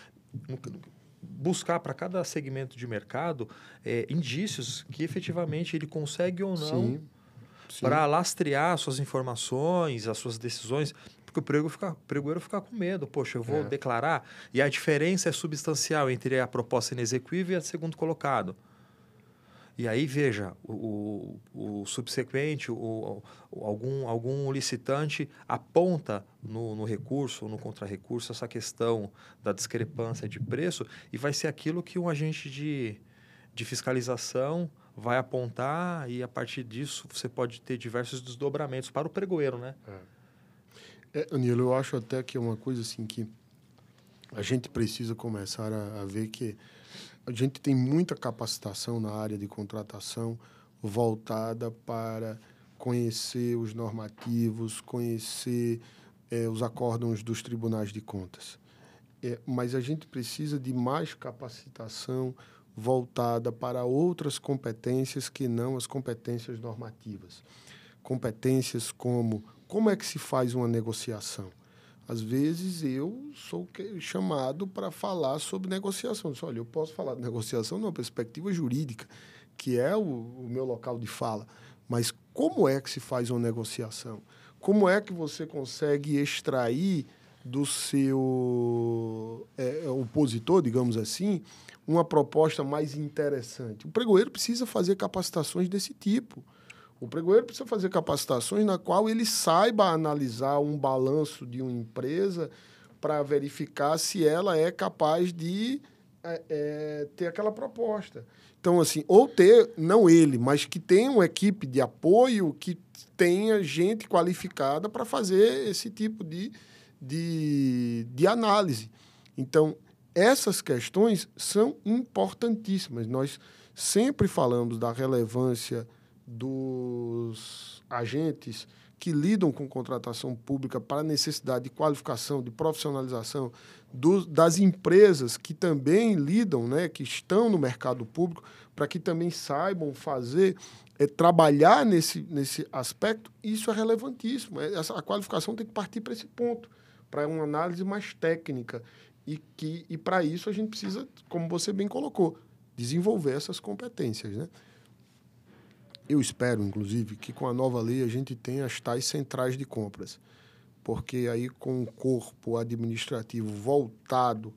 buscar para cada segmento de mercado é, indícios que efetivamente ele consegue ou não para lastrear suas informações, as suas decisões, porque o pregoeiro fica, o pregoeiro fica com medo, poxa, eu vou é. declarar, e a diferença é substancial entre a proposta inexequível e a de segundo colocado. E aí, veja, o, o, o subsequente, o, o, algum, algum licitante aponta no, no recurso, no contrarrecurso, essa questão da discrepância de preço e vai ser aquilo que um agente de, de fiscalização vai apontar e, a partir disso, você pode ter diversos desdobramentos para o pregoeiro, né? É. É, Anielo, eu acho até que é uma coisa assim que a gente precisa começar a, a ver que a gente tem muita capacitação na área de contratação voltada para conhecer os normativos, conhecer é, os acórdãos dos tribunais de contas. É, mas a gente precisa de mais capacitação voltada para outras competências que não as competências normativas. Competências como como é que se faz uma negociação. Às vezes, eu sou chamado para falar sobre negociação. Olha, eu posso falar de negociação numa perspectiva jurídica, que é o, o meu local de fala. Mas como é que se faz uma negociação? Como é que você consegue extrair do seu é, opositor, digamos assim, uma proposta mais interessante? O pregoeiro precisa fazer capacitações desse tipo. O pregoeiro precisa fazer capacitações na qual ele saiba analisar um balanço de uma empresa para verificar se ela é capaz de é, é, ter aquela proposta. Então, assim, ou ter, não ele, mas que tenha uma equipe de apoio, que tenha gente qualificada para fazer esse tipo de, de, de análise. Então, essas questões são importantíssimas. Nós sempre falamos da relevância dos agentes que lidam com contratação pública para a necessidade de qualificação, de profissionalização, do, das empresas que também lidam, né, que estão no mercado público, para que também saibam fazer, é, trabalhar nesse, nesse aspecto. Isso é relevantíssimo. Essa, a qualificação tem que partir para esse ponto, para uma análise mais técnica. E, que, e para isso a gente precisa, como você bem colocou, desenvolver essas competências, né? eu espero, inclusive, que com a nova lei a gente tenha as tais centrais de compras, porque aí com o corpo administrativo voltado,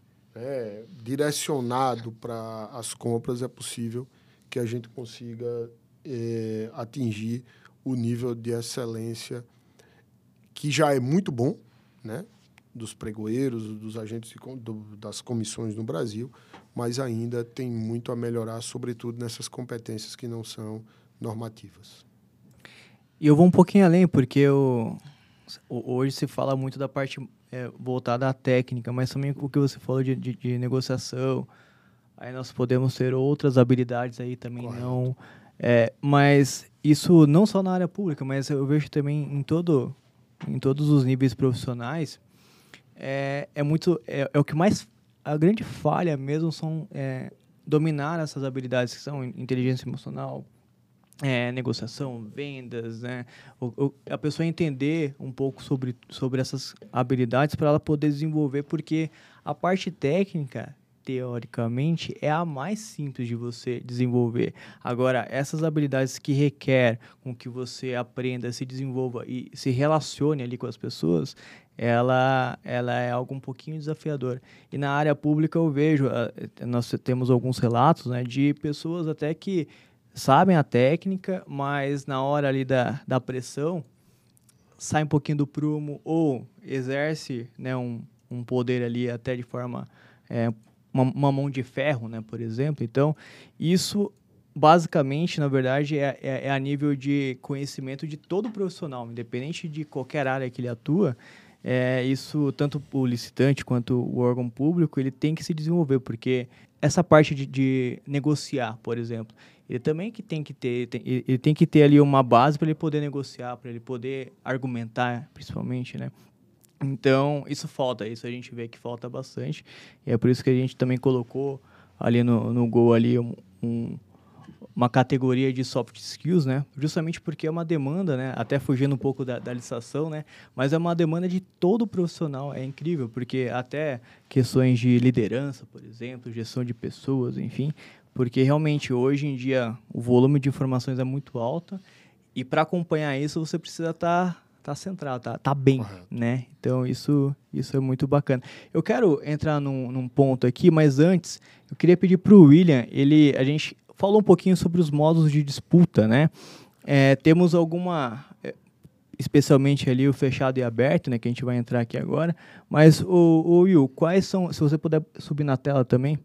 né, direcionado para as compras, é possível que a gente consiga é, atingir o nível de excelência que já é muito bom, né, dos pregoeiros, dos agentes de, do, das comissões no Brasil, mas ainda tem muito a melhorar, sobretudo nessas competências que não são normativas. E eu vou um pouquinho além, porque eu, hoje se fala muito da parte é, voltada à técnica, mas também o que você falou de, de, de negociação, aí nós podemos ter outras habilidades aí também. Correto. Não... É, mas isso não só na área pública, mas eu vejo também em, todo, em todos os níveis profissionais, é, é, muito, é, é o que mais... A grande falha mesmo são é, dominar essas habilidades que são inteligência emocional, é, negociação, vendas, né? O, o, a pessoa entender um pouco sobre, sobre essas habilidades para ela poder desenvolver, porque a parte técnica, teoricamente, é a mais simples de você desenvolver. Agora, essas habilidades que requer com que você aprenda, se desenvolva e se relacione ali com as pessoas, ela, ela é algo um pouquinho desafiador. E na área pública eu vejo, nós temos alguns relatos, né, de pessoas até que sabem a técnica, mas na hora ali da, da pressão, sai um pouquinho do prumo ou exerce, né, um, um poder ali até de forma... É, Uma, uma mão de ferro, né, por exemplo. Então, isso, basicamente, na verdade, é, é, é a nível de conhecimento de todo profissional, independente de qualquer área que ele atua. É, isso, tanto o licitante quanto o órgão público, ele tem que se desenvolver, porque essa parte de, de negociar, por exemplo, ele também que tem que ter, tem, ele tem que ter ali uma base para ele poder negociar, para ele poder argumentar, principalmente, né? Então, isso falta, isso a gente vê que falta bastante, e é por isso que a gente também colocou ali no, no Gol ali um, um, uma categoria de soft skills, né? Justamente porque é uma demanda, né? Até fugindo um pouco da, da licitação, né? Mas é uma demanda de todo profissional, é incrível, porque até questões de liderança, por exemplo, gestão de pessoas, enfim, porque realmente hoje em dia o volume de informações é muito alto, e para acompanhar isso você precisa estar... Tá tá central, tá, tá bem, correto, né? Então, isso, isso é muito bacana. Eu quero entrar num, num ponto aqui, mas antes, eu queria pedir para o William, ele, a gente falou um pouquinho sobre os modos de disputa, né? É, temos alguma, especialmente ali o fechado e aberto, né? Que a gente vai entrar aqui agora, mas, o, o Will, quais são, se você puder subir na tela também,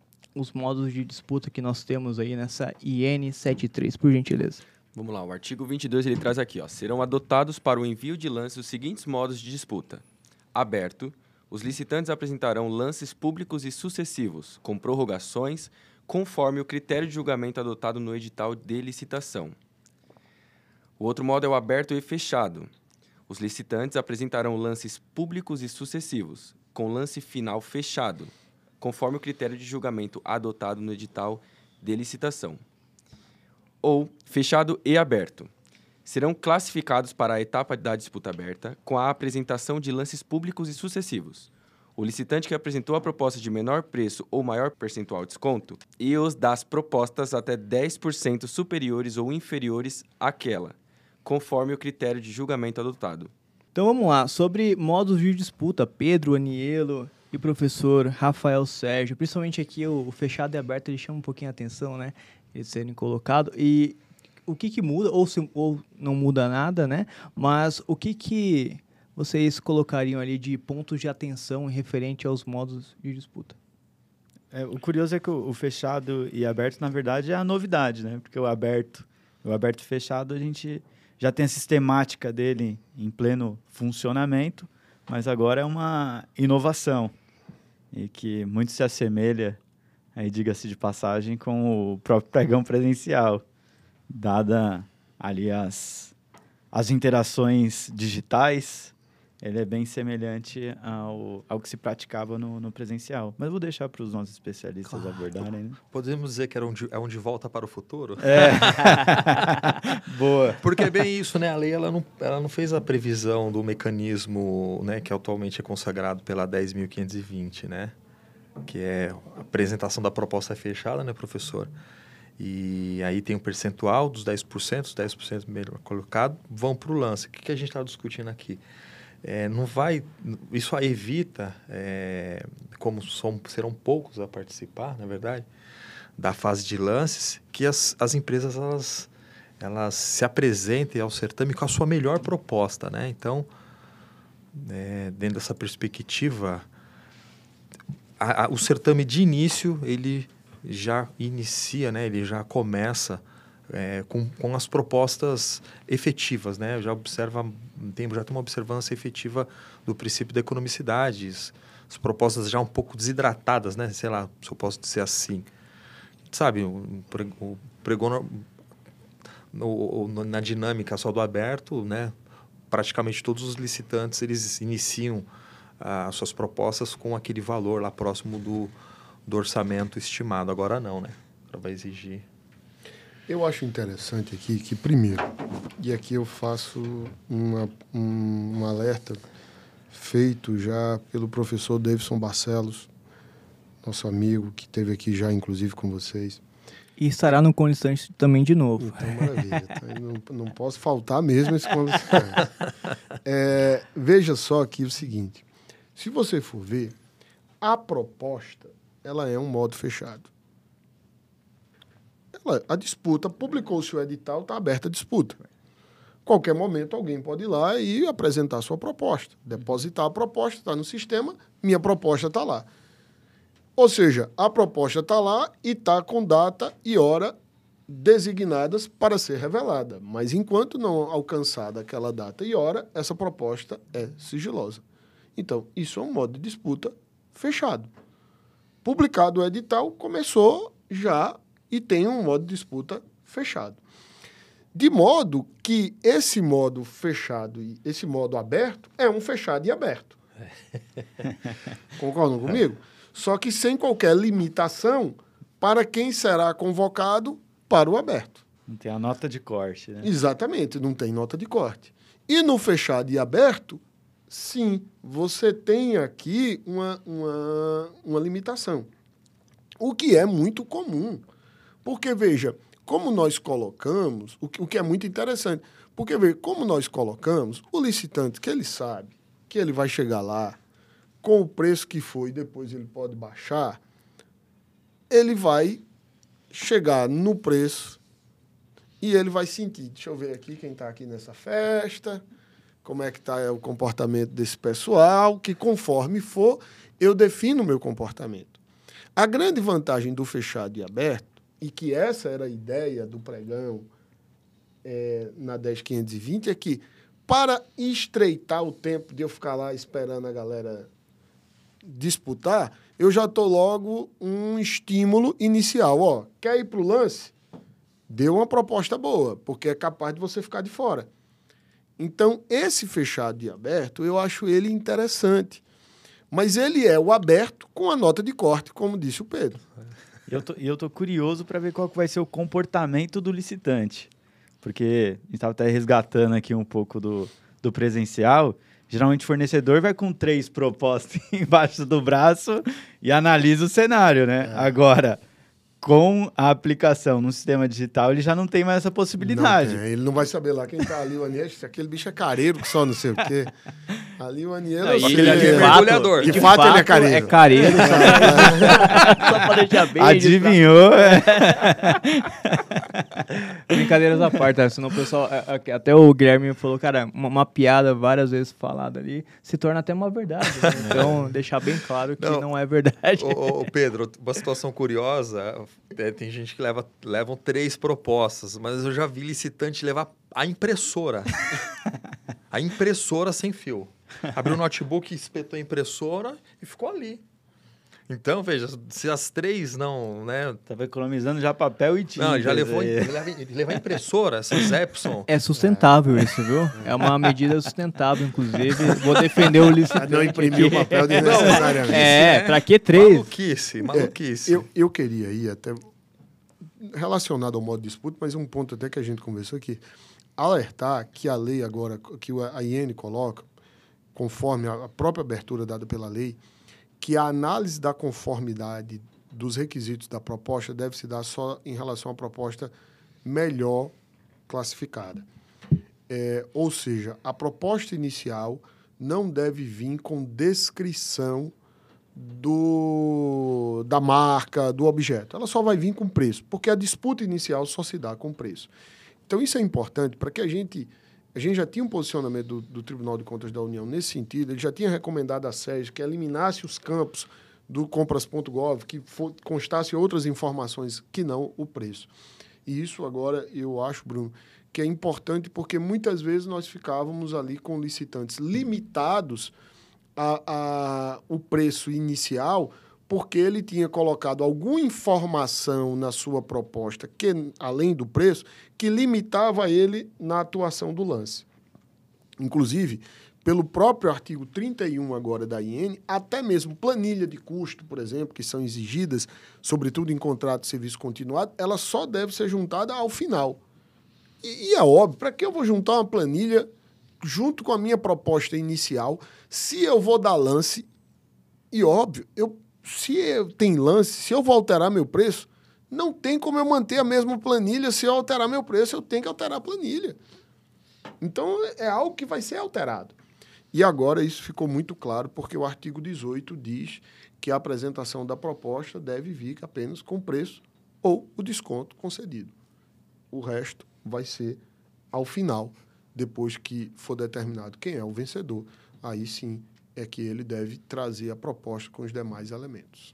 os modos de disputa que nós temos aí nessa I N setenta e três, por gentileza. Vamos lá, o artigo vinte e dois ele traz aqui, ó, serão adotados para o envio de lances os seguintes modos de disputa. Aberto, os licitantes apresentarão lances públicos e sucessivos, com prorrogações, conforme o critério de julgamento adotado no edital de licitação. O outro modo é o aberto e fechado. Os licitantes apresentarão lances públicos e sucessivos, com lance final fechado, conforme o critério de julgamento adotado no edital de licitação. Ou fechado e aberto. Serão classificados para a etapa da disputa aberta com a apresentação de lances públicos e sucessivos. O licitante que apresentou a proposta de menor preço ou maior percentual de desconto e os das propostas até dez por cento superiores ou inferiores àquela, conforme o critério de julgamento adotado. Então vamos lá, sobre modos de disputa, Pedro, Anielo e professor Rafael Sérgio, principalmente aqui o fechado e aberto, ele chama um pouquinho a atenção, né? Eles serem colocados, e o que que muda, ou, se, ou não muda nada, né? Mas o que que vocês colocariam ali de pontos de atenção referente aos modos de disputa? É, o curioso é que o, o fechado e aberto, na verdade, é a novidade, né? Porque o aberto, o aberto e fechado, a gente já tem a sistemática dele em pleno funcionamento, mas agora é uma inovação, e que muito se assemelha, aí diga-se de passagem, com o próprio pregão presencial, dada ali as, as interações digitais, ele é bem semelhante ao, ao que se praticava no, no presencial. Mas vou deixar para os nossos especialistas claro. abordarem. Né? Podemos dizer que era um de, é um de volta para o futuro? É. Boa. Porque é bem isso, né? A lei ela não, ela não fez a previsão do mecanismo, né, que atualmente é consagrado pela dez mil quinhentos e vinte, né? Que é a apresentação da proposta fechada, né, professor? E aí tem um percentual dos dez por cento, os dez por cento melhor colocado vão para o lance. O que, que a gente está discutindo aqui? É, não vai, isso aí evita, é, como são, serão poucos a participar, na verdade, da fase de lances, que as, as empresas elas, elas se apresentem ao certame com a sua melhor proposta, né? Então, é, dentro dessa perspectiva, a, a, o certame de início, ele já inicia, né? Ele já começa é, com, com as propostas efetivas, né? Já observa, tem, já tem uma observância efetiva do princípio da economicidade, as, as propostas já um pouco desidratadas, né? Sei lá, se eu posso dizer assim. Sabe, o, o pregão no, no, na dinâmica só do aberto, né? Praticamente todos os licitantes, eles iniciam ah, as suas propostas com aquele valor lá próximo do, do orçamento estimado. Agora não, né? Agora vai exigir. Eu acho interessante aqui que, primeiro, e aqui eu faço uma, um, um alerta feito já pelo professor Davidson Barcelos, nosso amigo, que esteve aqui já, inclusive, com vocês. E estará no Conlistante também de novo. Então, maravilha. Tá? Não, não posso faltar mesmo esse Conlistante. É, veja só aqui o seguinte. Se você for ver, a proposta, ela é um modo fechado. Ela, a disputa, publicou-se o edital, está aberta a disputa. Qualquer momento, alguém pode ir lá e apresentar a sua proposta. Depositar a proposta, está no sistema, minha proposta está lá. Ou seja, a proposta está lá e está com data e hora designadas para ser revelada. Mas enquanto não alcançada aquela data e hora, essa proposta é sigilosa. Então, isso é um modo de disputa fechado. Publicado o edital, começou já e tem um modo de disputa fechado. De modo que esse modo fechado e esse modo aberto é um fechado e aberto. Concordam comigo? Só que sem qualquer limitação para quem será convocado para o aberto. Não tem a nota de corte, né? Exatamente, não tem nota de corte. E no fechado e aberto, sim, você tem aqui uma, uma, uma limitação. O que é muito comum. Porque, veja, como nós colocamos, o que, o que é muito interessante, porque, veja, como nós colocamos, o licitante que ele sabe que ele vai chegar lá, com o preço que for e depois ele pode baixar, ele vai chegar no preço e ele vai sentir. Deixa eu ver aqui quem está aqui nessa festa, como é que está o comportamento desse pessoal, que conforme for, eu defino o meu comportamento. A grande vantagem do fechado e aberto, e que essa era a ideia do pregão é, na dez mil quinhentos e vinte, é que para estreitar o tempo de eu ficar lá esperando a galera disputar, eu já estou logo um estímulo inicial. Ó, quer ir para o lance? Deu uma proposta boa, porque é capaz de você ficar de fora. Então, esse fechado e aberto, eu acho ele interessante. Mas ele é o aberto com a nota de corte, como disse o Pedro. E eu tô, eu tô curioso para ver qual que vai ser o comportamento do licitante. Porque a gente estava até resgatando aqui um pouco do, do presencial. Geralmente o fornecedor vai com três propostas embaixo do braço e analisa o cenário, né? É. Agora, com a aplicação no sistema digital, ele já não tem mais essa possibilidade. Não, ele não vai saber lá quem está ali, o Aniel, se aquele bicho é careiro, que só não sei o quê. Ali o Aniel... Não, ele é mergulhador. De, de fato, fato, ele é careiro. É careiro. Só para deixar bem. Adivinhou, é. Brincadeiras à parte, senão o pessoal... Até o Guilherme falou, cara, uma, uma piada várias vezes falada ali se torna até uma verdade. Né? Então, deixar bem claro que não, não é verdade. Ô, ô, Pedro, uma situação curiosa, é, tem gente que leva levam três propostas, mas eu já vi licitante levar a impressora. A impressora sem fio. Abriu o notebook, espetou a impressora e ficou ali. Então, veja, se as três não, né... Tava economizando já papel e tinta. Não, já levou, leva a impressora, essas Epson. É sustentável é. isso, viu? É uma medida sustentável, inclusive. Vou defender o licitante. Não imprimir o papel desnecessariamente. É, pra que três? Maluquice, maluquice. É, eu, eu queria ir até... relacionado ao modo de disputa, mas um ponto até que a gente conversou aqui. Alertar que a lei agora, que a I N coloca, conforme a própria abertura dada pela lei, que a análise da conformidade dos requisitos da proposta deve se dar só em relação à proposta melhor classificada. É, ou seja, a proposta inicial não deve vir com descrição do, da marca, do objeto. Ela só vai vir com preço, porque a disputa inicial só se dá com preço. Então, isso é importante para que a gente... A gente já tinha um posicionamento do, do Tribunal de Contas da União nesse sentido, ele já tinha recomendado à SES que eliminasse os campos do compras ponto gov, que for, constasse outras informações que não o preço. E isso agora eu acho, Bruno, que é importante porque muitas vezes nós ficávamos ali com licitantes limitados a, a, o preço inicial porque ele tinha colocado alguma informação na sua proposta, que, além do preço, que limitava ele na atuação do lance. Inclusive, pelo próprio artigo trinta e um agora da I N, até mesmo planilha de custo, por exemplo, que são exigidas, sobretudo em contrato de serviço continuado, ela só deve ser juntada ao final. E, e é óbvio, para que eu vou juntar uma planilha junto com a minha proposta inicial, se eu vou dar lance, e óbvio, eu, se eu, tem lance, se eu vou alterar meu preço, não tem como eu manter a mesma planilha. Se eu alterar meu preço, eu tenho que alterar a planilha. Então, é algo que vai ser alterado. E agora isso ficou muito claro, porque o artigo dezoito diz que a apresentação da proposta deve vir apenas com preço ou o desconto concedido. O resto vai ser ao final, depois que for determinado quem é o vencedor, aí sim é que ele deve trazer a proposta com os demais elementos.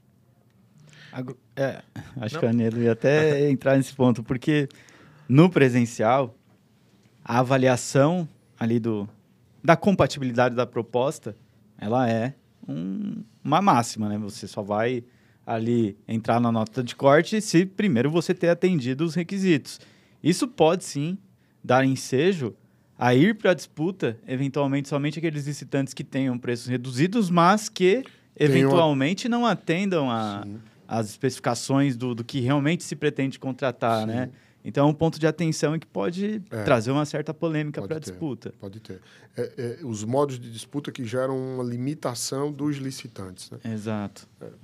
É, acho Não. que a Anelo ia até entrar nesse ponto, porque no presencial, a avaliação ali do, da compatibilidade da proposta, ela é um, uma máxima, né? Você só vai ali entrar na nota de corte se primeiro você ter atendido os requisitos. Isso pode, sim, dar ensejo a ir para a disputa, eventualmente, somente aqueles licitantes que tenham preços reduzidos, mas que, eventualmente, não atendam a, as especificações do, do que realmente se pretende contratar, sim, né? Então, é um ponto de atenção que pode é. trazer uma certa polêmica para a disputa. Pode ter. É, é, os modos de disputa que geram uma limitação dos licitantes, né? Exato.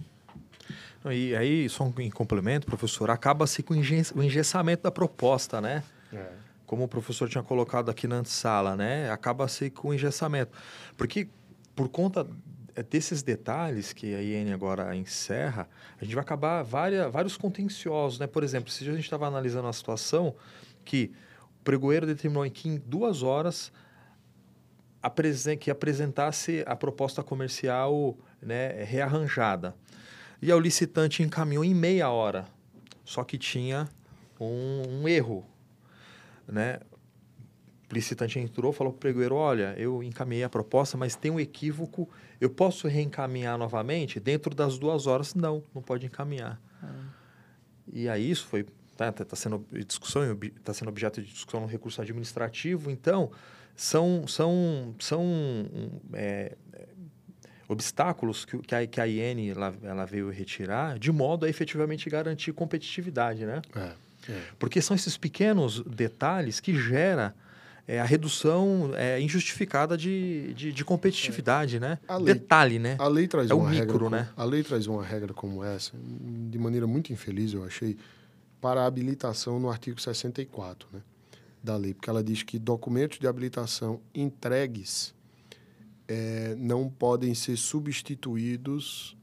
É. E aí, só em complemento, professor, acaba-se com o engessamento da proposta, né? É. Como o professor tinha colocado aqui na antessala, né? Acaba-se com o engessamento. Porque, por conta desses detalhes que a I N agora encerra, a gente vai acabar várias, vários contenciosos, né? Por exemplo, se a gente estava analisando a situação que o pregoeiro determinou que em duas horas apresen- que apresentasse a proposta comercial, né, rearranjada. E o licitante encaminhou em meia hora, só que tinha um, um erro, né? O licitante entrou, falou para o pregoeiro, olha, eu encaminhei a proposta, mas tem um equívoco, eu posso reencaminhar novamente? Dentro das duas horas, não, não pode encaminhar. Ah. E aí isso foi, tá, tá sendo discussão, está sendo objeto de discussão no recurso administrativo, então são, são, são é, obstáculos que, que, a, que a I N ela, ela veio retirar de modo a efetivamente garantir competitividade, né? É, é. Porque são esses pequenos detalhes que geram é, a redução é, injustificada de, de, de competitividade, é. né? Lei, Detalhe, né? A lei traz é uma o micro, regra, né? A lei traz uma regra como essa, de maneira muito infeliz, eu achei, para a habilitação no artigo sessenta e quatro, né, da lei, porque ela diz que documentos de habilitação entregues é, não podem ser substituídos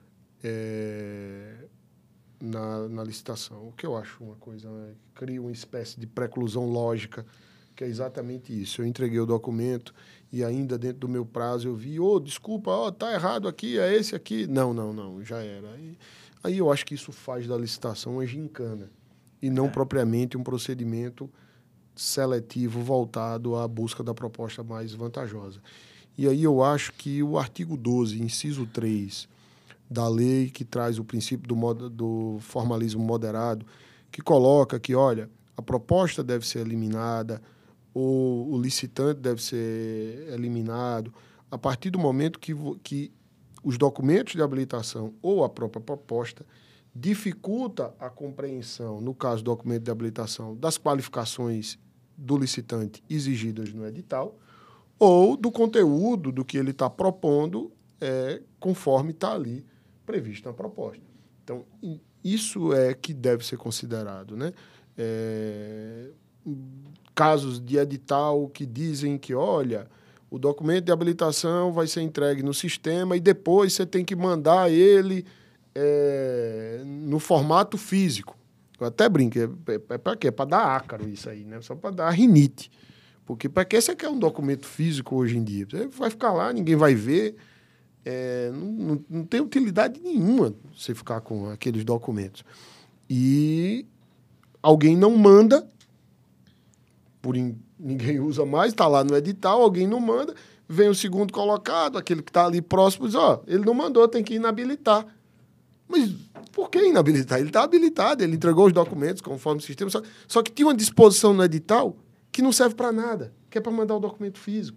é, na, na licitação. O que eu acho uma coisa, né, cria uma espécie de preclusão lógica, que é exatamente isso. Eu entreguei o documento e ainda dentro do meu prazo eu vi, ô, oh, desculpa, ó, oh, tá errado aqui, é esse aqui. Não, não, não, já era. Aí, aí eu acho que isso faz da licitação uma gincana e não é. propriamente um procedimento seletivo voltado à busca da proposta mais vantajosa. E aí eu acho que o artigo doze, inciso três, da lei que traz o princípio do, modo, do formalismo moderado, que coloca que, olha, a proposta deve ser eliminada, ou o licitante deve ser eliminado, a partir do momento que, que os documentos de habilitação ou a própria proposta dificulta a compreensão, no caso do documento de habilitação, das qualificações do licitante exigidas no edital, ou do conteúdo do que ele está propondo, é, conforme está ali previsto na proposta. Então, isso é que deve ser considerado, né? É, casos de edital que dizem que, olha, o documento de habilitação vai ser entregue no sistema e depois você tem que mandar ele é, no formato físico. Eu até brinco, é, é, é para quê? É para dar ácaro isso aí, né? Só para dar rinite. Porque para que você quer um documento físico hoje em dia? Você vai ficar lá, ninguém vai ver. É, não, não, não tem utilidade nenhuma você ficar com aqueles documentos. E alguém não manda, por in, ninguém usa mais, está lá no edital, alguém não manda, vem o segundo colocado, aquele que está ali próximo, diz, ó, ele não mandou, tem que inabilitar. Mas por que inabilitar? Ele está habilitado, ele entregou os documentos conforme o sistema, só, só que tinha uma disposição no edital que não serve para nada, que é para mandar o documento físico.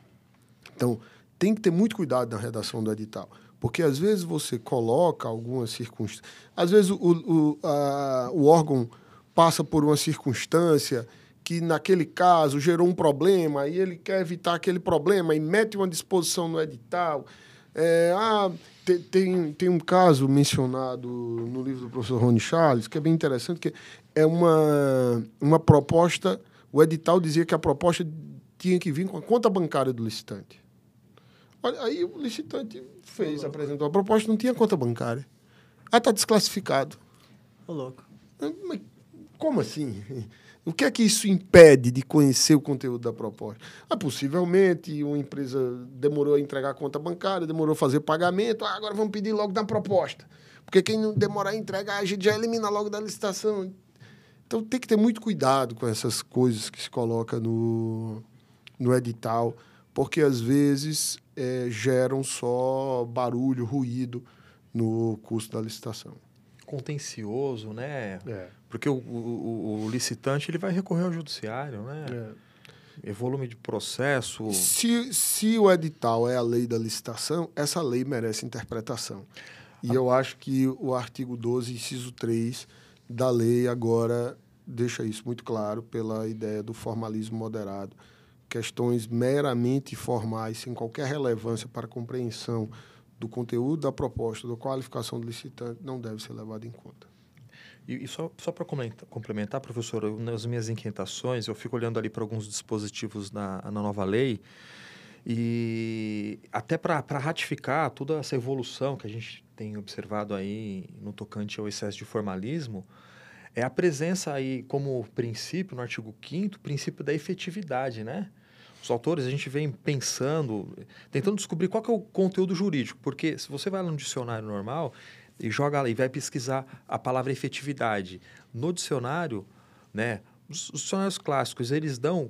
Então, tem que ter muito cuidado na redação do edital, porque às vezes você coloca algumas circunstâncias, às vezes o, o, a, o órgão passa por uma circunstância que naquele caso gerou um problema e ele quer evitar aquele problema e mete uma disposição no edital. É, ah, tem, tem, tem um caso mencionado no livro do professor Rony Charles, que é bem interessante, que é uma, uma proposta, o edital dizia que a proposta tinha que vir com a conta bancária do licitante. Olha, aí o licitante fez, apresentou a proposta, não tinha conta bancária. Ah, está desclassificado. Ô, louco. Mas como assim? O que é que isso impede de conhecer o conteúdo da proposta? Ah, possivelmente uma empresa demorou a entregar a conta bancária, demorou a fazer pagamento, ah, agora vamos pedir logo da proposta. Porque quem não demorar a entregar, a gente já elimina logo da licitação. Então tem que ter muito cuidado com essas coisas que se coloca no, no edital, porque às vezes é, geram só barulho, ruído no custo da licitação. Contencioso, né? É. Porque o, o, o licitante ele vai recorrer ao judiciário, né? É. É volume de processo. Se, se o edital é a lei da licitação, essa lei merece interpretação. E ah. eu acho que o artigo doze, inciso três da lei agora deixa isso muito claro pela ideia do formalismo moderado. Questões meramente formais, sem qualquer relevância para a compreensão do conteúdo da proposta, da qualificação do licitante, não deve ser levado em conta. E, e só, só para complementar, professor, eu, nas minhas inquietações, eu fico olhando ali para alguns dispositivos na, na nova lei e até para ratificar toda essa evolução que a gente tem observado aí no tocante ao excesso de formalismo, é a presença aí como princípio, no artigo quinto, o princípio da efetividade, né? Os autores, a gente vem pensando, tentando descobrir qual que é o conteúdo jurídico, porque se você vai lá no dicionário normal e joga lá e vai pesquisar a palavra efetividade, no dicionário, né, os, os dicionários clássicos, eles dão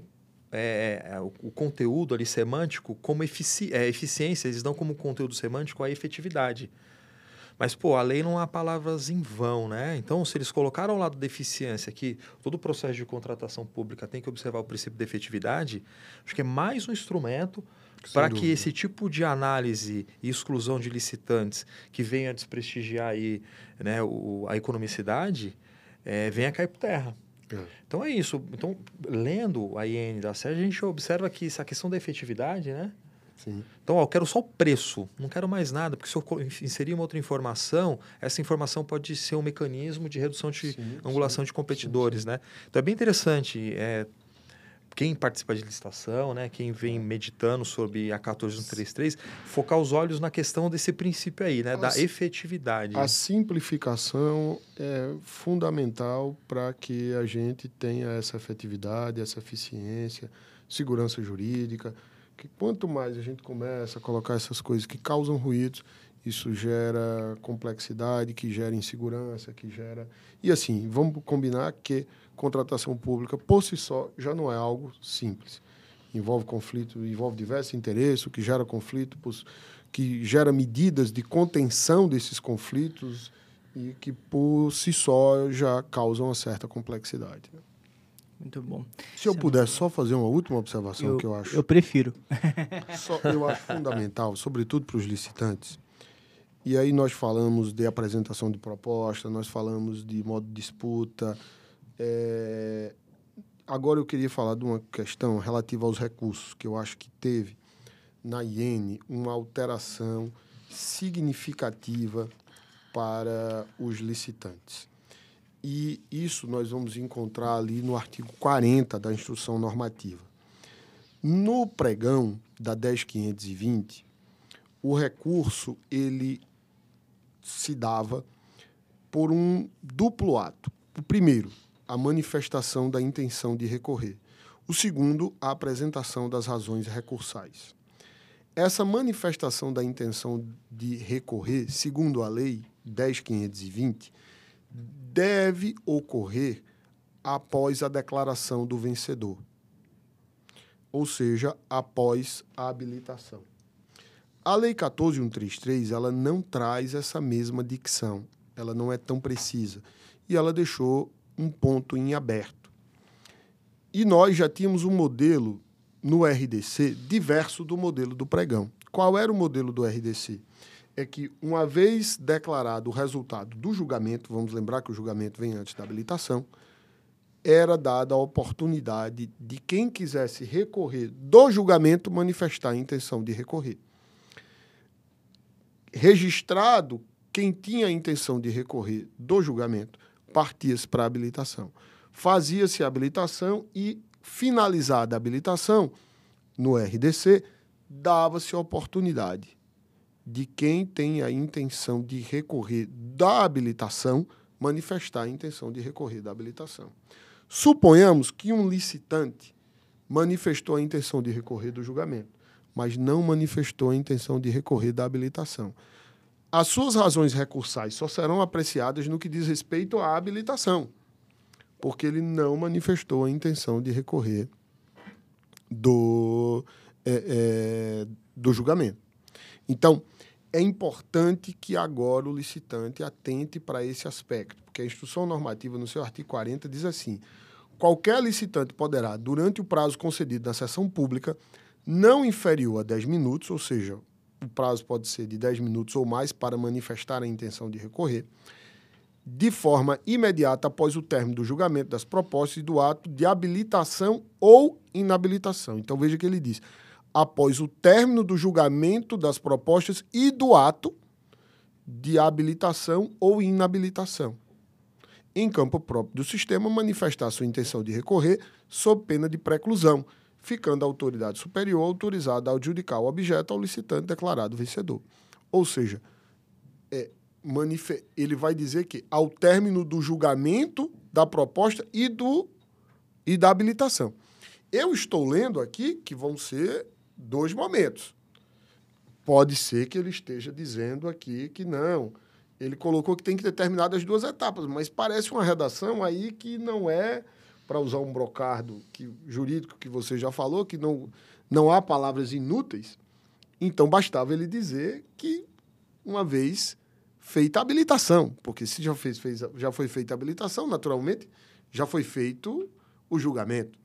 é, o, o conteúdo ali semântico como efici é, eficiência, eles dão como conteúdo semântico a efetividade. Mas, pô, a lei não há palavras em vão, né? Então, se eles colocaram ao lado da eficiência que todo o processo de contratação pública tem que observar o princípio da efetividade, acho que é mais um instrumento para que esse tipo de análise e exclusão de licitantes que venha a desprestigiar aí, né, o, a economicidade, é, venha cair por terra. É. Então, é isso. Então, lendo a I N da Sérgio, a gente observa que essa questão da efetividade, né? Sim. Então, ó, eu quero só o preço, não quero mais nada, porque se eu inserir uma outra informação, essa informação pode ser um mecanismo de redução de sim, angulação sim, de competidores, sim, sim. né? Então, é bem interessante, é, quem participa de licitação, né, quem vem meditando sobre a quatorze mil cento e trinta e três, focar os olhos na questão desse princípio aí, né, a, da efetividade. A simplificação é fundamental para que a gente tenha essa efetividade, essa eficiência, segurança jurídica, que quanto mais a gente começa a colocar essas coisas que causam ruídos, isso gera complexidade, que gera insegurança, que gera... E assim, vamos combinar que contratação pública, por si só, já não é algo simples. Envolve conflito, envolve diversos interesses, o que gera conflito, que gera medidas de contenção desses conflitos e que, por si só, já causam uma certa complexidade, né? Muito bom. Se eu puder só fazer uma última observação eu, que eu acho... Eu prefiro. só, eu acho fundamental, sobretudo para os licitantes. E aí nós falamos de apresentação de proposta, nós falamos de modo de disputa. É... Agora eu queria falar de uma questão relativa aos recursos, que eu acho que teve na I N uma alteração significativa para os licitantes. E isso nós vamos encontrar ali no artigo quarenta da Instrução Normativa. No pregão da dez mil quinhentos e vinte, o recurso ele se dava por um duplo ato. O primeiro, a manifestação da intenção de recorrer. O segundo, a apresentação das razões recursais. Essa manifestação da intenção de recorrer, segundo a Lei dez mil quinhentos e vinte, deve ocorrer após a declaração do vencedor, ou seja, após a habilitação. A Lei quatorze mil cento e trinta e três ela não traz essa mesma dicção, ela não é tão precisa, e ela deixou um ponto em aberto. E nós já tínhamos um modelo no R D C diverso do modelo do pregão. Qual era o modelo do R D C? É que, uma vez declarado o resultado do julgamento, vamos lembrar que o julgamento vem antes da habilitação, era dada a oportunidade de quem quisesse recorrer do julgamento manifestar a intenção de recorrer. Registrado quem tinha a intenção de recorrer do julgamento, partia-se para a habilitação. Fazia-se a habilitação e, finalizada a habilitação, no R D C, dava-se a oportunidade de quem tem a intenção de recorrer da habilitação manifestar a intenção de recorrer da habilitação. Suponhamos que um licitante manifestou a intenção de recorrer do julgamento, mas não manifestou a intenção de recorrer da habilitação. As suas razões recursais só serão apreciadas no que diz respeito à habilitação, porque ele não manifestou a intenção de recorrer do, é, é, do julgamento. Então, é importante que agora o licitante atente para esse aspecto, porque a Instrução Normativa, no seu artigo quarenta, diz assim: qualquer licitante poderá, durante o prazo concedido na sessão pública, não inferior a dez minutos, ou seja, o prazo pode ser de dez minutos ou mais para manifestar a intenção de recorrer, de forma imediata após o término do julgamento das propostas e do ato de habilitação ou inabilitação. Então, veja que ele diz: após o término do julgamento das propostas e do ato de habilitação ou inabilitação. Em campo próprio do sistema, manifestar sua intenção de recorrer sob pena de preclusão, ficando a autoridade superior autorizada a adjudicar o objeto ao licitante declarado vencedor. Ou seja, é, ele vai dizer que ao término do julgamento da proposta e, do, e da habilitação. Eu estou lendo aqui que vão ser dois momentos. Pode ser que ele esteja dizendo aqui que não. Ele colocou que tem que determinar as duas etapas, mas parece uma redação aí que não é, para usar um brocardo que, jurídico que você já falou, que não, não há palavras inúteis. Então, bastava ele dizer que, uma vez feita a habilitação, porque se já, fez, fez, já foi feita a habilitação, naturalmente, já foi feito o julgamento.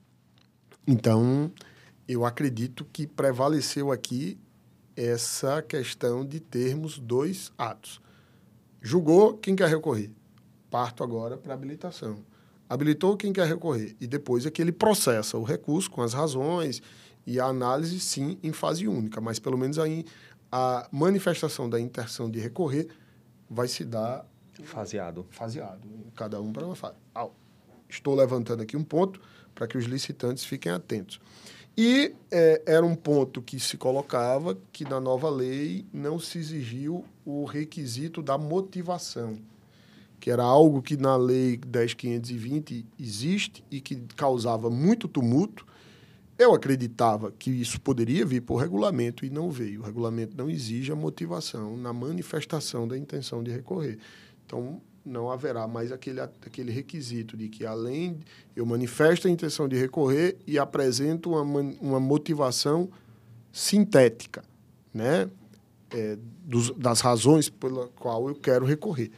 Então, eu acredito que prevaleceu aqui essa questão de termos dois atos. Julgou, quem quer recorrer? Parto agora para a habilitação. Habilitou, quem quer recorrer? E depois é que ele processa o recurso com as razões e a análise, sim, em fase única. Mas, pelo menos, aí, a manifestação da intenção de recorrer vai se dar... Faseado. Faseado. Cada um para uma fase. Estou levantando aqui um ponto para que os licitantes fiquem atentos. E é, era um ponto que se colocava que na nova lei não se exigiu o requisito da motivação, que era algo que na lei dez mil quinhentos e vinte existe e que causava muito tumulto. Eu acreditava que isso poderia vir por regulamento e não veio. O regulamento não exige a motivação na manifestação da intenção de recorrer. Então, não haverá mais aquele, aquele requisito de que, além, eu manifesto a intenção de recorrer e apresento uma, uma motivação sintética, né? É, dos, das razões pela qual eu quero recorrer.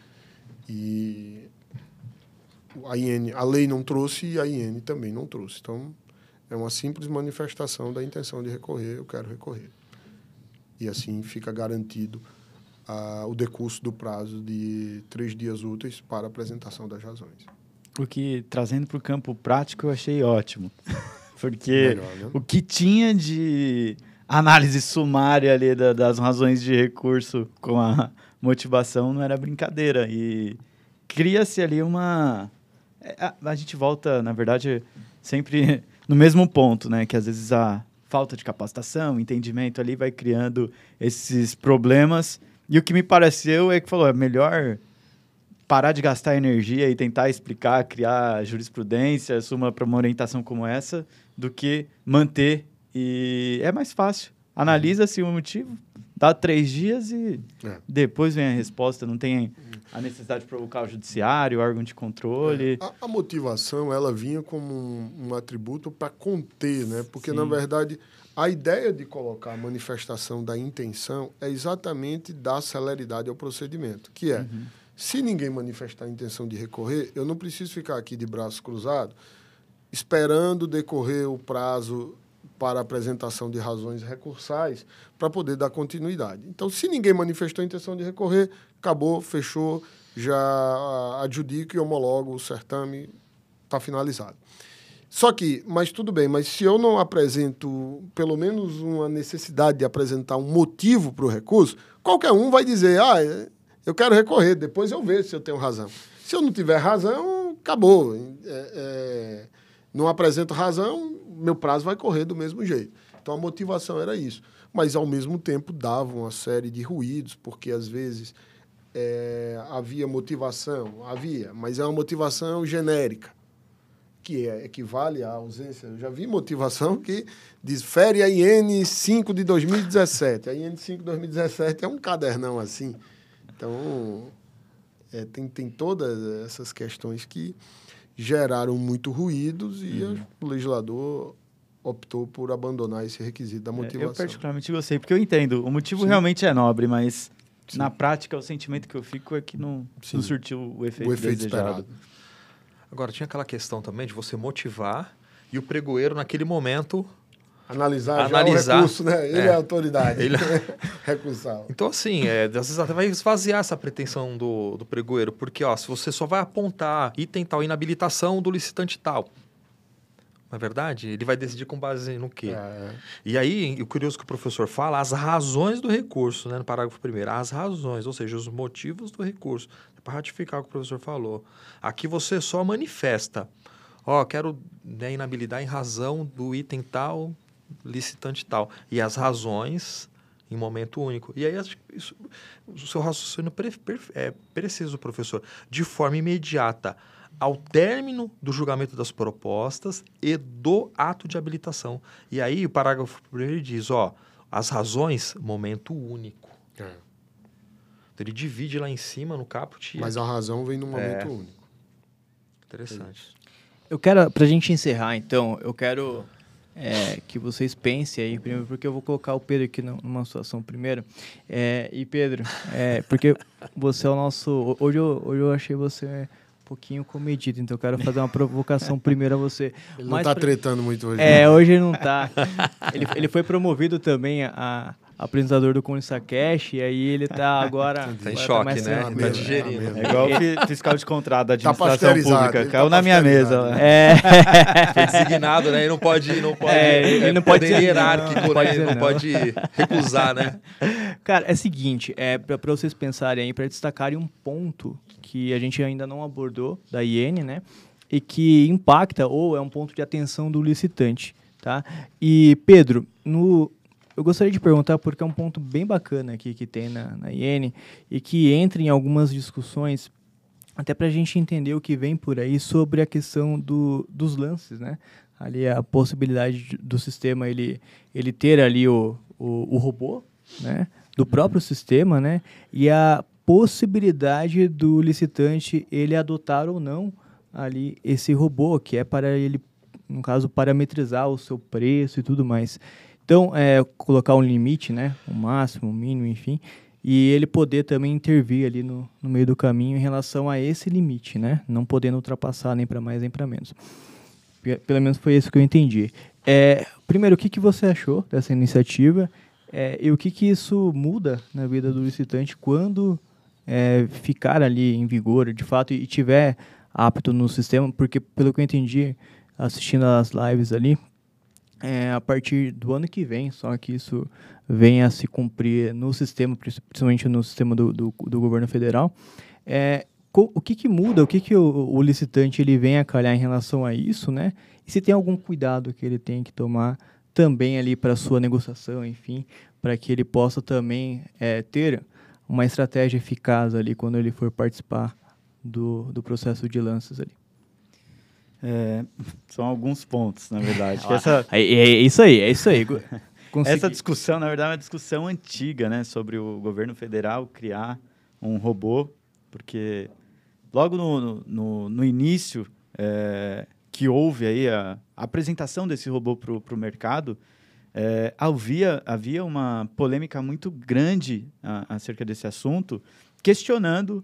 E a, I N, a lei não trouxe e a I N também não trouxe. Então, é uma simples manifestação da intenção de recorrer, eu quero recorrer. E assim fica garantido Uh, o decurso do prazo de três dias úteis para a apresentação das razões. O que, trazendo para o campo prático, eu achei ótimo. Porque Melhor, né? O que tinha de análise sumária ali da, das razões de recurso com a motivação não era brincadeira. E cria-se ali uma... A, a gente volta, na verdade, sempre no mesmo ponto, né? Que às vezes a falta de capacitação, entendimento ali vai criando esses problemas. E o que me pareceu é que falou, é melhor parar de gastar energia e tentar explicar, criar jurisprudência, suma para uma orientação como essa, do que manter. E é mais fácil. Analisa-se o motivo, dá três dias e é. depois vem a resposta. Não tem a necessidade de provocar o judiciário, o órgão de controle. É. A, a motivação, ela vinha como um, um atributo para conter, né? Porque, Sim. na verdade, a ideia de colocar a manifestação da intenção é exatamente dar celeridade ao procedimento, que é, uhum. se ninguém manifestar a intenção de recorrer, eu não preciso ficar aqui de braços cruzados esperando decorrer o prazo para a apresentação de razões recursais para poder dar continuidade. Então, se ninguém manifestou a intenção de recorrer, acabou, fechou, já adjudico e homologo o certame, está finalizado. Só que, mas tudo bem, mas se eu não apresento pelo menos uma necessidade de apresentar um motivo para o recurso, qualquer um vai dizer, ah, eu quero recorrer, depois eu vejo se eu tenho razão. Se eu não tiver razão, acabou. É, é, não apresento razão, meu prazo vai correr do mesmo jeito. Então, a motivação era isso. Mas, ao mesmo tempo, dava uma série de ruídos, porque, às vezes, é, havia motivação, havia, mas é uma motivação genérica, que é, equivale à ausência. Eu já vi motivação que diz, fere a I N cinco de dois mil e dezessete. A I N cinco de dois mil e dezessete é um cadernão assim. Então, é, tem, tem todas essas questões que geraram muito ruídos e uhum. o legislador optou por abandonar esse requisito da motivação. É, eu particularmente gostei, porque eu entendo, o motivo Sim. realmente é nobre, mas Sim. na prática o sentimento que eu fico é que não, não surtiu o efeito, o efeito desejado. Esperado. Agora, tinha aquela questão também de você motivar e o pregoeiro, naquele momento... Analisar, analisar já o recurso, né? Ele é, é a autoridade ele... recursal. Então, assim, é, às vezes até vai esvaziar essa pretensão do, do pregoeiro, porque ó, se você só vai apontar item tal, inabilitação do licitante tal, não é verdade? Ele vai decidir com base no quê? É. E aí, o curioso que o professor fala, as razões do recurso, né, no parágrafo primeiro, as razões, ou seja, os motivos do recurso, para ratificar o que o professor falou. Aqui você só manifesta, ó, quero né, inabilidade em razão do item tal, licitante tal, e as razões em momento único. E aí, isso, o seu raciocínio pre, pre, é preciso, professor, de forma imediata, ao término do julgamento das propostas e do ato de habilitação. E aí, o parágrafo primeiro diz, ó, as razões, momento único. É. Então, ele divide lá em cima, no caput. Mas a razão vem no momento é. único. Interessante. Eu quero, pra gente encerrar, então, eu quero é, que vocês pensem aí, primeiro, porque eu vou colocar o Pedro aqui numa situação primeiro. É, e, Pedro, é, porque você é o nosso... Hoje eu, hoje eu achei você... pouquinho comedido, então eu quero fazer uma provocação primeiro a você. Ele não está pra... tretando muito hoje. É, não. Hoje ele não está. Ele, ele foi promovido também a, a apresentador do ConlissaCast, e aí ele está agora... Está em choque, tá né? Está digerindo. É igual o fiscal de contrato da administração tá pública. Caiu tá na minha mesa. É. Foi designado, né? Ele não pode... Não pode é, ele é, não pode ser hierárquico, não, né? Ele não, não pode recusar, né? Cara, é o seguinte, é, para vocês pensarem aí, para destacarem um ponto que a gente ainda não abordou da I N, né? E que impacta ou é um ponto de atenção do licitante, tá? E, Pedro, no, eu gostaria de perguntar, porque é um ponto bem bacana aqui que tem na, na I N e que entra em algumas discussões, até para a gente entender o que vem por aí sobre a questão do, dos lances, né? Ali a possibilidade do sistema ele, ele ter ali o, o, o robô, né? Do próprio sistema, né? E a possibilidade do licitante ele adotar ou não ali esse robô, que é para ele, no caso, parametrizar o seu preço e tudo mais. Então, é, colocar um limite, né? O máximo, o mínimo, enfim, e ele poder também intervir ali no, no meio do caminho em relação a esse limite, né? Não podendo ultrapassar nem para mais nem para menos. Pelo menos foi isso que eu entendi. É, primeiro, o que, que você achou dessa iniciativa? É, e o que, que isso muda na vida do licitante quando é, ficar ali em vigor, de fato, e tiver apto no sistema? Porque, pelo que eu entendi, assistindo às lives ali, é, a partir do ano que vem, só que isso venha a se cumprir no sistema, principalmente no sistema do, do, do governo federal, é, co, o que, que muda, o que, que o, o licitante ele vem a calhar em relação a isso, né? E se tem algum cuidado que ele tem que tomar também ali para a sua negociação, enfim, para que ele possa também é, ter uma estratégia eficaz ali quando ele for participar do, do processo de lances ali. É, são alguns pontos, na verdade. que essa, é, é isso aí, é isso aí. Consegui. Essa discussão, na verdade, é uma discussão antiga, né, sobre o governo federal criar um robô, porque logo no, no, no início é, que houve aí a, a apresentação desse robô para o mercado, é, havia, havia uma polêmica muito grande a, acerca desse assunto, questionando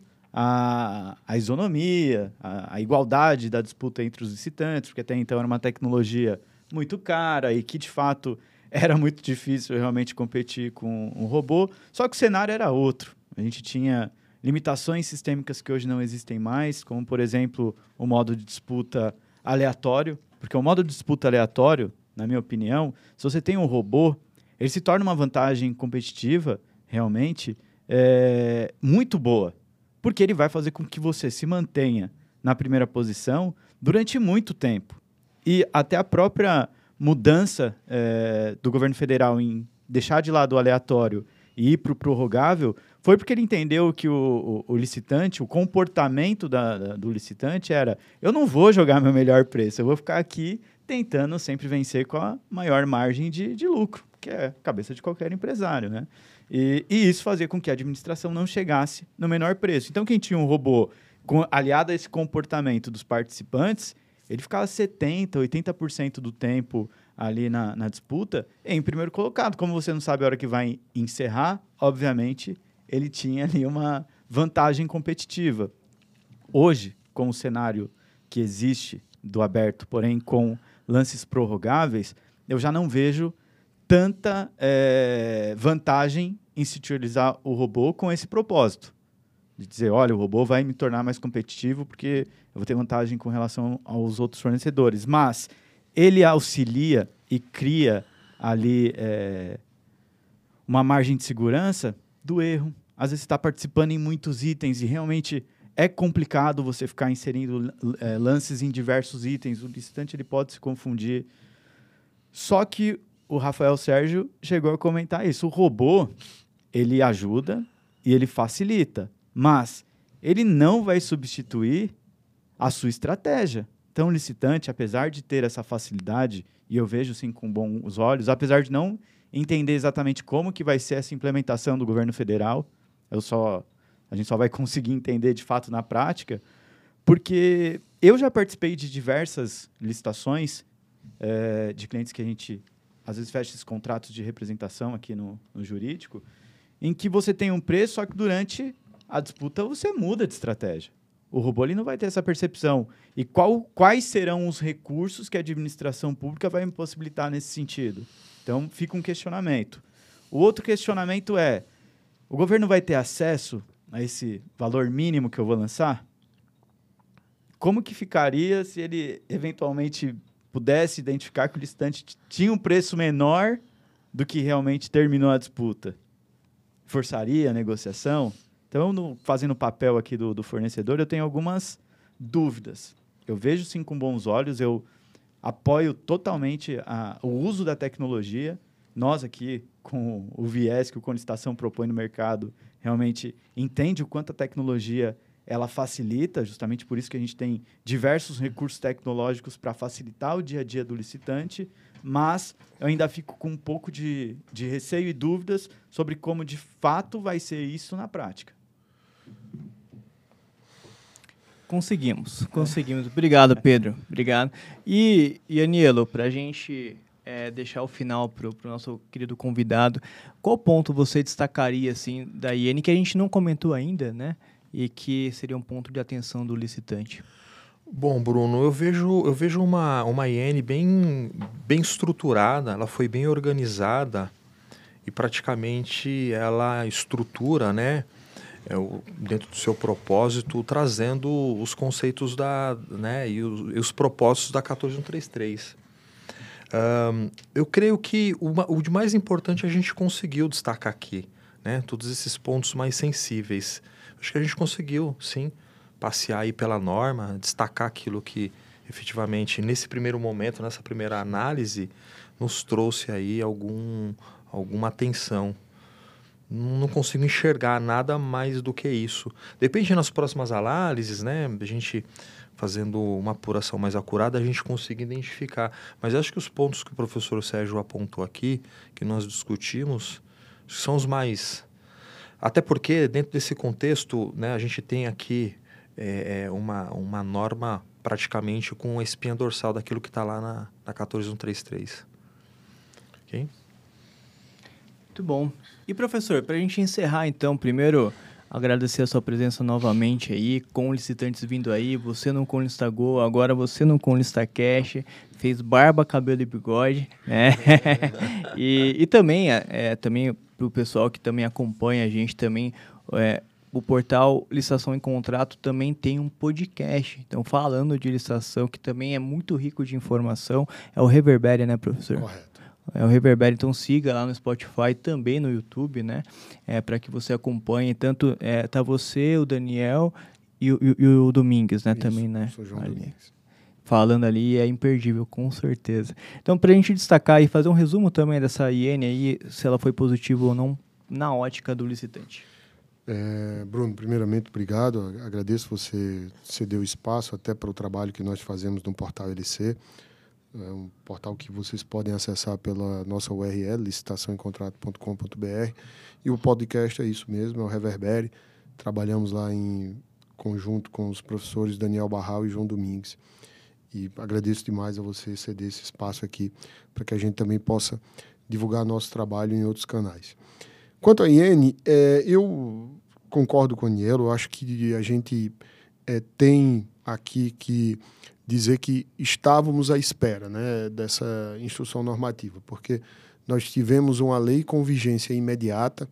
A, a isonomia, a, a igualdade da disputa entre os licitantes, porque até então era uma tecnologia muito cara e que, de fato, era muito difícil realmente competir com um robô, só que o cenário era outro. A gente tinha limitações sistêmicas que hoje não existem mais, como, por exemplo, o modo de disputa aleatório, porque o modo de disputa aleatório, na minha opinião, se você tem um robô, ele se torna uma vantagem competitiva, realmente, é, muito boa, porque ele vai fazer com que você se mantenha na primeira posição durante muito tempo. E até a própria mudança é, do governo federal em deixar de lado o aleatório e ir para o prorrogável foi porque ele entendeu que o, o, o licitante, o comportamento da, da, do licitante era: eu não vou jogar meu melhor preço, eu vou ficar aqui tentando sempre vencer com a maior margem de, de lucro, que é a cabeça de qualquer empresário, né? E, e isso fazia com que a administração não chegasse no menor preço. Então, quem tinha um robô com, aliado a esse comportamento dos participantes, ele ficava setenta por cento, oitenta por cento do tempo ali na, na disputa em primeiro colocado. Como você não sabe a hora que vai encerrar, obviamente, ele tinha ali uma vantagem competitiva. Hoje, com o cenário que existe do aberto, porém com lances prorrogáveis, eu já não vejo tanta é, vantagem em se utilizar o robô com esse propósito. De dizer, olha, o robô vai me tornar mais competitivo porque eu vou ter vantagem com relação aos outros fornecedores. Mas ele auxilia e cria ali é, uma margem de segurança do erro. Às vezes você está participando em muitos itens e realmente é complicado você ficar inserindo é, lances em diversos itens. O licitante ele pode se confundir. Só que o Rafael Sérgio chegou a comentar isso. O robô, ele ajuda e ele facilita, mas ele não vai substituir a sua estratégia. Então, o licitante, apesar de ter essa facilidade, e eu vejo sim com bons olhos, apesar de não entender exatamente como que vai ser essa implementação do governo federal, eu só, a gente só vai conseguir entender de fato na prática, porque eu já participei de diversas licitações é, de clientes que a gente às vezes fecha esses contratos de representação aqui no, no jurídico, em que você tem um preço, só que durante a disputa você muda de estratégia. O robô ele não vai ter essa percepção. E qual, quais serão os recursos que a administração pública vai me possibilitar nesse sentido? Então, fica um questionamento. O outro questionamento é, o governo vai ter acesso a esse valor mínimo que eu vou lançar? Como que ficaria se ele, eventualmente, pudesse identificar que o licitante tinha um preço menor do que realmente terminou a disputa? Forçaria a negociação? Então, no, fazendo o papel aqui do, do fornecedor, eu tenho algumas dúvidas. Eu vejo, sim, com bons olhos, eu apoio totalmente a, o uso da tecnologia. Nós aqui, com o viés que o Conlicitação propõe no mercado, realmente entende o quanto a tecnologia ela facilita, justamente por isso que a gente tem diversos recursos tecnológicos para facilitar o dia a dia do licitante, mas eu ainda fico com um pouco de, de receio e dúvidas sobre como, de fato, vai ser isso na prática. Conseguimos, conseguimos. Obrigado, Pedro. Obrigado. E, e Anielo, para a gente é, deixar o final para o nosso querido convidado, qual ponto você destacaria assim, da I N que a gente não comentou ainda, né? E que seria um ponto de atenção do licitante? Bom, Bruno, eu vejo, eu vejo uma, uma I N bem, bem estruturada, ela foi bem organizada e praticamente ela estrutura, né, é, o, dentro do seu propósito, trazendo os conceitos da, né, e, os, e os propósitos da quatorze mil cento e trinta e três. Um, eu creio que o, o de mais importante a gente conseguiu destacar aqui, né? Todos esses pontos mais sensíveis. Acho que a gente conseguiu, sim, passear aí pela norma, destacar aquilo que efetivamente, nesse primeiro momento, nessa primeira análise, nos trouxe aí algum, alguma atenção. Não consigo enxergar nada mais do que isso. Depende nas próximas análises, né? A gente fazendo uma apuração mais acurada, a gente consiga identificar. Mas acho que os pontos que o professor Sérgio apontou aqui, que nós discutimos, são os mais... Até porque, dentro desse contexto, né, a gente tem aqui é, uma, uma norma praticamente com a espinha dorsal daquilo que está lá na, na quatorze mil cento e trinta e três. Ok? Muito bom. E, professor, para a gente encerrar, então, primeiro, agradecer a sua presença novamente aí, com licitantes vindo aí, você no Conlista Go, agora você no Conlista Cash, fez barba, cabelo e bigode, né? e, e também, é, também para o pessoal que também acompanha a gente, também, é, o portal Licitação em Contrato também tem um podcast, então, falando de licitação, que também é muito rico de informação, é o Reverbere, né, professor? Correto. É o Reverbere, então siga lá no Spotify, também no YouTube, né? É, para que você acompanhe, tanto é, tá você, o Daniel e o, e o Domingues, né? Isso, também, né? sou João ali. Domingues. Falando ali, é imperdível, com certeza. Então, para a gente destacar e fazer um resumo também dessa I N aí, se ela foi positiva ou não, na ótica do licitante. É, Bruno, primeiramente, obrigado. Agradeço você ceder o espaço até para o trabalho que nós fazemos no portal L C. É um portal que vocês podem acessar pela nossa U R L, licitação em contrato ponto com ponto b r. E o podcast é isso mesmo, é o Reverbere. Trabalhamos lá em conjunto com os professores Daniel Barral e João Domingues. E agradeço demais a você ceder esse espaço aqui para que a gente também possa divulgar nosso trabalho em outros canais. Quanto à I N, é, eu concordo com o Anielo, eu acho que a gente é, tem aqui que dizer que estávamos à espera, né, dessa instrução normativa, porque nós tivemos uma lei com vigência imediata,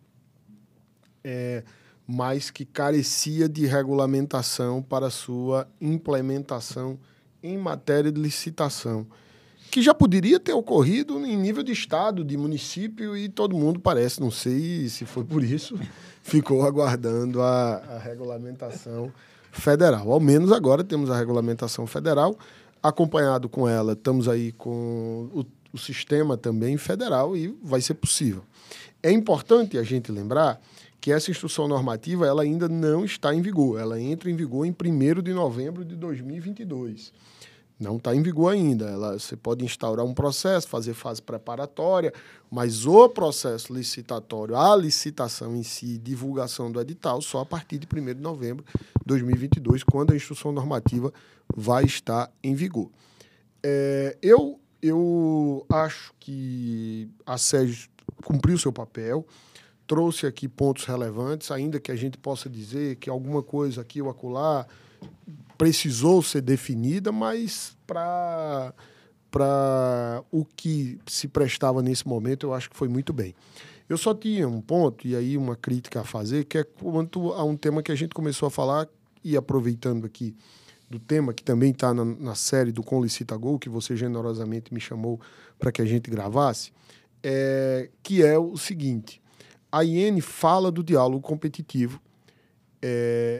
é, mas que carecia de regulamentação para sua implementação em matéria de licitação, que já poderia ter ocorrido em nível de estado, de município, e todo mundo parece, não sei se foi por isso, ficou aguardando a, a regulamentação federal. Ao menos agora temos a regulamentação federal, acompanhado com ela, estamos aí com o, o sistema também federal e vai ser possível. É importante a gente lembrar que essa instrução normativa ela ainda não está em vigor, ela entra em vigor em primeiro de novembro de dois mil e vinte e dois. Não está em vigor ainda. Ela, você pode instaurar um processo, fazer fase preparatória, mas o processo licitatório, a licitação em si, divulgação do edital, só a partir de primeiro de novembro de dois mil e vinte e dois, quando a instrução normativa vai estar em vigor. É, eu, eu acho que a SEGES cumpriu seu papel, trouxe aqui pontos relevantes, ainda que a gente possa dizer que alguma coisa aqui ou acolá precisou ser definida, mas para para o que se prestava nesse momento, eu acho que foi muito bem. Eu só tinha um ponto, e aí uma crítica a fazer, que é quanto a um tema que a gente começou a falar, e aproveitando aqui do tema, que também está na, na série do Com Licita Go, que você generosamente me chamou para que a gente gravasse, é, que é o seguinte: a I N fala do diálogo competitivo é,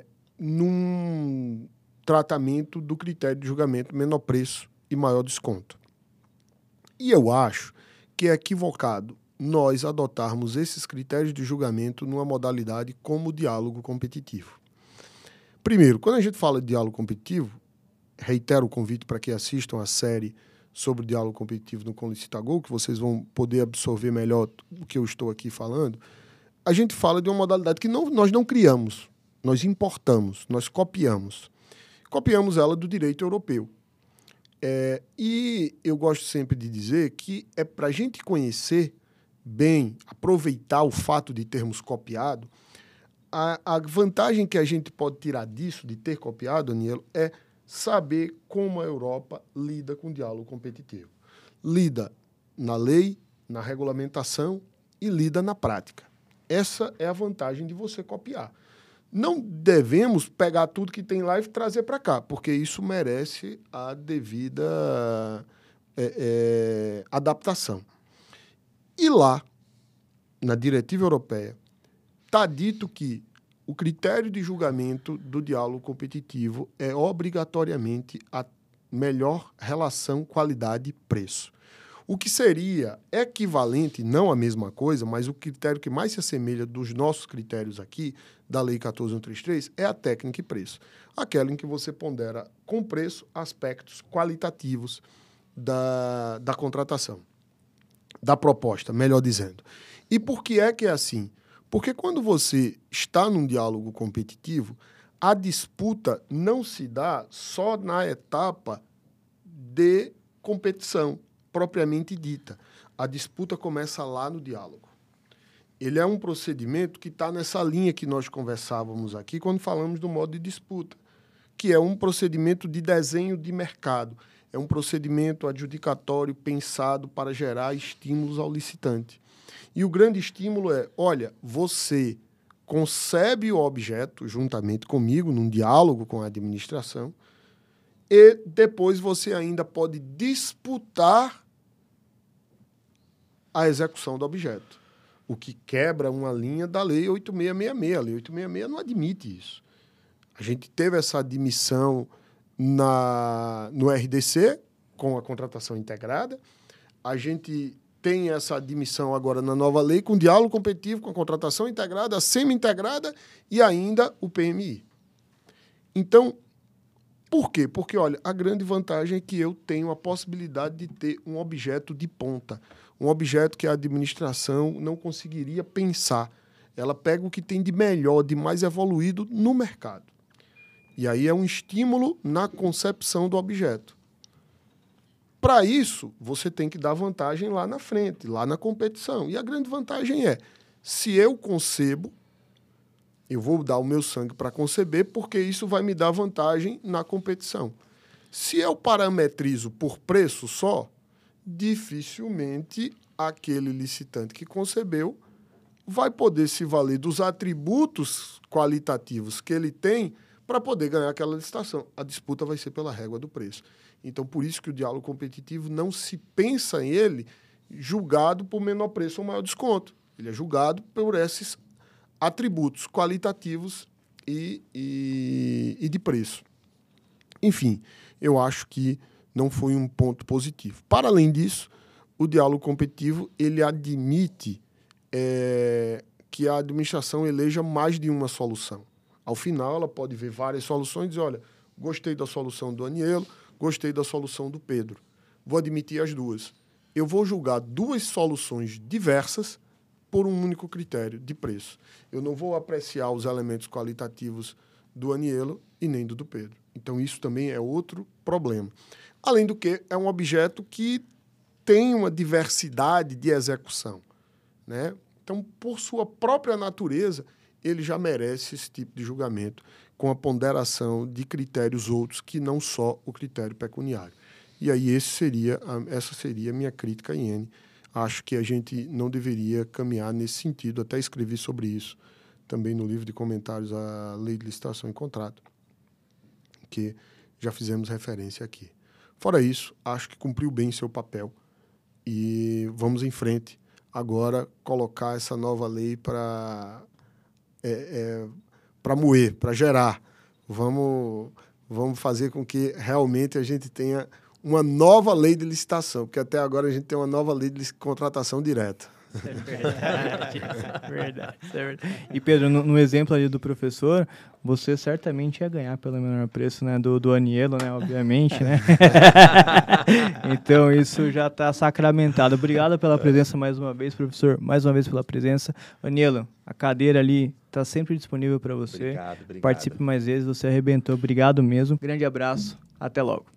num tratamento do critério de julgamento menor preço e maior desconto. E eu acho que é equivocado nós adotarmos esses critérios de julgamento numa modalidade como diálogo competitivo. Primeiro, quando a gente fala de diálogo competitivo, reitero o convite para que assistam a série sobre o diálogo competitivo no Com Licita Go, que vocês vão poder absorver melhor o que eu estou aqui falando. A gente fala de uma modalidade que não, nós não criamos, nós importamos, nós copiamos. Copiamos ela do direito europeu. É, e eu gosto sempre de dizer que é para a gente conhecer bem, aproveitar o fato de termos copiado, a, a vantagem que a gente pode tirar disso, de ter copiado, Daniel, é saber como a Europa lida com o diálogo competitivo. Lida na lei, na regulamentação e lida na prática. Essa é a vantagem de você copiar. Não devemos pegar tudo que tem lá e trazer para cá, porque isso merece a devida é, é, adaptação. E lá, na diretiva europeia, está dito que o critério de julgamento do diálogo competitivo é obrigatoriamente a melhor relação qualidade-preço. O que seria equivalente, não a mesma coisa, mas o critério que mais se assemelha dos nossos critérios aqui, da Lei quatorze mil cento e trinta e três, é a técnica e preço. Aquela em que você pondera com preço aspectos qualitativos da, da contratação, da proposta, melhor dizendo. E por que é que é assim? Porque quando você está num diálogo competitivo, a disputa não se dá só na etapa de competição propriamente dita. A disputa começa lá no diálogo. Ele é um procedimento que está nessa linha que nós conversávamos aqui quando falamos do modo de disputa, que é um procedimento de desenho de mercado. É um procedimento adjudicatório pensado para gerar estímulos ao licitante. E o grande estímulo é, olha, você concebe o objeto juntamente comigo, num diálogo com a administração, e depois você ainda pode disputar a execução do objeto, o que quebra uma linha da Lei oito mil seiscentos e sessenta e seis. A Lei oito mil seiscentos e sessenta e seis não admite isso. A gente teve essa admissão na, no R D C, com a contratação integrada. A gente tem essa admissão agora na nova lei, com diálogo competitivo, com a contratação integrada, a semi-integrada e ainda o P M I. Então, por quê? Porque, olha, a grande vantagem é que eu tenho a possibilidade de ter um objeto de ponta, um objeto que a administração não conseguiria pensar. Ela pega o que tem de melhor, de mais evoluído no mercado. E aí é um estímulo na concepção do objeto. Para isso, você tem que dar vantagem lá na frente, lá na competição. E a grande vantagem é, se eu concebo, eu vou dar o meu sangue para conceber, porque isso vai me dar vantagem na competição. Se eu parametrizo por preço só, dificilmente aquele licitante que concebeu vai poder se valer dos atributos qualitativos que ele tem para poder ganhar aquela licitação. A disputa vai ser pela régua do preço. Então, por isso que o diálogo competitivo não se pensa em ele julgado por menor preço ou maior desconto. Ele é julgado por esses atributos qualitativos e, e, e de preço. Enfim, eu acho que não foi um ponto positivo. Para além disso, o diálogo competitivo ele admite é, que a administração eleja mais de uma solução. Ao final, ela pode ver várias soluções e dizer, olha, gostei da solução do Anielo, gostei da solução do Pedro. Vou admitir as duas. Eu vou julgar duas soluções diversas por um único critério de preço. Eu não vou apreciar os elementos qualitativos do Anielo e nem do do Pedro. Então, isso também é outro problema. Além do que, é um objeto que tem uma diversidade de execução, né? Então, por sua própria natureza, ele já merece esse tipo de julgamento com a ponderação de critérios outros que não só o critério pecuniário. E aí esse seria a, essa seria a minha crítica a Iene. Acho que a gente não deveria caminhar nesse sentido. Até escrevi sobre isso também no livro de comentários à Lei de Licitação e Contrato, que já fizemos referência aqui. Fora isso, acho que cumpriu bem seu papel e vamos em frente agora colocar essa nova lei para é, é, para moer, para gerar. Vamos, vamos fazer com que realmente a gente tenha uma nova lei de licitação, porque até agora a gente tem uma nova lei de contratação direta. Isso é verdade, isso é verdade, isso é verdade. E, Pedro, no, no exemplo ali do professor, você certamente ia ganhar pelo menor preço, né, do, do Anielo, né, obviamente, né? Então, isso já está sacramentado. Obrigado pela presença mais uma vez, professor, mais uma vez pela presença. Anielo, a cadeira ali está sempre disponível para você. Obrigado, obrigado. Participe mais vezes, você arrebentou. Obrigado mesmo. Grande abraço, até logo.